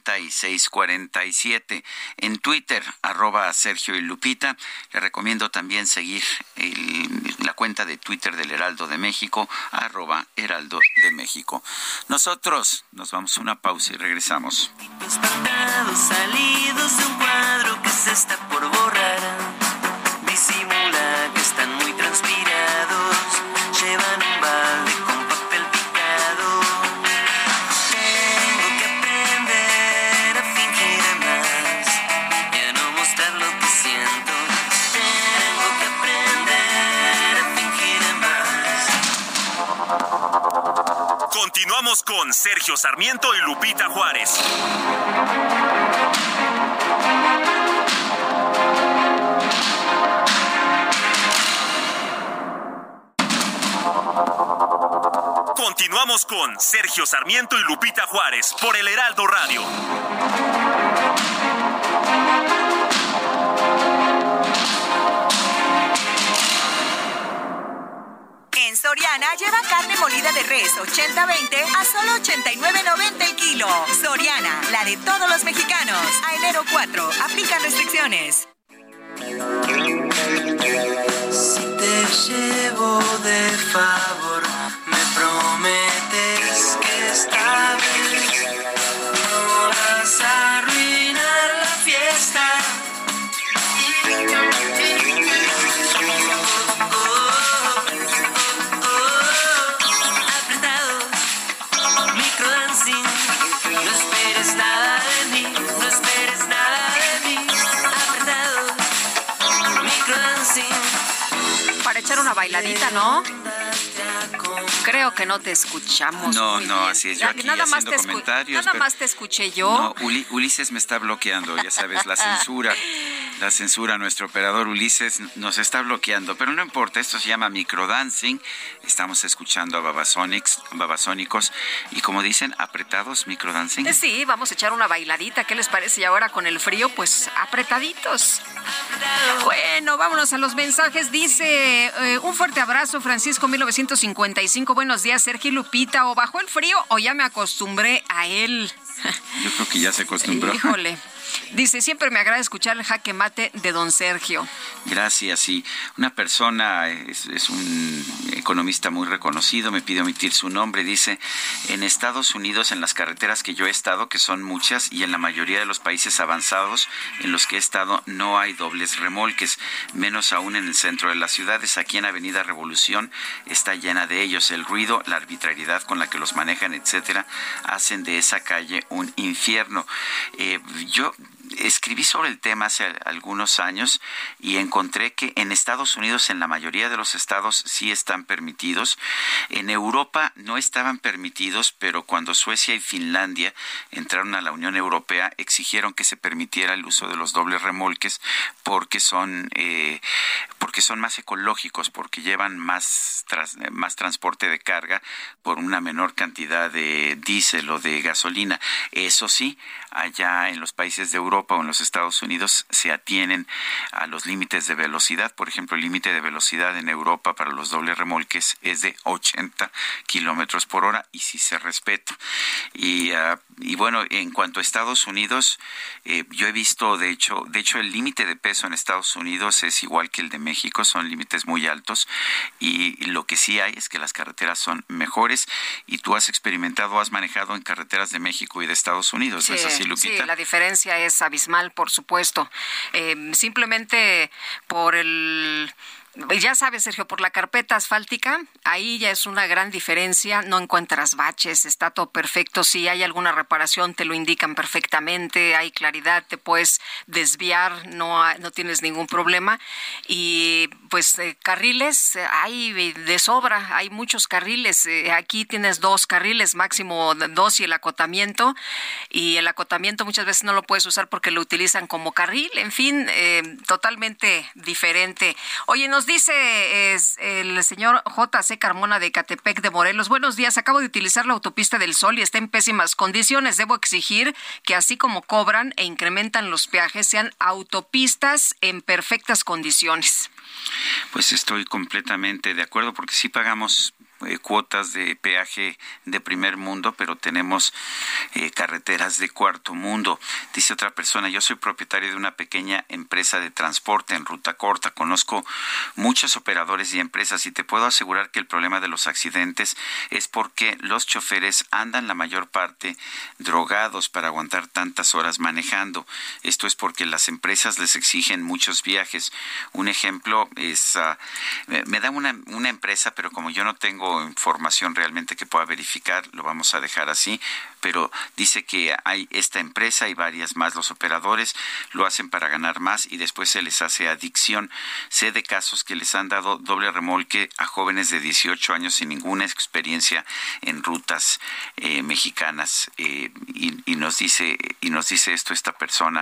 9647. En Twitter, @Sergio y Lupita. Les recomiendo también seguir la cuenta de Twitter del Heraldo de México, @Heraldo de México. Nosotros nos vamos a una pausa y regresamos. Salidos de un cuadro que se está por borrar, disimula que están muy transpirados, llevan un balde con papel picado. Tengo que aprender a fingir más y a no mostrar lo que siento. Tengo que aprender a fingir más. Continuamos con Sergio Sarmiento y Lupita Juárez. Continuamos con Sergio Sarmiento y Lupita Juárez por el Heraldo Radio. En Soriana lleva carne molida de res 80-20 a solo 89.90 el kilo. Soriana, la de todos los mexicanos. A enero 4, aplican restricciones. Si te llevo de favor, me prometes que esta vez no vas a arruinar la fiesta. Apretados, microdancing, no esperes nada de mí, no esperes nada de mí. Apretados, microdancing. Para echar una bailadita, ¿no? Creo que no te escuchamos. No, muy bien. Así es. Yo aquí nada haciendo más comentarios. Nada más te escuché yo. No, Ulises me está bloqueando, ya sabes, la censura. La censura, nuestro operador Ulises nos está bloqueando, pero no importa, esto se llama microdancing. Estamos escuchando a Babasónicos y como dicen, apretados, microdancing. Sí, vamos a echar una bailadita, ¿qué les parece? Y ahora con el frío, pues apretaditos. Bueno, vámonos a los mensajes. Dice, un fuerte abrazo, Francisco 1955. Buenos días, Sergio y Lupita. ¿O bajó el frío o ya me acostumbré a él? Yo creo que ya se acostumbró. Híjole. Dice, siempre me agrada escuchar el jaque mate de don Sergio. Gracias. Y una persona, es un economista muy reconocido, me pide omitir su nombre, dice, en Estados Unidos, en las carreteras que yo he estado, que son muchas, y en la mayoría de los países avanzados en los que he estado, no hay dobles remolques, menos aún en el centro de las ciudades. Aquí en Avenida Revolución está llena de ellos. El ruido, la arbitrariedad con la que los manejan, etcétera, hacen de esa calle un infierno. Yo escribí sobre el tema hace algunos años y encontré que en Estados Unidos, en la mayoría de los estados, sí están permitidos. En Europa no estaban permitidos, pero cuando Suecia y Finlandia entraron a la Unión Europea, exigieron que se permitiera el uso de los dobles remolques porque son más ecológicos, porque llevan más transporte de carga por una menor cantidad de diésel o de gasolina. Eso sí, allá en los países de Europa o en los Estados Unidos se atienen a los límites de velocidad. Por ejemplo, el límite de velocidad en Europa para los dobles remolques es de 80 kilómetros por hora y sí se respeta. Y bueno, en cuanto a Estados Unidos, yo he visto, de hecho, el límite de peso en Estados Unidos es igual que el de México, son límites muy altos, y lo que sí hay es que las carreteras son mejores, y tú has experimentado, has manejado en carreteras de México y de Estados Unidos, ¿no es así, Lupita? Sí, la diferencia es abismal, por supuesto. Simplemente por ya sabes, Sergio, por la carpeta asfáltica, ahí ya es una gran diferencia, no encuentras baches, está todo perfecto, si hay alguna reparación te lo indican perfectamente, hay claridad, te puedes desviar, no tienes ningún problema. Y pues carriles hay de sobra, hay muchos carriles, aquí tienes 2 carriles, máximo 2, y el acotamiento muchas veces no lo puedes usar porque lo utilizan como carril, en fin, totalmente diferente. Oye, nos dice el señor J.C. Carmona de Ecatepec de Morelos. Buenos días, acabo de utilizar la autopista del Sol y está en pésimas condiciones. Debo exigir que así como cobran e incrementan los peajes, sean autopistas en perfectas condiciones. Pues estoy completamente de acuerdo, porque sí pagamos cuotas de peaje de primer mundo, pero tenemos carreteras de cuarto mundo. Dice otra persona, yo soy propietario de una pequeña empresa de transporte en ruta corta, conozco muchos operadores y empresas y te puedo asegurar que el problema de los accidentes es porque los choferes andan la mayor parte drogados para aguantar tantas horas manejando. Esto es porque las empresas les exigen muchos viajes. Un ejemplo es, me da una empresa, pero como yo no tengo información realmente que pueda verificar, lo vamos a dejar así, pero dice que hay esta empresa y varias más. Los operadores lo hacen para ganar más y después se les hace adicción. Sé de casos que les han dado doble remolque a jóvenes de 18 años sin ninguna experiencia en rutas mexicanas, y nos dice esto esta persona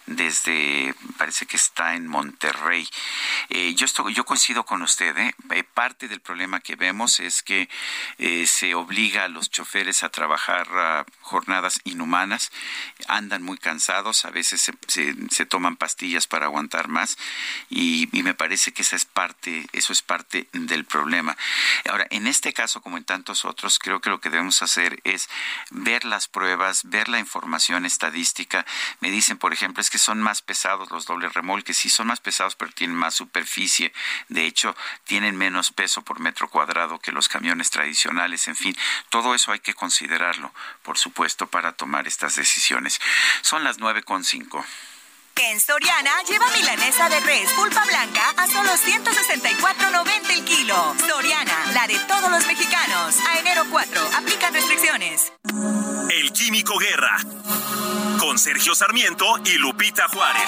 parece que está en Monterrey. Yo coincido con usted, parte del problema que vemos es que se obliga a los choferes a trabajar jornadas inhumanas, andan muy cansados, a veces se toman pastillas para aguantar más, y me parece que eso es parte del problema. Ahora, en este caso, como en tantos otros, creo que lo que debemos hacer es ver las pruebas, ver la información estadística. Me dicen, por ejemplo, es que son más pesados los dobles remolques. Sí, son más pesados, pero tienen más superficie. De hecho, tienen menos peso por metro cuadrado que los camiones tradicionales. En fin, todo eso hay que considerarlo, por supuesto, para tomar estas decisiones. Son las 9:05. En Soriana, lleva milanesa de res pulpa blanca a solo $164.90 el kilo. Soriana, la de todos los mexicanos. A enero 4, aplican restricciones. El Químico Guerra, con Sergio Sarmiento y Lupita Juárez.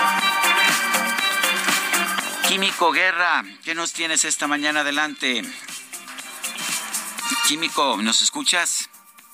Químico Guerra, ¿qué nos tienes esta mañana? Adelante. Químico, ¿nos escuchas?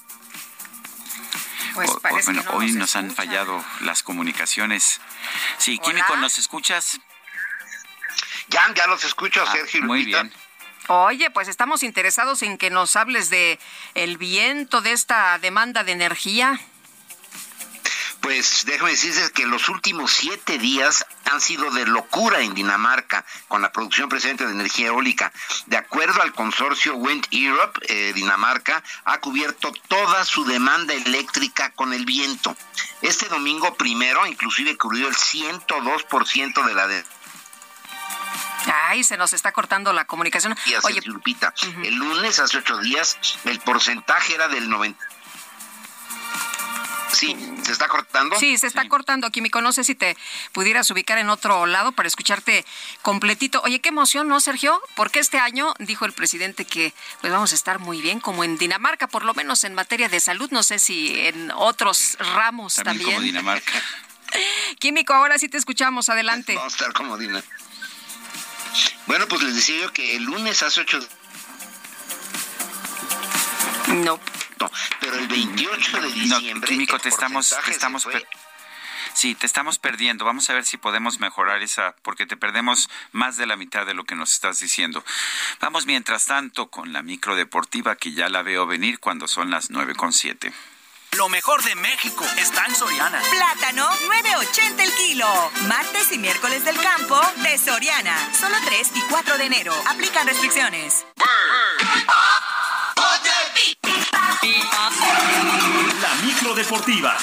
Pues parece que no hoy nos nos han fallado las comunicaciones. Sí, Hola. Químico, ¿nos escuchas? Ya los escucho, Sergio. Muy Lupita. bien. Oye, pues estamos interesados en que nos hables de el viento, de esta demanda de energía. Pues déjame decirles que los últimos 7 días han sido de locura en Dinamarca con la producción precisamente de energía eólica. De acuerdo al consorcio Wind Europe, Dinamarca ha cubierto toda su demanda eléctrica con el viento. Este domingo primero inclusive cubrió el 102% de la Ay, se nos está cortando la comunicación. Oye, Lupita, el lunes, hace 8 días, el porcentaje era del 90%. Sí, ¿se está cortando? Sí, se está cortando, Químico. No sé si te pudieras ubicar en otro lado para escucharte completito. Oye, qué emoción, ¿no, Sergio? Porque este año dijo el presidente que pues vamos a estar muy bien, como en Dinamarca, por lo menos en materia de salud. No sé si en otros ramos también. Como Dinamarca. Químico, ahora sí te escuchamos. Adelante. Vamos a estar como Dinamarca. Bueno, pues les decía yo que el lunes hace 8... No. Pero el 28 de diciembre... No, Químico, te estamos perdiendo. Vamos a ver si podemos mejorar esa, porque te perdemos más de la mitad de lo que nos estás diciendo. Vamos, mientras tanto, con la micro deportiva, que ya la veo venir cuando son las 9:07. Lo mejor de México está en Soriana. Plátano, 9.80 el kilo. Martes y miércoles del campo de Soriana. Solo 3 y 4 de enero. Aplican restricciones. La micro deportiva.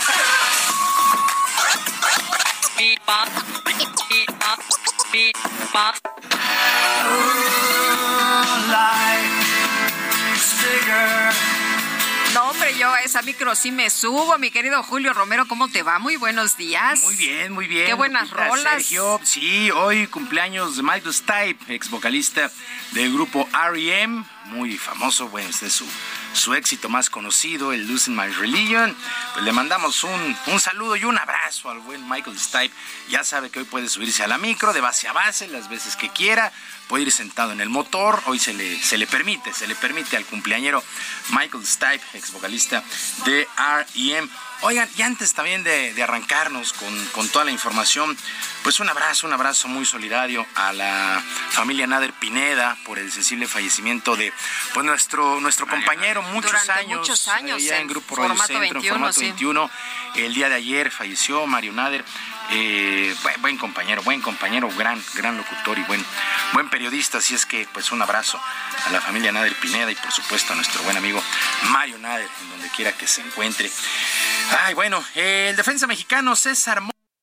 No, hombre, yo a esa micro sí me subo, mi querido Julio Romero, ¿cómo te va? Muy buenos días. Muy bien, muy bien. Qué buenas rolas. Sergio, sí, hoy cumpleaños de Michael Stipe, ex vocalista del grupo R.E.M., muy famoso, bueno, este es su éxito más conocido, el Losing My Religion. Pues le mandamos un saludo y un abrazo al buen Michael Stipe. Ya sabe que hoy puede subirse a la micro de base a base las veces que quiera, puede ir sentado en el motor. Hoy se le permite al cumpleañero Michael Stipe, ex vocalista de R.E.M. Oigan, y antes también de arrancarnos con toda la información, pues un abrazo muy solidario a la familia Nader Pineda por el sensible fallecimiento de pues nuestro compañero, muchos años ya en Grupo Radio Centro, en Formato 21. El día de ayer falleció Mario Nader. Buen compañero, gran locutor y buen periodista. Así es que pues un abrazo a la familia Nader Pineda y por supuesto a nuestro buen amigo Mario Nader, en donde quiera que se encuentre. Ay, bueno, el defensa mexicano César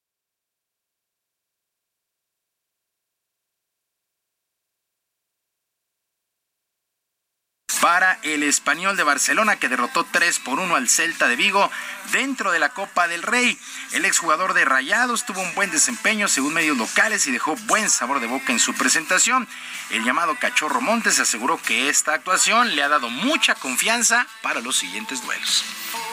para el Español de Barcelona, que derrotó 3-1 al Celta de Vigo dentro de la Copa del Rey. El exjugador de Rayados tuvo un buen desempeño según medios locales y dejó buen sabor de boca en su presentación. El llamado Cachorro Montes aseguró que esta actuación le ha dado mucha confianza para los siguientes duelos.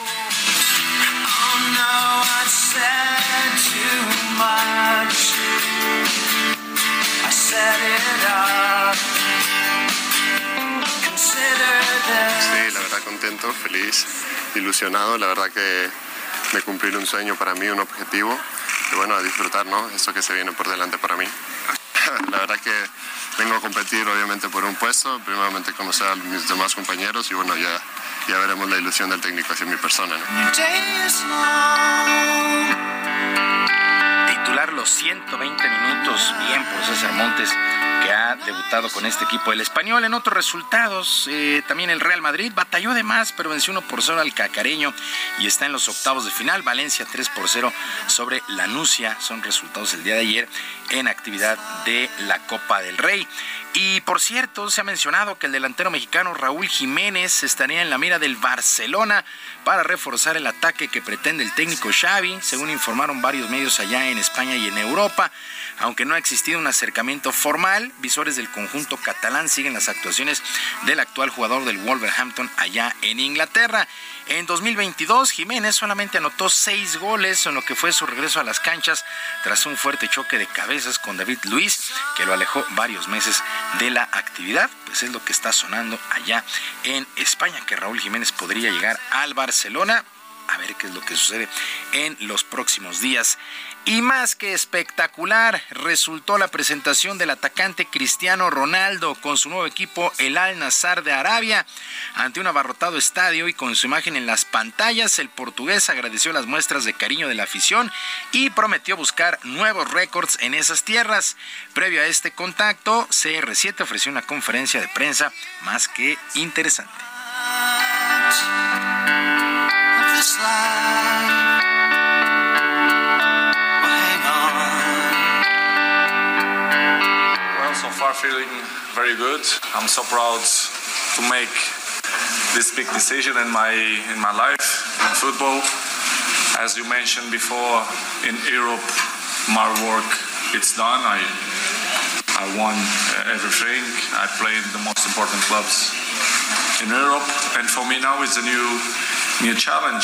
Sí, la verdad contento, feliz, ilusionado, la verdad que de cumplir un sueño para mí, un objetivo, y bueno, a disfrutar, ¿no? Esto que se viene por delante para mí. La verdad que vengo a competir obviamente por un puesto, primeramente conocer a mis demás compañeros y bueno, ya veremos la ilusión del técnico hacia mi persona, ¿no? Titular los 120 minutos, bien por César Montes, que ha debutado con este equipo. El Español en otros resultados, también el Real Madrid batalló de más, pero venció 1-0 al Cacareño y está en los octavos de final. Valencia 3-0 sobre Lanusia, son resultados el día de ayer en actividad de la Copa del Rey. Y por cierto, se ha mencionado que el delantero mexicano Raúl Jiménez estaría en la mira del Barcelona para reforzar el ataque que pretende el técnico Xavi, según informaron varios medios allá en España y en Europa. Aunque no ha existido un acercamiento formal, visores del conjunto catalán siguen las actuaciones del actual jugador del Wolverhampton allá en Inglaterra. En 2022, Jiménez solamente anotó 6 goles en lo que fue su regreso a las canchas tras un fuerte choque de cabezas con David Luiz, que lo alejó varios meses de la actividad. Pues es lo que está sonando allá en España, que Raúl Jiménez podría llegar al Barcelona. a ver qué es lo que sucede en los próximos días. Y más que espectacular resultó la presentación del atacante Cristiano Ronaldo con su nuevo equipo, el Al-Nassr de Arabia. Ante un abarrotado estadio y con su imagen en las pantallas, el portugués agradeció las muestras de cariño de la afición y prometió buscar nuevos récords en esas tierras. Previo a este contacto, CR7 ofreció una conferencia de prensa más que interesante. So far feeling very good. I'm so proud to make this big decision in my life in football. As you mentioned before, in Europe, my work it's done. I won everything. I played the most important clubs in Europe, and for me now it's a new challenge.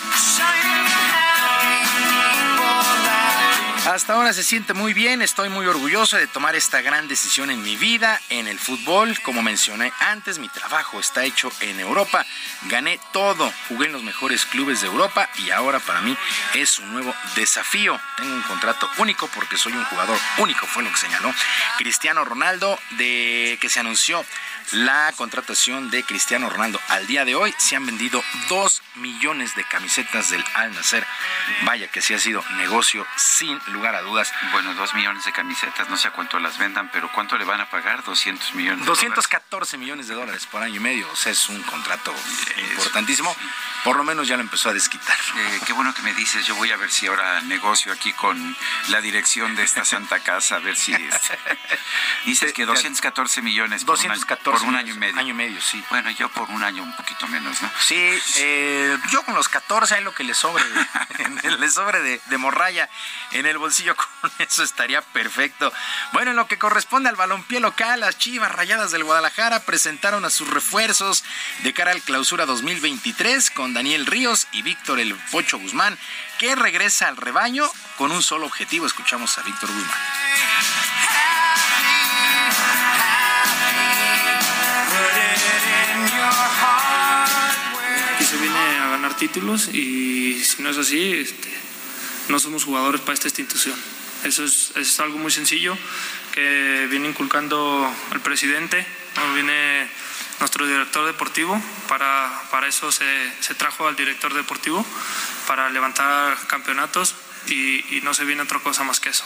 Hasta ahora se siente muy bien, estoy muy orgulloso de tomar esta gran decisión en mi vida, en el fútbol. Como mencioné antes, mi trabajo está hecho en Europa. Gané todo, jugué en los mejores clubes de Europa y ahora para mí es un nuevo desafío. Tengo un contrato único porque soy un jugador único, fue lo que señaló Cristiano Ronaldo, de que se anunció la contratación de Cristiano Ronaldo. Al día de hoy se han vendido 2 millones de camisetas del Al-Nassr. Vaya que sí ha sido negocio sin lugar a dudas. Bueno, 2 millones de camisetas, no sé a cuánto las vendan, pero ¿cuánto le van a pagar? 200 millones. 214 millones de dólares por año y medio, o sea, es un contrato importantísimo. Por lo menos ya lo empezó a desquitar. Qué bueno que me dices, yo voy a ver si ahora negocio aquí con la dirección de esta Santa Casa, a ver si... Dices que 214 millones por un año y medio. Año y medio, sí. Bueno, yo por un año un poquito menos, ¿no? Sí, yo con los 14 hay lo que le sobre, le sobre de morralla en el bolsillo, con eso estaría perfecto. Bueno, en lo que corresponde al balompié local, las Chivas Rayadas del Guadalajara presentaron a sus refuerzos de cara al Clausura 2023 con Daniel Ríos y Víctor El Pocho Guzmán, que regresa al rebaño con un solo objetivo. Escuchamos a Víctor Guzmán. Aquí se viene a ganar títulos y si no es así, no somos jugadores para esta institución. Eso es algo muy sencillo que viene inculcando el presidente, ¿no? Viene nuestro director deportivo, para eso se trajo al director deportivo, para levantar campeonatos y no se viene otra cosa más que eso.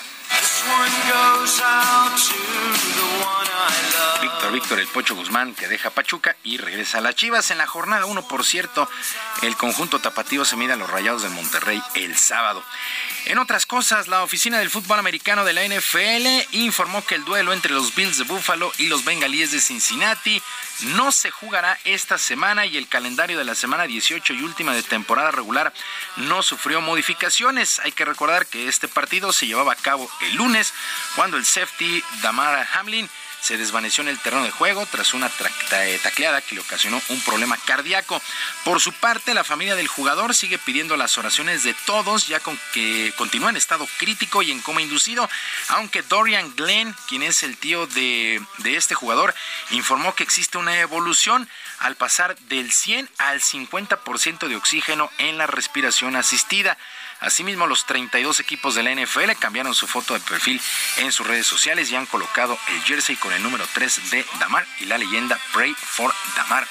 Víctor El Pocho Guzmán, que deja Pachuca y regresa a las Chivas. En la jornada 1, por cierto, el conjunto tapatío se mide a los Rayados del Monterrey el sábado. En otras cosas, la oficina del fútbol americano de la NFL informó que el duelo entre los Bills de Buffalo y los Bengalíes de Cincinnati no se jugará esta semana y el calendario de la semana 18 y última de temporada regular no sufrió modificaciones. Hay que recordar que este partido se llevaba a cabo el lunes, cuando el safety Damar Hamlin se desvaneció en el terreno de juego tras una tacleada que le ocasionó un problema cardíaco. Por su parte, la familia del jugador sigue pidiendo las oraciones de todos, ya con que continúa en estado crítico y en coma inducido, aunque Dorian Glenn, quien es el tío de este jugador, informó que existe una evolución al pasar del 100 al 50% de oxígeno en la respiración asistida. Asimismo, los 32 equipos de la NFL cambiaron su foto de perfil en sus redes sociales y han colocado el jersey con el número 3 de Damar y la leyenda Pray for Damar.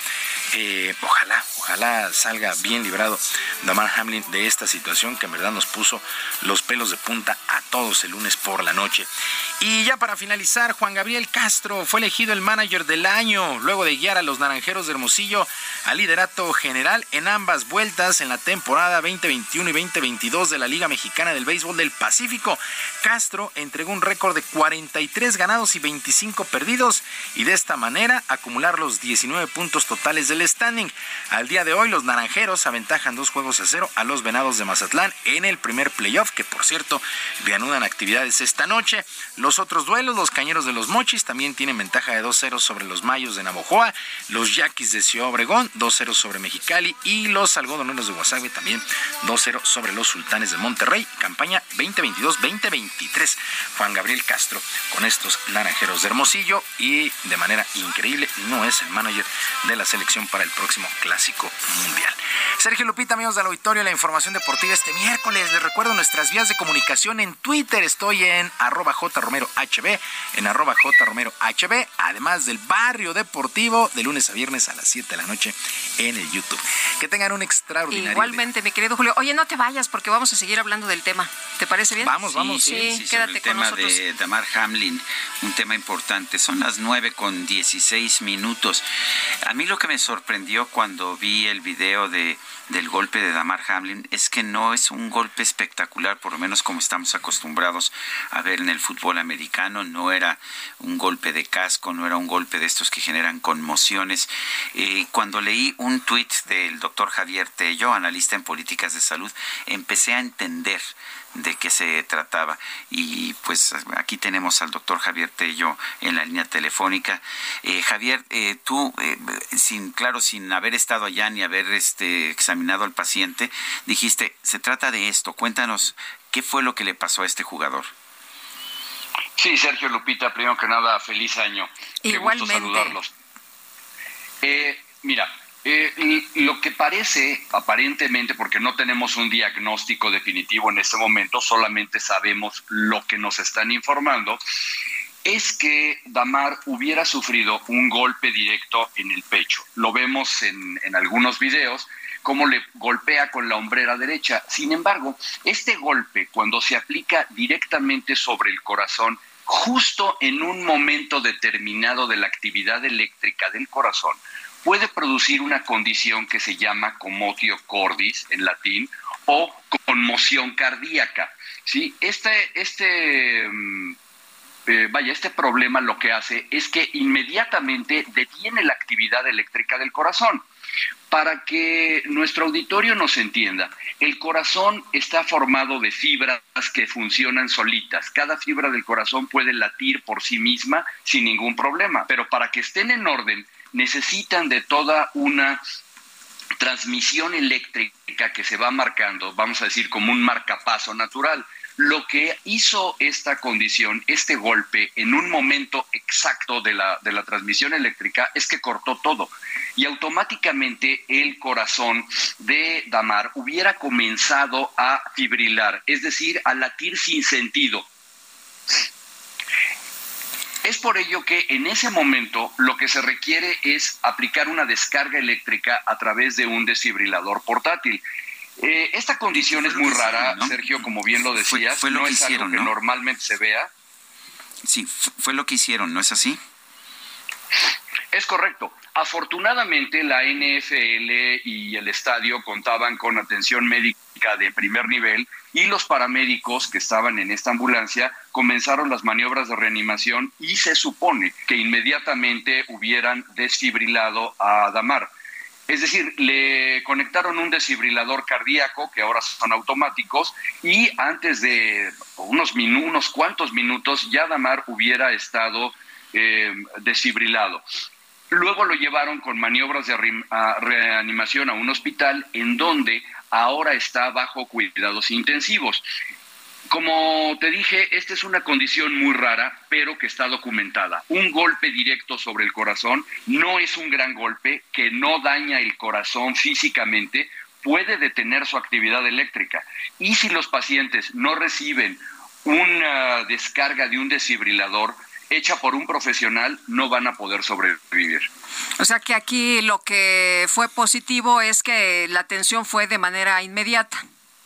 Ojalá salga bien librado Damar Hamlin de esta situación que en verdad nos puso los pelos de punta a todos el lunes por la noche. Y ya para finalizar, Juan Gabriel Castro fue elegido el manager del año luego de guiar a los Naranjeros de Hermosillo al liderato general en ambas vueltas en la temporada 2021 y 2022 de la Liga Mexicana del Béisbol del Pacífico. Castro entregó un récord de 43 ganados y 25 perdidos y de esta manera acumular los 19 puntos totales del standing. Al día de hoy, los Naranjeros aventajan 2-0 a los Venados de Mazatlán en el primer playoff, que por cierto reanudan actividades esta noche. Los otros duelos, los Cañeros de los Mochis también tienen ventaja de 2-0 sobre los Mayos de Navojoa, los Yaquis de Ciudad Obregón 2-0 sobre Mexicali y los Algodoneros de Guasave también 2-0 sobre los Sultanes de Monterrey. Campaña 2022-2023. Juan Gabriel Castro con estos Naranjeros de Hermosillo y de manera increíble no es el manager de la selección para el próximo Clásico Clásico Mundial. Sergio, Lupita, amigos del auditorio, la información deportiva este miércoles. Les recuerdo nuestras vías de comunicación en Twitter. Estoy en @jromerohb, en @jromerohb, además del Barrio Deportivo, de lunes a viernes a las 7 de la noche en el YouTube. Que tengan un extraordinario Igualmente, mi querido Julio. Oye, no te vayas porque vamos a seguir hablando del tema. ¿Te parece bien? Vamos. Sí, quédate sobre el con tema nosotros. de Damar Hamlin, un tema importante. Son las 9:16. A mí lo que me sorprendió cuando vi el video del golpe de Damar Hamlin es que no es un golpe espectacular, por lo menos como estamos acostumbrados a ver en el fútbol americano. No era un golpe de casco, no era un golpe de estos que generan conmociones. Cuando leí un tuit del doctor Javier Tello, analista en políticas de salud, empecé a entender de qué se trataba. Y pues aquí tenemos al doctor Javier Tello en la línea telefónica. Javier, tú, sin haber estado allá ni haber examinado al paciente, dijiste, se trata de esto. Cuéntanos, ¿qué fue lo que le pasó a este jugador? Sí, Sergio, Lupita, primero que nada, feliz año. Igualmente. Qué gusto saludarlos. Lo que parece, aparentemente, porque no tenemos un diagnóstico definitivo en este momento, solamente sabemos lo que nos están informando, es que Damar hubiera sufrido un golpe directo en el pecho. Lo vemos en algunos videos, cómo le golpea con la hombrera derecha. Sin embargo, este golpe, cuando se aplica directamente sobre el corazón, justo en un momento determinado de la actividad eléctrica del corazón, puede producir una condición que se llama commotio cordis en latín o conmoción cardíaca. ¿Sí? Este problema lo que hace es que inmediatamente detiene la actividad eléctrica del corazón. Para que nuestro auditorio nos entienda, el corazón está formado de fibras que funcionan solitas. Cada fibra del corazón puede latir por sí misma sin ningún problema, pero para que estén en orden, necesitan de toda una transmisión eléctrica que se va marcando, vamos a decir, como un marcapaso natural. Lo que hizo esta condición, este golpe, en un momento exacto de la transmisión eléctrica, es que cortó todo. Y automáticamente el corazón de Damar hubiera comenzado a fibrilar, es decir, a latir sin sentido. Es por ello que en ese momento lo que se requiere es aplicar una descarga eléctrica a través de un desfibrilador portátil. Esta condición es muy rara, ¿no? Sergio, como bien lo decías, fue lo no que es hicieron, algo que ¿no? normalmente se vea. Sí, fue lo que hicieron, ¿no es así? Es correcto. Afortunadamente la NFL y el estadio contaban con atención médica de primer nivel y los paramédicos que estaban en esta ambulancia comenzaron las maniobras de reanimación y se supone que inmediatamente hubieran desfibrilado a Damar. Es decir, le conectaron un desfibrilador cardíaco, que ahora son automáticos, y antes de unos cuantos minutos ya Damar hubiera estado desfibrilado. Luego lo llevaron con maniobras de reanimación a un hospital en donde ahora está bajo cuidados intensivos. Como te dije, esta es una condición muy rara, pero que está documentada. Un golpe directo sobre el corazón no es un gran golpe que no daña el corazón físicamente, puede detener su actividad eléctrica. Y si los pacientes no reciben una descarga de un desfibrilador hecha por un profesional, no van a poder sobrevivir. O sea que aquí lo que fue positivo es que la atención fue de manera inmediata.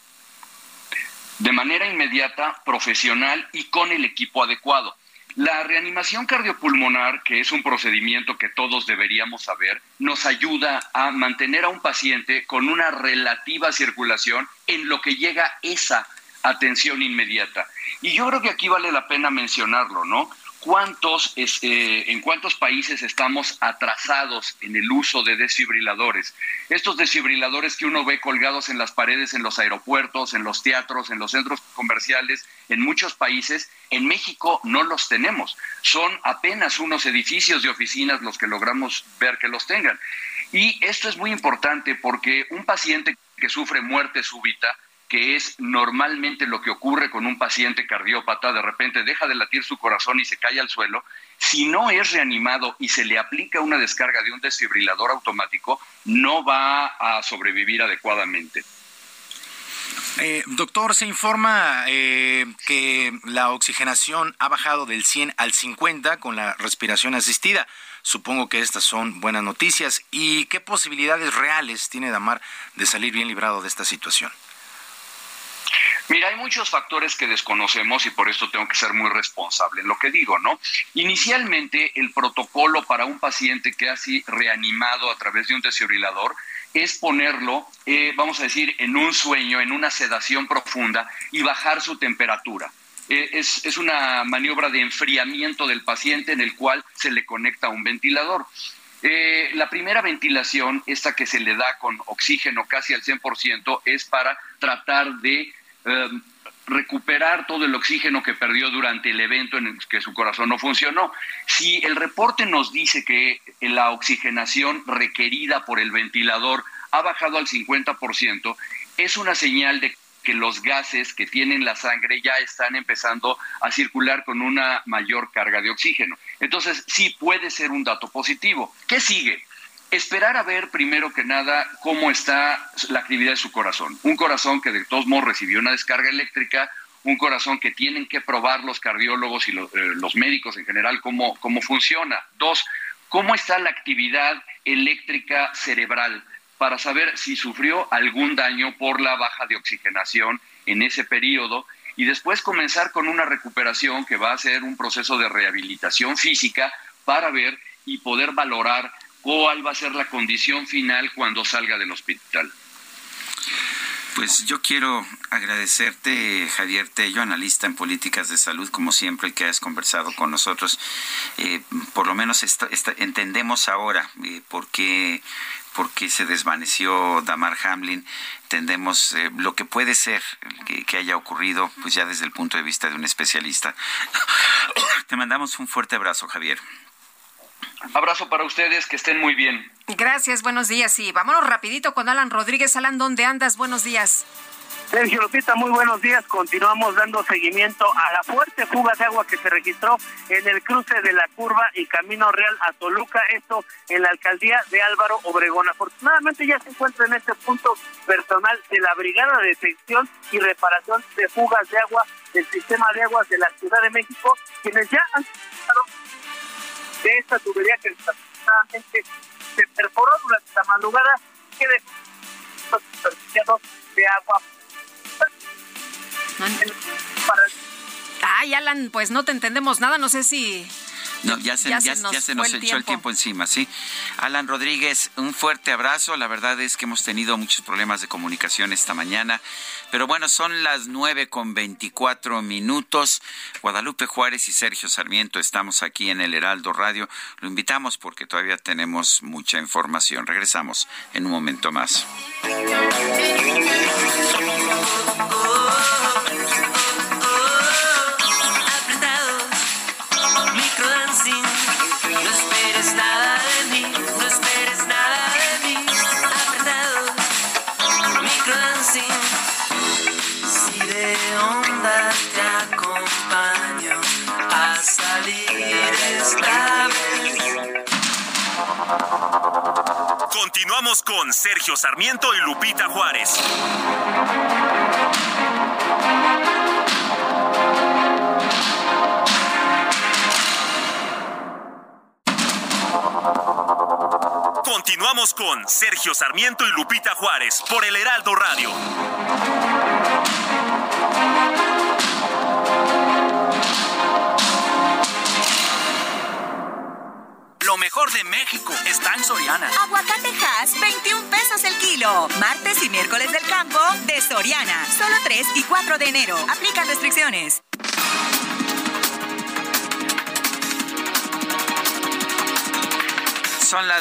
De manera inmediata, profesional y con el equipo adecuado. La reanimación cardiopulmonar, que es un procedimiento que todos deberíamos saber, nos ayuda a mantener a un paciente con una relativa circulación en lo que llega esa atención inmediata. Y yo creo que aquí vale la pena mencionarlo, ¿no? ¿En cuántos países estamos atrasados en el uso de desfibriladores? Estos desfibriladores que uno ve colgados en las paredes, en los aeropuertos, en los teatros, en los centros comerciales, en muchos países, en México no los tenemos. Son apenas unos edificios de oficinas los que logramos ver que los tengan. Y esto es muy importante porque un paciente que sufre muerte súbita que es normalmente lo que ocurre con un paciente cardiópata, de repente deja de latir su corazón y se cae al suelo, si no es reanimado y se le aplica una descarga de un desfibrilador automático, no va a sobrevivir adecuadamente. Doctor, se informa que la oxigenación ha bajado del 100 al 50 con la respiración asistida. Supongo que estas son buenas noticias. ¿Y qué posibilidades reales tiene Damar de salir bien librado de esta situación? Mira, hay muchos factores que desconocemos y por esto tengo que ser muy responsable en lo que digo, ¿no? Inicialmente, el protocolo para un paciente que ha sido reanimado a través de un desfibrilador es ponerlo, vamos a decir, en un sueño, en una sedación profunda y bajar su temperatura. Es una maniobra de enfriamiento del paciente en el cual se le conecta un ventilador. La primera ventilación, esta que se le da con oxígeno casi al 100%, es para tratar de recuperar todo el oxígeno que perdió durante el evento en el que su corazón no funcionó. Si el reporte nos dice que la oxigenación requerida por el ventilador ha bajado al 50%, es una señal de que los gases que tienen la sangre ya están empezando a circular con una mayor carga de oxígeno. Entonces, sí puede ser un dato positivo. ¿Qué sigue? Esperar a ver, primero que nada, cómo está la actividad de su corazón. Un corazón que de todos modos recibió una descarga eléctrica, un corazón que tienen que probar los cardiólogos y los médicos en general cómo funciona. 2, cómo está la actividad eléctrica cerebral para saber si sufrió algún daño por la baja de oxigenación en ese periodo y después comenzar con una recuperación que va a ser un proceso de rehabilitación física para ver y poder valorar cuál va a ser la condición final cuando salga del hospital. Pues yo quiero agradecerte, Javier Tello, analista en políticas de salud, como siempre, que has conversado con nosotros. Por lo menos entendemos ahora por qué se desvaneció Damar Hamlin. Entendemos lo que puede ser que haya ocurrido, pues ya desde el punto de vista de un especialista. Te mandamos un fuerte abrazo, Javier. Abrazo para ustedes, que estén muy bien. Gracias, buenos días. Y vámonos rapidito con Alan Rodríguez. Alan, ¿dónde andas? Buenos días. Sergio Lupita, muy buenos días. Continuamos dando seguimiento a la fuerte fuga de agua que se registró en el cruce de la Curva y Camino Real a Toluca, esto en la alcaldía de Álvaro Obregón. Afortunadamente ya se encuentra en este punto personal de la Brigada de Detección y Reparación de Fugas de Agua del Sistema de Aguas de la Ciudad de México, quienes ya han participado de esta tubería que desafortunadamente se perforó durante la madrugada que dejó desperdiciados de agua. Ay, Alan, pues no te entendemos nada, no sé si... No, ya se nos echó el tiempo encima, sí. Alan Rodríguez, un fuerte abrazo. La verdad es que hemos tenido muchos problemas de comunicación esta mañana. Pero bueno, son las 9:24. Guadalupe Juárez y Sergio Sarmiento estamos aquí en el Heraldo Radio. Lo invitamos porque todavía tenemos mucha información. Regresamos en un momento más. No esperes nada de mí, no esperes nada de mí. Apretado, microdancing. Si de onda te acompaño a salir esta vez. Continuamos con Sergio Sarmiento y Lupita Juárez. Continuamos con Sergio Sarmiento y Lupita Juárez por el Heraldo Radio. Lo mejor de México está en Soriana. Aguacate Hass, 21 pesos el kilo. Martes y miércoles del campo de Soriana. Solo 3 y 4 de enero. Aplican restricciones. Son las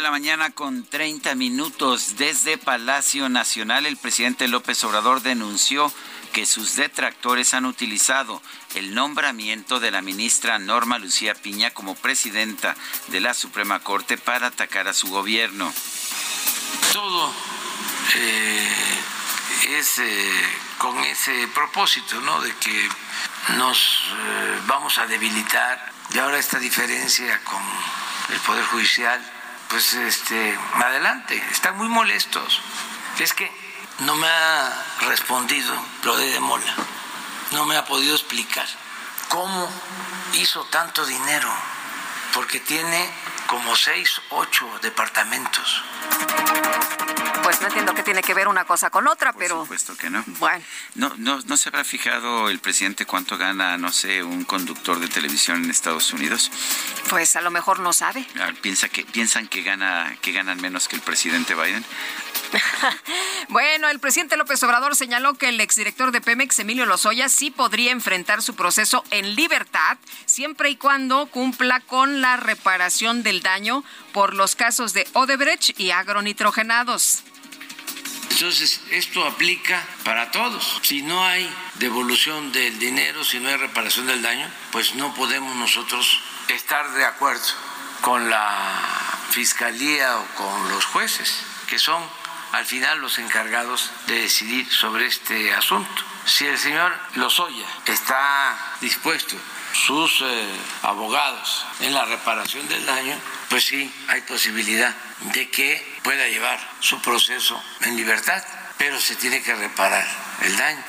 9:30 desde Palacio Nacional. El presidente López Obrador denunció que sus detractores han utilizado el nombramiento de la ministra Norma Lucía Piña como presidenta de la Suprema Corte para atacar a su gobierno. Todo es con ese propósito, ¿no? De que nos vamos a debilitar, y ahora esta diferencia con el Poder Judicial, pues adelante, están muy molestos. Es que no me ha respondido lo de Mola, no me ha podido explicar cómo hizo tanto dinero, porque tiene como 6, 8 departamentos. Pues no entiendo qué tiene que ver una cosa con otra, pero... Por supuesto que no. Bueno. ¿No se habrá fijado el presidente cuánto gana, no sé, un conductor de televisión en Estados Unidos? Pues a lo mejor no sabe. ¿Piensan que ganan menos que el presidente Biden? Bueno, el presidente López Obrador señaló que el exdirector de Pemex, Emilio Lozoya, sí podría enfrentar su proceso en libertad, siempre y cuando cumpla con la reparación del daño por los casos de Odebrecht y agronitrogenados. Entonces, esto aplica para todos. Si no hay devolución del dinero, si no hay reparación del daño, pues no podemos nosotros estar de acuerdo con la Fiscalía o con los jueces, que son al final los encargados de decidir sobre este asunto. Si el señor Lozoya está dispuesto, sus abogados, en la reparación del daño, pues sí, hay posibilidad de que pueda llevar su proceso en libertad, pero se tiene que reparar el daño.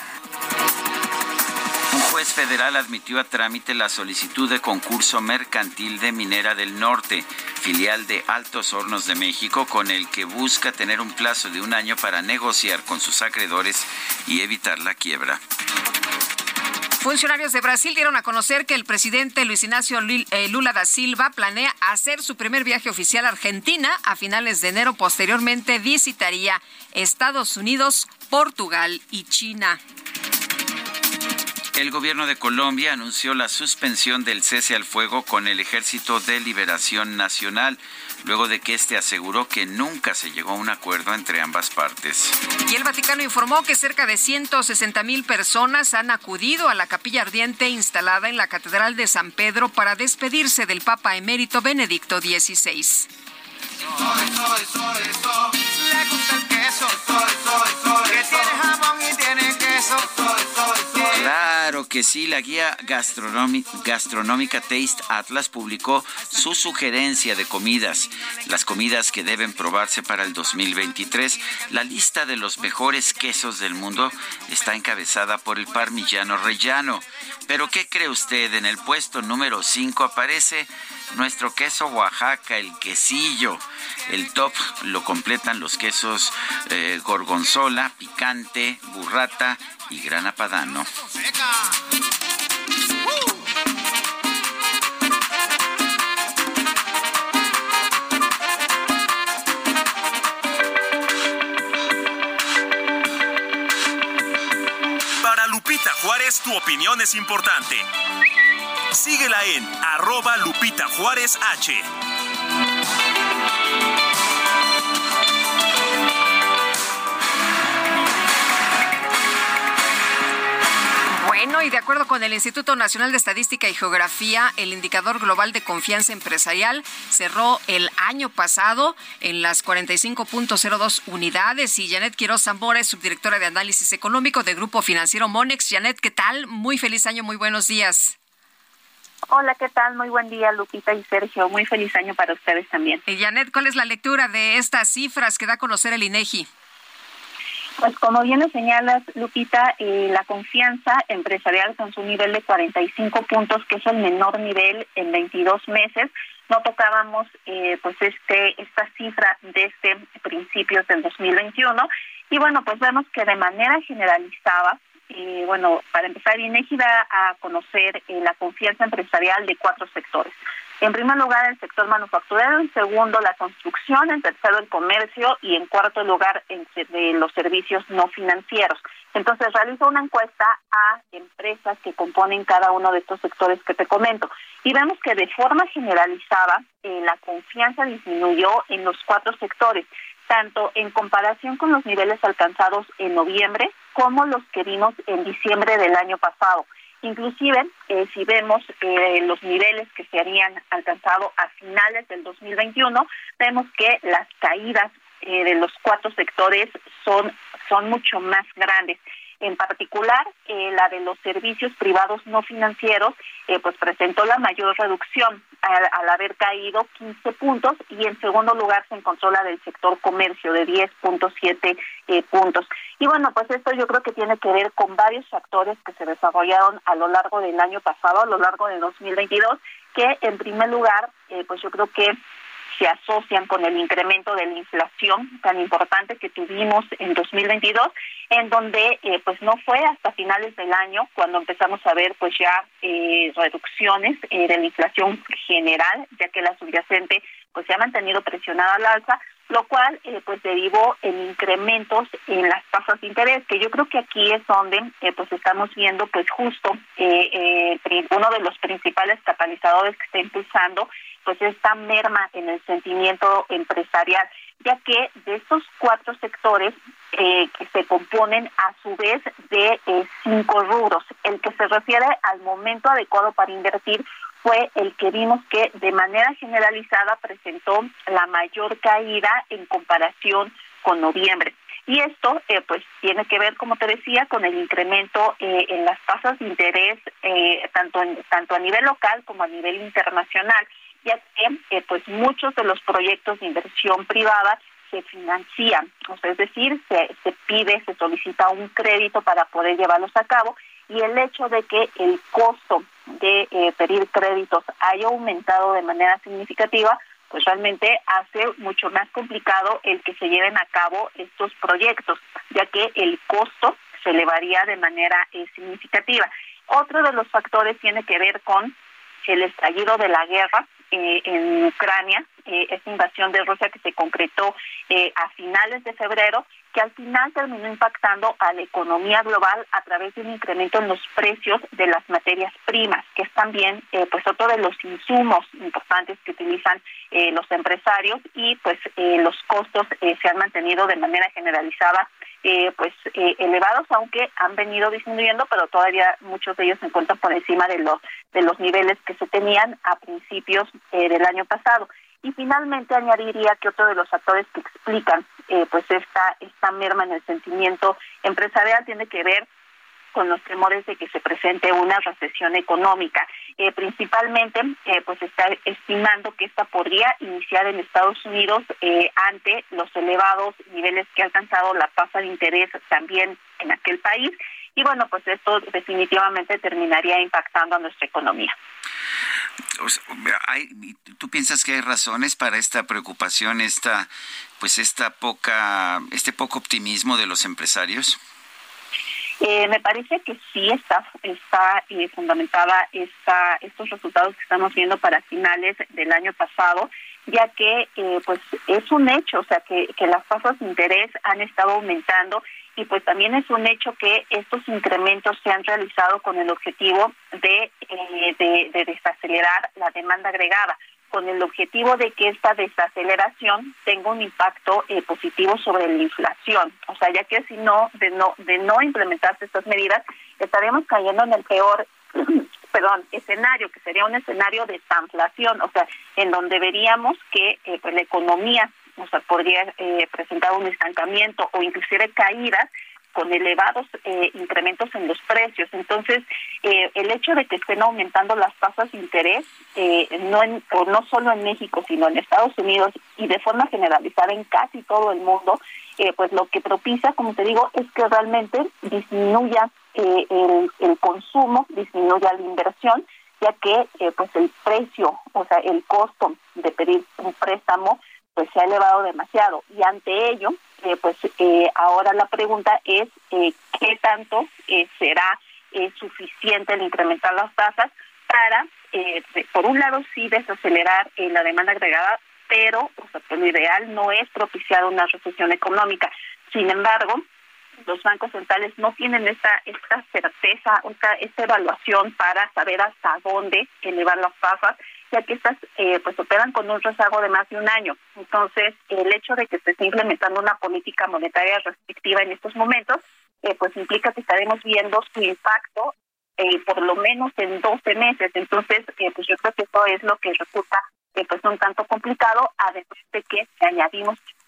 Un juez federal admitió a trámite la solicitud de concurso mercantil de Minera del Norte, filial de Altos Hornos de México, con el que busca tener un plazo de 1 año para negociar con sus acreedores y evitar la quiebra. Funcionarios de Brasil dieron a conocer que el presidente Luis Ignacio Lula da Silva planea hacer su primer viaje oficial a Argentina a finales de enero. Posteriormente visitaría Estados Unidos, Portugal y China. El gobierno de Colombia anunció la suspensión del cese al fuego con el Ejército de Liberación Nacional, luego de que aseguró que nunca se llegó a un acuerdo entre ambas partes. Y el Vaticano informó que cerca de 160,000 personas han acudido a la capilla ardiente instalada en la Catedral de San Pedro para despedirse del Papa emérito Benedicto XVI. Le gusta el queso, que tiene jamón y tiene queso. Claro que sí, la guía gastronómica Taste Atlas publicó su sugerencia de comidas, las comidas que deben probarse para el 2023. La lista de los mejores quesos del mundo está encabezada por el Parmigiano Reggiano. Pero ¿qué cree usted? En el puesto número 5 aparece nuestro queso Oaxaca, el quesillo. El top lo completan los quesos gorgonzola, picante, burrata y grana padano. Para Lupita Juárez, tu opinión es importante. Síguela en @LupitaJuárezH. Bueno, y de acuerdo con el Instituto Nacional de Estadística y Geografía, el indicador global de confianza empresarial cerró el año pasado en las 45.02 unidades. Y Janet Quiroz Zamora es subdirectora de Análisis Económico de Grupo Financiero Monex. Janet, ¿qué tal? Muy feliz año, muy buenos días. Hola, ¿qué tal? Muy buen día, Lupita y Sergio. Muy feliz año para ustedes también. Y Janet, ¿cuál es la lectura de estas cifras que da a conocer el INEGI? Pues como bien lo señalas, Lupita, la confianza empresarial con su nivel de 45 puntos, que es el menor nivel en 22 meses. No tocábamos esta cifra desde principios del 2021. Y bueno, pues vemos que de manera generalizada, para empezar, INEGI da a conocer la confianza empresarial de 4 sectores. En primer lugar, el sector manufacturero, en segundo, la construcción, en tercero, el comercio y en cuarto lugar, de los servicios no financieros. Entonces, realiza una encuesta a empresas que componen cada uno de estos sectores que te comento. Y vemos que de forma generalizada, la confianza disminuyó en los 4 sectores, tanto en comparación con los niveles alcanzados en noviembre como los que vimos en diciembre del año pasado. Inclusive, si vemos los niveles que se habían alcanzado a finales del 2021, vemos que las caídas de los 4 sectores son mucho más grandes. En particular, la de los servicios privados no financieros, pues presentó la mayor reducción al haber caído 15 puntos, y en segundo lugar se encontró la del sector comercio de 10.7 puntos. Y bueno, pues esto yo creo que tiene que ver con varios factores que se desarrollaron a lo largo del año pasado, a lo largo de 2022, que en primer lugar, pues yo creo que se asocian con el incremento de la inflación tan importante que tuvimos en 2022, en donde pues no fue hasta finales del año cuando empezamos a ver pues ya reducciones de la inflación general, ya que la subyacente pues se ha mantenido presionada al alza, lo cual pues derivó en incrementos en las tasas de interés, que yo creo que aquí es donde pues estamos viendo pues justo uno de los principales catalizadores que está impulsando pues esta merma en el sentimiento empresarial, ya que de estos 4 sectores que se componen a su vez de 5 rubros, el que se refiere al momento adecuado para invertir fue el que vimos que de manera generalizada presentó la mayor caída en comparación con noviembre. Y esto pues tiene que ver, como te decía, con el incremento en las tasas de interés tanto a nivel local como a nivel internacional, ya que pues muchos de los proyectos de inversión privada se financian, o sea, es decir, se solicita un crédito para poder llevarlos a cabo, y el hecho de que el costo de pedir créditos haya aumentado de manera significativa, pues realmente hace mucho más complicado el que se lleven a cabo estos proyectos, ya que el costo se elevaría de manera significativa. Otro de los factores tiene que ver con el estallido de la guerra en Ucrania, esta invasión de Rusia que se concretó a finales de febrero, que al final terminó impactando a la economía global a través de un incremento en los precios de las materias primas, que es también pues otro de los insumos importantes que utilizan los empresarios, y pues los costos se han mantenido de manera generalizada elevados, aunque han venido disminuyendo, pero todavía muchos de ellos se encuentran por encima de los niveles que se tenían a principios del año pasado. Y finalmente añadiría que otro de los factores que explican pues esta merma en el sentimiento empresarial tiene que ver con los temores de que se presente una recesión económica. Principalmente, pues está estimando que esta podría iniciar en Estados Unidos ante los elevados niveles que ha alcanzado la tasa de interés también en aquel país. Y bueno, pues esto definitivamente terminaría impactando a nuestra economía. ¿Tú piensas que hay razones para esta preocupación, este poco optimismo de los empresarios? Me parece que sí está fundamentada estos resultados que estamos viendo para finales del año pasado, ya que pues es un hecho, o sea, que las tasas de interés han estado aumentando, y pues también es un hecho que estos incrementos se han realizado con el objetivo de desacelerar la demanda agregada, con el objetivo de que esta desaceleración tenga un impacto positivo sobre la inflación. O sea, ya que si no, de no implementarse estas medidas, estaríamos cayendo en el peor escenario, que sería un escenario de estanflación, o sea, en donde veríamos que pues la economía, o sea, podría presentar un estancamiento o inclusive caídas con elevados incrementos en los precios. Entonces, el hecho de que estén aumentando las tasas de interés, no solo en México, sino en Estados Unidos y de forma generalizada en casi todo el mundo, pues lo que propicia, como te digo, es que realmente disminuya el consumo, disminuya la inversión, ya que pues el precio, o sea, el costo de pedir un préstamo, pues se ha elevado demasiado, y ante ello, ahora la pregunta es qué tanto será suficiente el incrementar las tasas para, por un lado, sí desacelerar la demanda agregada, pero lo ideal no es propiciar una recesión económica. Sin embargo, los bancos centrales no tienen esta certeza, esta evaluación para saber hasta dónde elevar las tasas, ya que estas operan con un rezago de más de un año. Entonces, el hecho de que se esté implementando una política monetaria restrictiva en estos momentos, pues implica que estaremos viendo su impacto por lo menos en 12 meses. Entonces, pues yo creo que eso es lo que resulta pues un tanto complicado, además de que añadimos que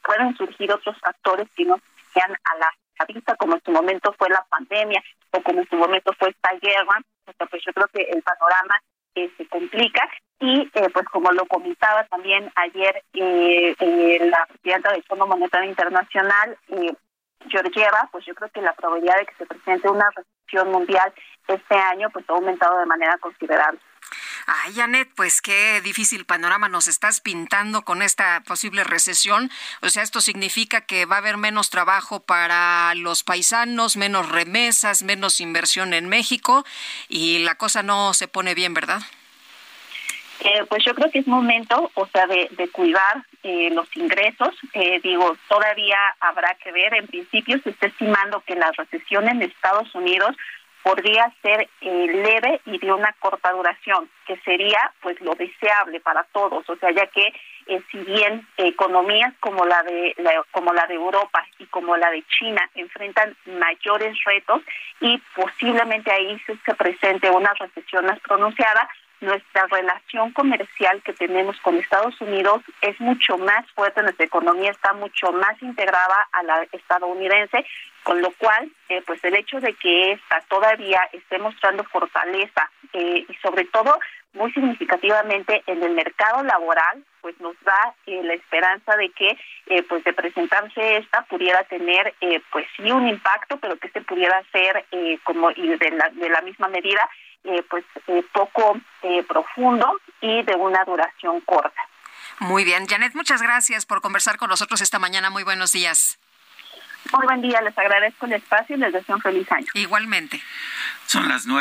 pueden surgir otros factores que no sean a la vista, como en su momento fue la pandemia o como en su momento fue esta guerra. Pues yo creo que el panorama se complica y pues como lo comentaba también ayer la presidenta del Fondo Monetario Internacional, Georgieva, pues yo creo que la probabilidad de que se presente una recesión mundial este año pues ha aumentado de manera considerable. Ay, Janet, pues qué difícil panorama nos estás pintando con esta posible recesión. O sea, esto significa que va a haber menos trabajo para los paisanos, menos remesas, menos inversión en México y la cosa no se pone bien, ¿verdad? Pues yo creo que es momento, o sea, de cuidar los ingresos. Todavía habrá que ver. En principio se está estimando que la recesión en Estados Unidos podría ser leve y de una corta duración, que sería pues lo deseable para todos. O sea, ya que si bien economías como la de Europa y como la de China enfrentan mayores retos y posiblemente ahí se presente una recesión más pronunciada, nuestra relación comercial que tenemos con Estados Unidos es mucho más fuerte, nuestra economía está mucho más integrada a la estadounidense, con lo cual, pues el hecho de que esta todavía esté mostrando fortaleza y sobre todo muy significativamente en el mercado laboral, pues nos da la esperanza de que, pues de presentarse esta pudiera tener, pues sí un impacto, pero que se pudiera hacer como y de la misma medida, poco profundo y de una duración corta. Muy bien, Janet, muchas gracias por conversar con nosotros esta mañana. Muy buenos días. Muy buen día, les agradezco el espacio y les deseo un feliz año. Igualmente. Son las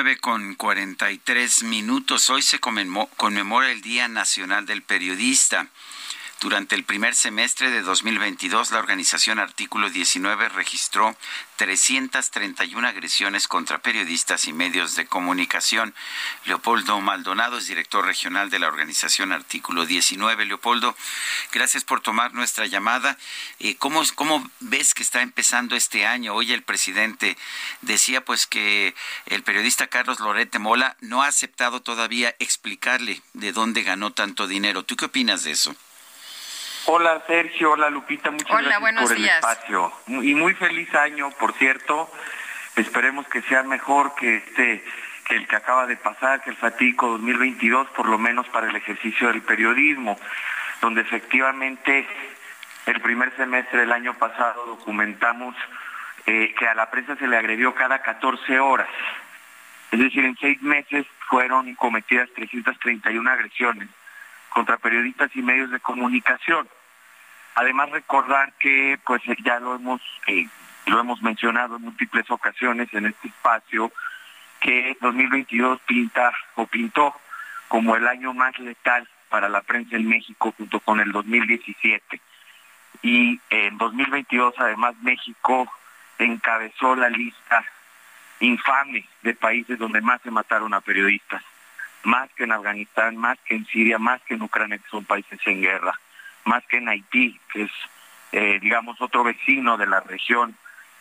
9:43. Hoy se conmemora el Día Nacional del Periodista. Durante el primer semestre de 2022, la organización Artículo 19 registró 331 agresiones contra periodistas y medios de comunicación. Leopoldo Maldonado es director regional de la organización Artículo 19. Leopoldo, gracias por tomar nuestra llamada. ¿Cómo ves que está empezando este año? Hoy el presidente decía pues que el periodista Carlos Loret de Mola no ha aceptado todavía explicarle de dónde ganó tanto dinero. ¿Tú qué opinas de eso? Hola Sergio, hola Lupita, muchas gracias por el espacio. Y muy feliz año, por cierto. Esperemos que sea mejor que el que acaba de pasar, que el fatídico 2022, por lo menos para el ejercicio del periodismo, donde efectivamente el primer semestre del año pasado documentamos que a la prensa se le agredió cada 14 horas. Es decir, en 6 meses fueron cometidas 331 agresiones contra periodistas y medios de comunicación. Además, recordar que pues ya lo hemos mencionado en múltiples ocasiones en este espacio, que 2022 pintó como el año más letal para la prensa en México junto con el 2017. Y en 2022 además México encabezó la lista infame de países donde más se mataron a periodistas, más que en Afganistán, más que en Siria, más que en Ucrania, que son países en guerra, más que en Haití, que es, otro vecino de la región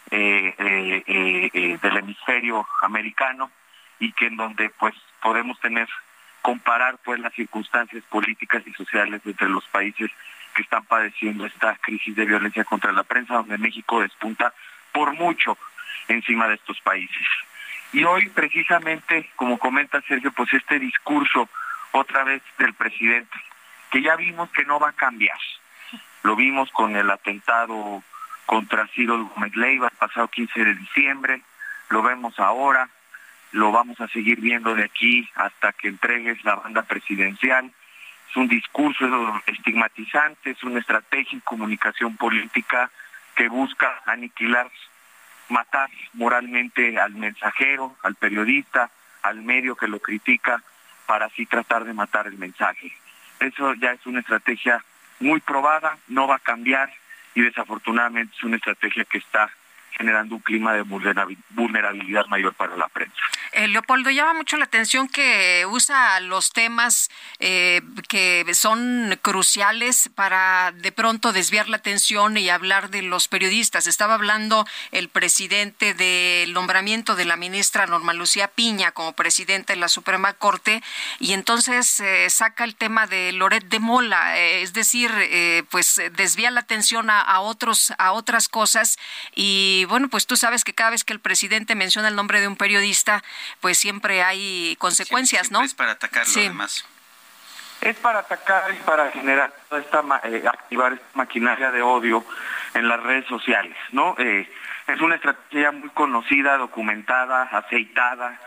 del hemisferio americano, y que en donde pues podemos comparar pues las circunstancias políticas y sociales entre los países que están padeciendo esta crisis de violencia contra la prensa, donde México despunta por mucho encima de estos países. Y hoy precisamente, como comenta Sergio, pues este discurso otra vez del presidente, que ya vimos que no va a cambiar. Lo vimos con el atentado contra Ciro Gómez Leiva el pasado 15 de diciembre, lo vemos ahora, lo vamos a seguir viendo de aquí hasta que entregues la banda presidencial. Es un discurso estigmatizante, es una estrategia en comunicación política que busca aniquilar, matar moralmente al mensajero, al periodista, al medio que lo critica, para así tratar de matar el mensaje. Eso ya es una estrategia muy probada, no va a cambiar, y desafortunadamente es una estrategia que está generando un clima de vulnerabilidad mayor para la prensa. Leopoldo, llama mucho la atención que usa los temas que son cruciales para de pronto desviar la atención y hablar de los periodistas. Estaba hablando el presidente del nombramiento de la ministra Norma Lucía Piña como presidenta de la Suprema Corte, y entonces saca el tema de Loret de Mola, es decir, pues desvía la atención a otras cosas. Y bueno, pues tú sabes que cada vez que el presidente menciona el nombre de un periodista, pues siempre hay consecuencias, siempre ¿no? Es para atacarlo, sí. Además. Es para atacar y para generar toda activar esta maquinaria de odio en las redes sociales, ¿no? Es una estrategia muy conocida, documentada, aceitada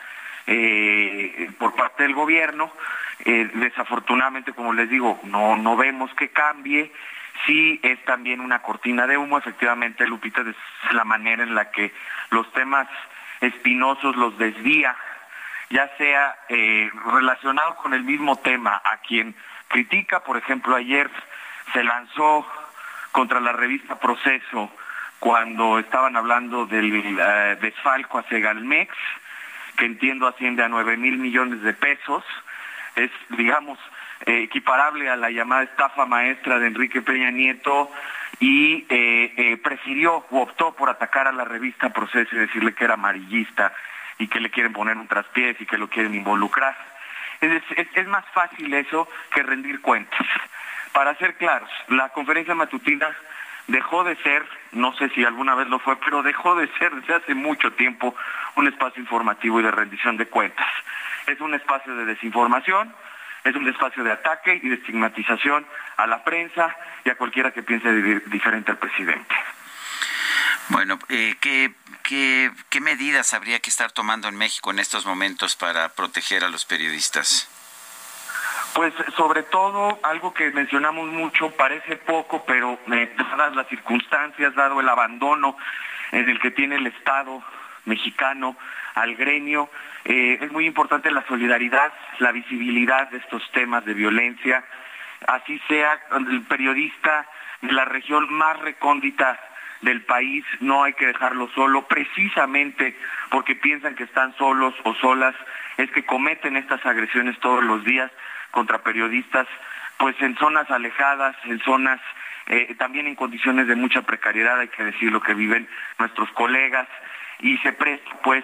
por parte del gobierno. Desafortunadamente, como les digo, no vemos que cambie. Sí es también una cortina de humo, efectivamente, Lupita, es la manera en la que los temas espinosos los desvía, ya sea relacionado con el mismo tema a quien critica. Por ejemplo, ayer se lanzó contra la revista Proceso cuando estaban hablando del desfalco a Segalmex, que entiendo asciende a 9,000 millones de pesos. Es, digamos, equiparable a la llamada estafa maestra de Enrique Peña Nieto, y prefirió o optó por atacar a la revista Proceso y decirle que era amarillista y que le quieren poner un traspiés y que lo quieren involucrar. Es más fácil eso que rendir cuentas. Para ser claros, la conferencia matutina dejó de ser, no sé si alguna vez lo fue, pero dejó de ser desde hace mucho tiempo un espacio informativo y de rendición de cuentas. Es un espacio de desinformación, es un espacio de ataque y de estigmatización a la prensa y a cualquiera que piense diferente al presidente. Bueno, ¿qué medidas habría que estar tomando en México en estos momentos para proteger a los periodistas? Pues sobre todo, algo que mencionamos mucho, parece poco, pero dadas las circunstancias, dado el abandono en el que tiene el Estado mexicano al gremio, es muy importante la solidaridad, la visibilidad de estos temas de violencia, así sea el periodista de la región más recóndita del país, no hay que dejarlo solo, precisamente porque piensan que están solos o solas, es que cometen estas agresiones todos los días contra periodistas, pues en zonas alejadas, en zonas también en condiciones de mucha precariedad, hay que decir lo que viven nuestros colegas, y se presta pues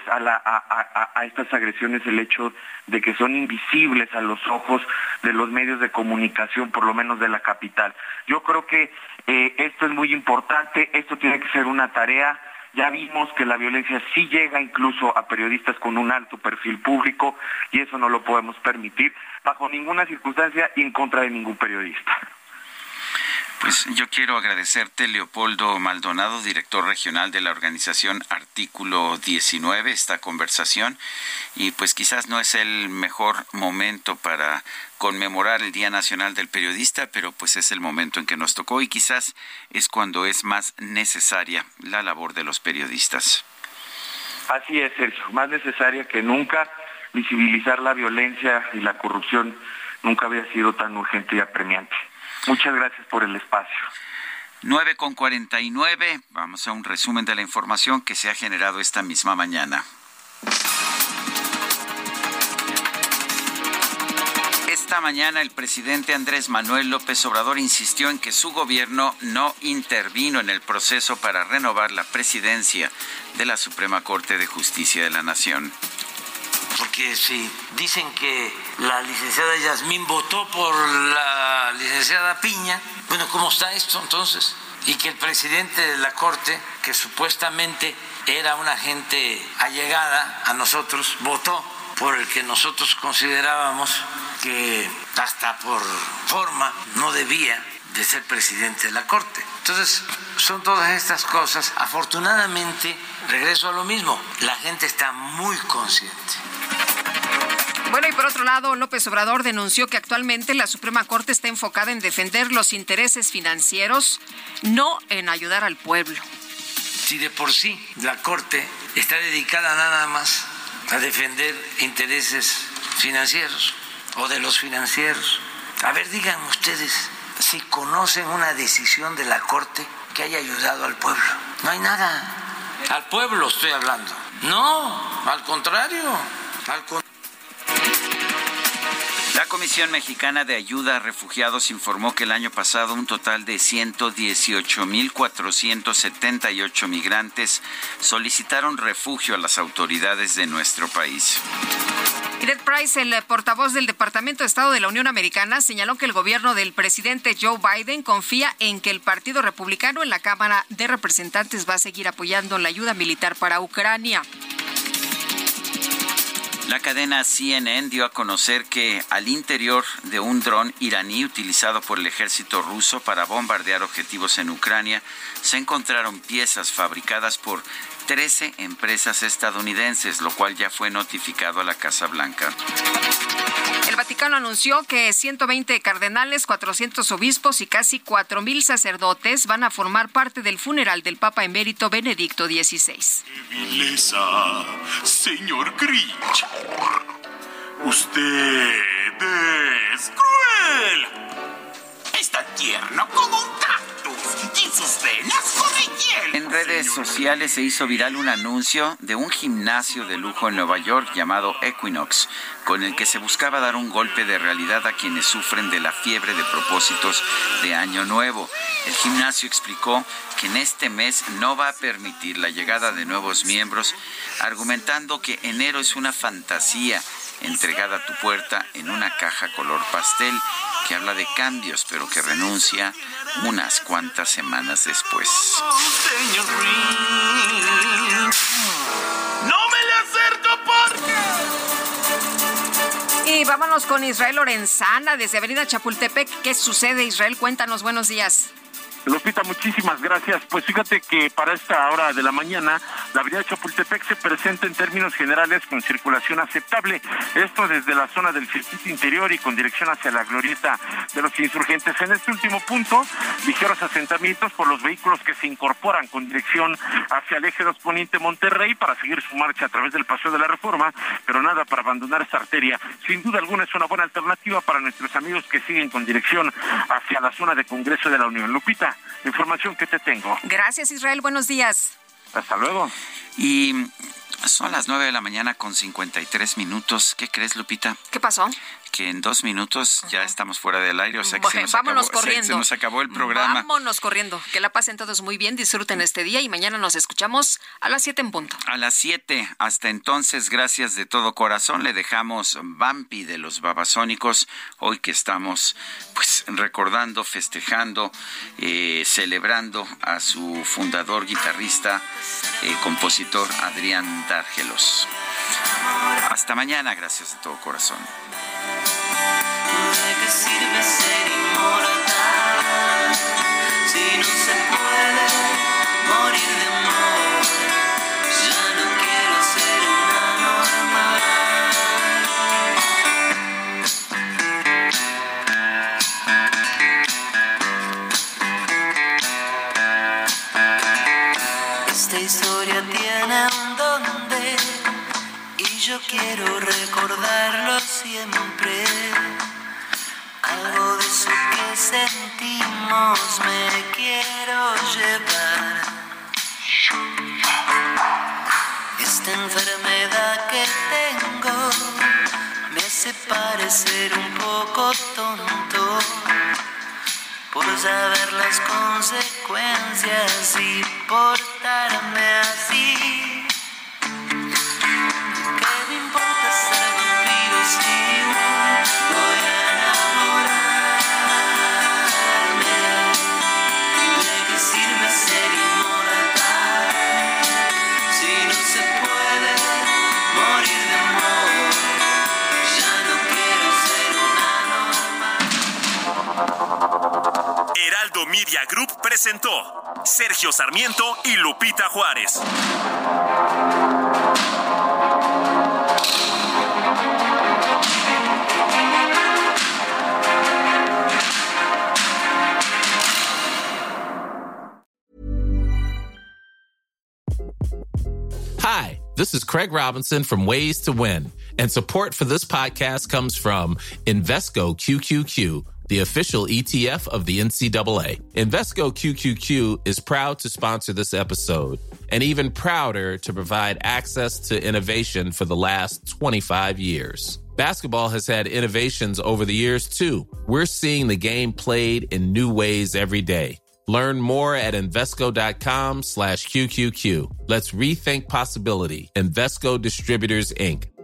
a estas agresiones el hecho de que son invisibles a los ojos de los medios de comunicación, por lo menos de la capital. Yo creo que esto es muy importante, esto tiene que ser una tarea. Ya vimos que la violencia sí llega incluso a periodistas con un alto perfil público, y eso no lo podemos permitir bajo ninguna circunstancia y en contra de ningún periodista. Pues yo quiero agradecerte, Leopoldo Maldonado, director regional de la organización Artículo 19, esta conversación, y pues quizás no es el mejor momento para conmemorar el Día Nacional del Periodista, pero pues es el momento en que nos tocó y quizás es cuando es más necesaria la labor de los periodistas. Así es, Sergio, más necesaria que nunca. Visibilizar la violencia y la corrupción nunca había sido tan urgente y apremiante. Muchas gracias por el espacio. 9:49, vamos a un resumen de la información que se ha generado esta misma mañana. Esta mañana el presidente Andrés Manuel López Obrador insistió en que su gobierno no intervino en el proceso para renovar la presidencia de la Suprema Corte de Justicia de la Nación. Porque si dicen que la licenciada Yasmín votó por la licenciada Piña, bueno, ¿cómo está esto entonces? Y que el presidente de la Corte, que supuestamente era una gente allegada a nosotros, votó por el que nosotros considerábamos que hasta por forma no debía de ser presidente de la Corte. Entonces, son todas estas cosas. Afortunadamente, regreso a lo mismo, la gente está muy consciente. Bueno, y por otro lado, López Obrador denunció que actualmente la Suprema Corte está enfocada en defender los intereses financieros, no en ayudar al pueblo. Si de por sí la Corte está dedicada nada más a defender intereses financieros o de los financieros, a ver, digan ustedes si conocen una decisión de la Corte que haya ayudado al pueblo. No hay nada. Al pueblo estoy hablando. No, al contrario. La Comisión Mexicana de Ayuda a Refugiados informó que el año pasado un total de 118,478 migrantes solicitaron refugio a las autoridades de nuestro país. Ted Price, el portavoz del Departamento de Estado de la Unión Americana, señaló que el gobierno del presidente Joe Biden confía en que el Partido Republicano en la Cámara de Representantes va a seguir apoyando la ayuda militar para Ucrania. La cadena CNN dio a conocer que al interior de un dron iraní utilizado por el ejército ruso para bombardear objetivos en Ucrania se encontraron piezas fabricadas por 13 empresas estadounidenses, lo cual ya fue notificado a la Casa Blanca. El Vaticano anunció que 120 cardenales, 400 obispos y casi 4,000 sacerdotes van a formar parte del funeral del Papa emérito Benedicto XVI. ¡Qué vileza, señor Grinch! ¡Usted es cruel! Es tan tierno como un cactus y sus venas corren hielo. En redes sociales se hizo viral un anuncio de un gimnasio de lujo en Nueva York llamado Equinox, con el que se buscaba dar un golpe de realidad a quienes sufren de la fiebre de propósitos de Año Nuevo. El gimnasio explicó que en este mes no va a permitir la llegada de nuevos miembros, argumentando que enero es una fantasía entregada a tu puerta en una caja color pastel que habla de cambios, pero que renuncia unas cuantas semanas después. Señor Grinch, no me le acerco porque... Y vámonos con Israel Lorenzana desde Avenida Chapultepec. ¿Qué sucede, Israel? Cuéntanos, buenos días. Lupita, muchísimas gracias. Pues fíjate que para esta hora de la mañana, la avenida Chapultepec se presenta en términos generales con circulación aceptable. Esto desde la zona del circuito interior y con dirección hacia la glorieta de los Insurgentes. En este último punto, ligeros asentamientos por los vehículos que se incorporan con dirección hacia el eje 2 Poniente Monterrey para seguir su marcha a través del Paseo de la Reforma, pero nada para abandonar esta arteria. Sin duda alguna es una buena alternativa para nuestros amigos que siguen con dirección hacia la zona de Congreso de la Unión. Lupita, la información que te tengo. Gracias, Israel. Buenos días. Hasta luego. Y son las 9 de la mañana con 53 minutos. ¿Qué crees, Lupita? ¿Qué pasó? Que en 2 minutos ya estamos fuera del aire, o sea que corriendo. Se nos acabó el programa. Vámonos corriendo. Que la pasen todos muy bien, disfruten este día y mañana nos escuchamos a las 7 en punto. A las 7. Hasta entonces, gracias de todo corazón. Le dejamos Vampi de los Babasónicos, hoy que estamos pues recordando, festejando, celebrando a su fundador, guitarrista, compositor Adrián Dárgelos. Hasta mañana, gracias de todo corazón. ¿De qué sirve ser inmortal si no se puede morir de amor? Ya no quiero ser una normal. Esta historia tiene un donde y yo quiero recordarlo siempre. Algo de eso que sentimos me quiero llevar. Esta enfermedad que tengo me hace parecer un poco tonto por saber las consecuencias y portarme así. ¿Qué me importa ser vampiro si voy a enamorarme? ¿De qué sirve ser inmortal si no se puede morir de amor? Ya no quiero ser una normal. Heraldo Media Group presentó Sergio Sarmiento y Lupita Juárez. Hi, this is Craig Robinson from Ways to Win, and support for this podcast comes from Invesco QQQ, the official ETF of the NCAA. Invesco QQQ is proud to sponsor this episode, and even prouder to provide access to innovation for the last 25 years. Basketball has had innovations over the years, too. We're seeing the game played in new ways every day. Learn more at Invesco.com/QQQ. Let's rethink possibility. Invesco Distributors, Inc.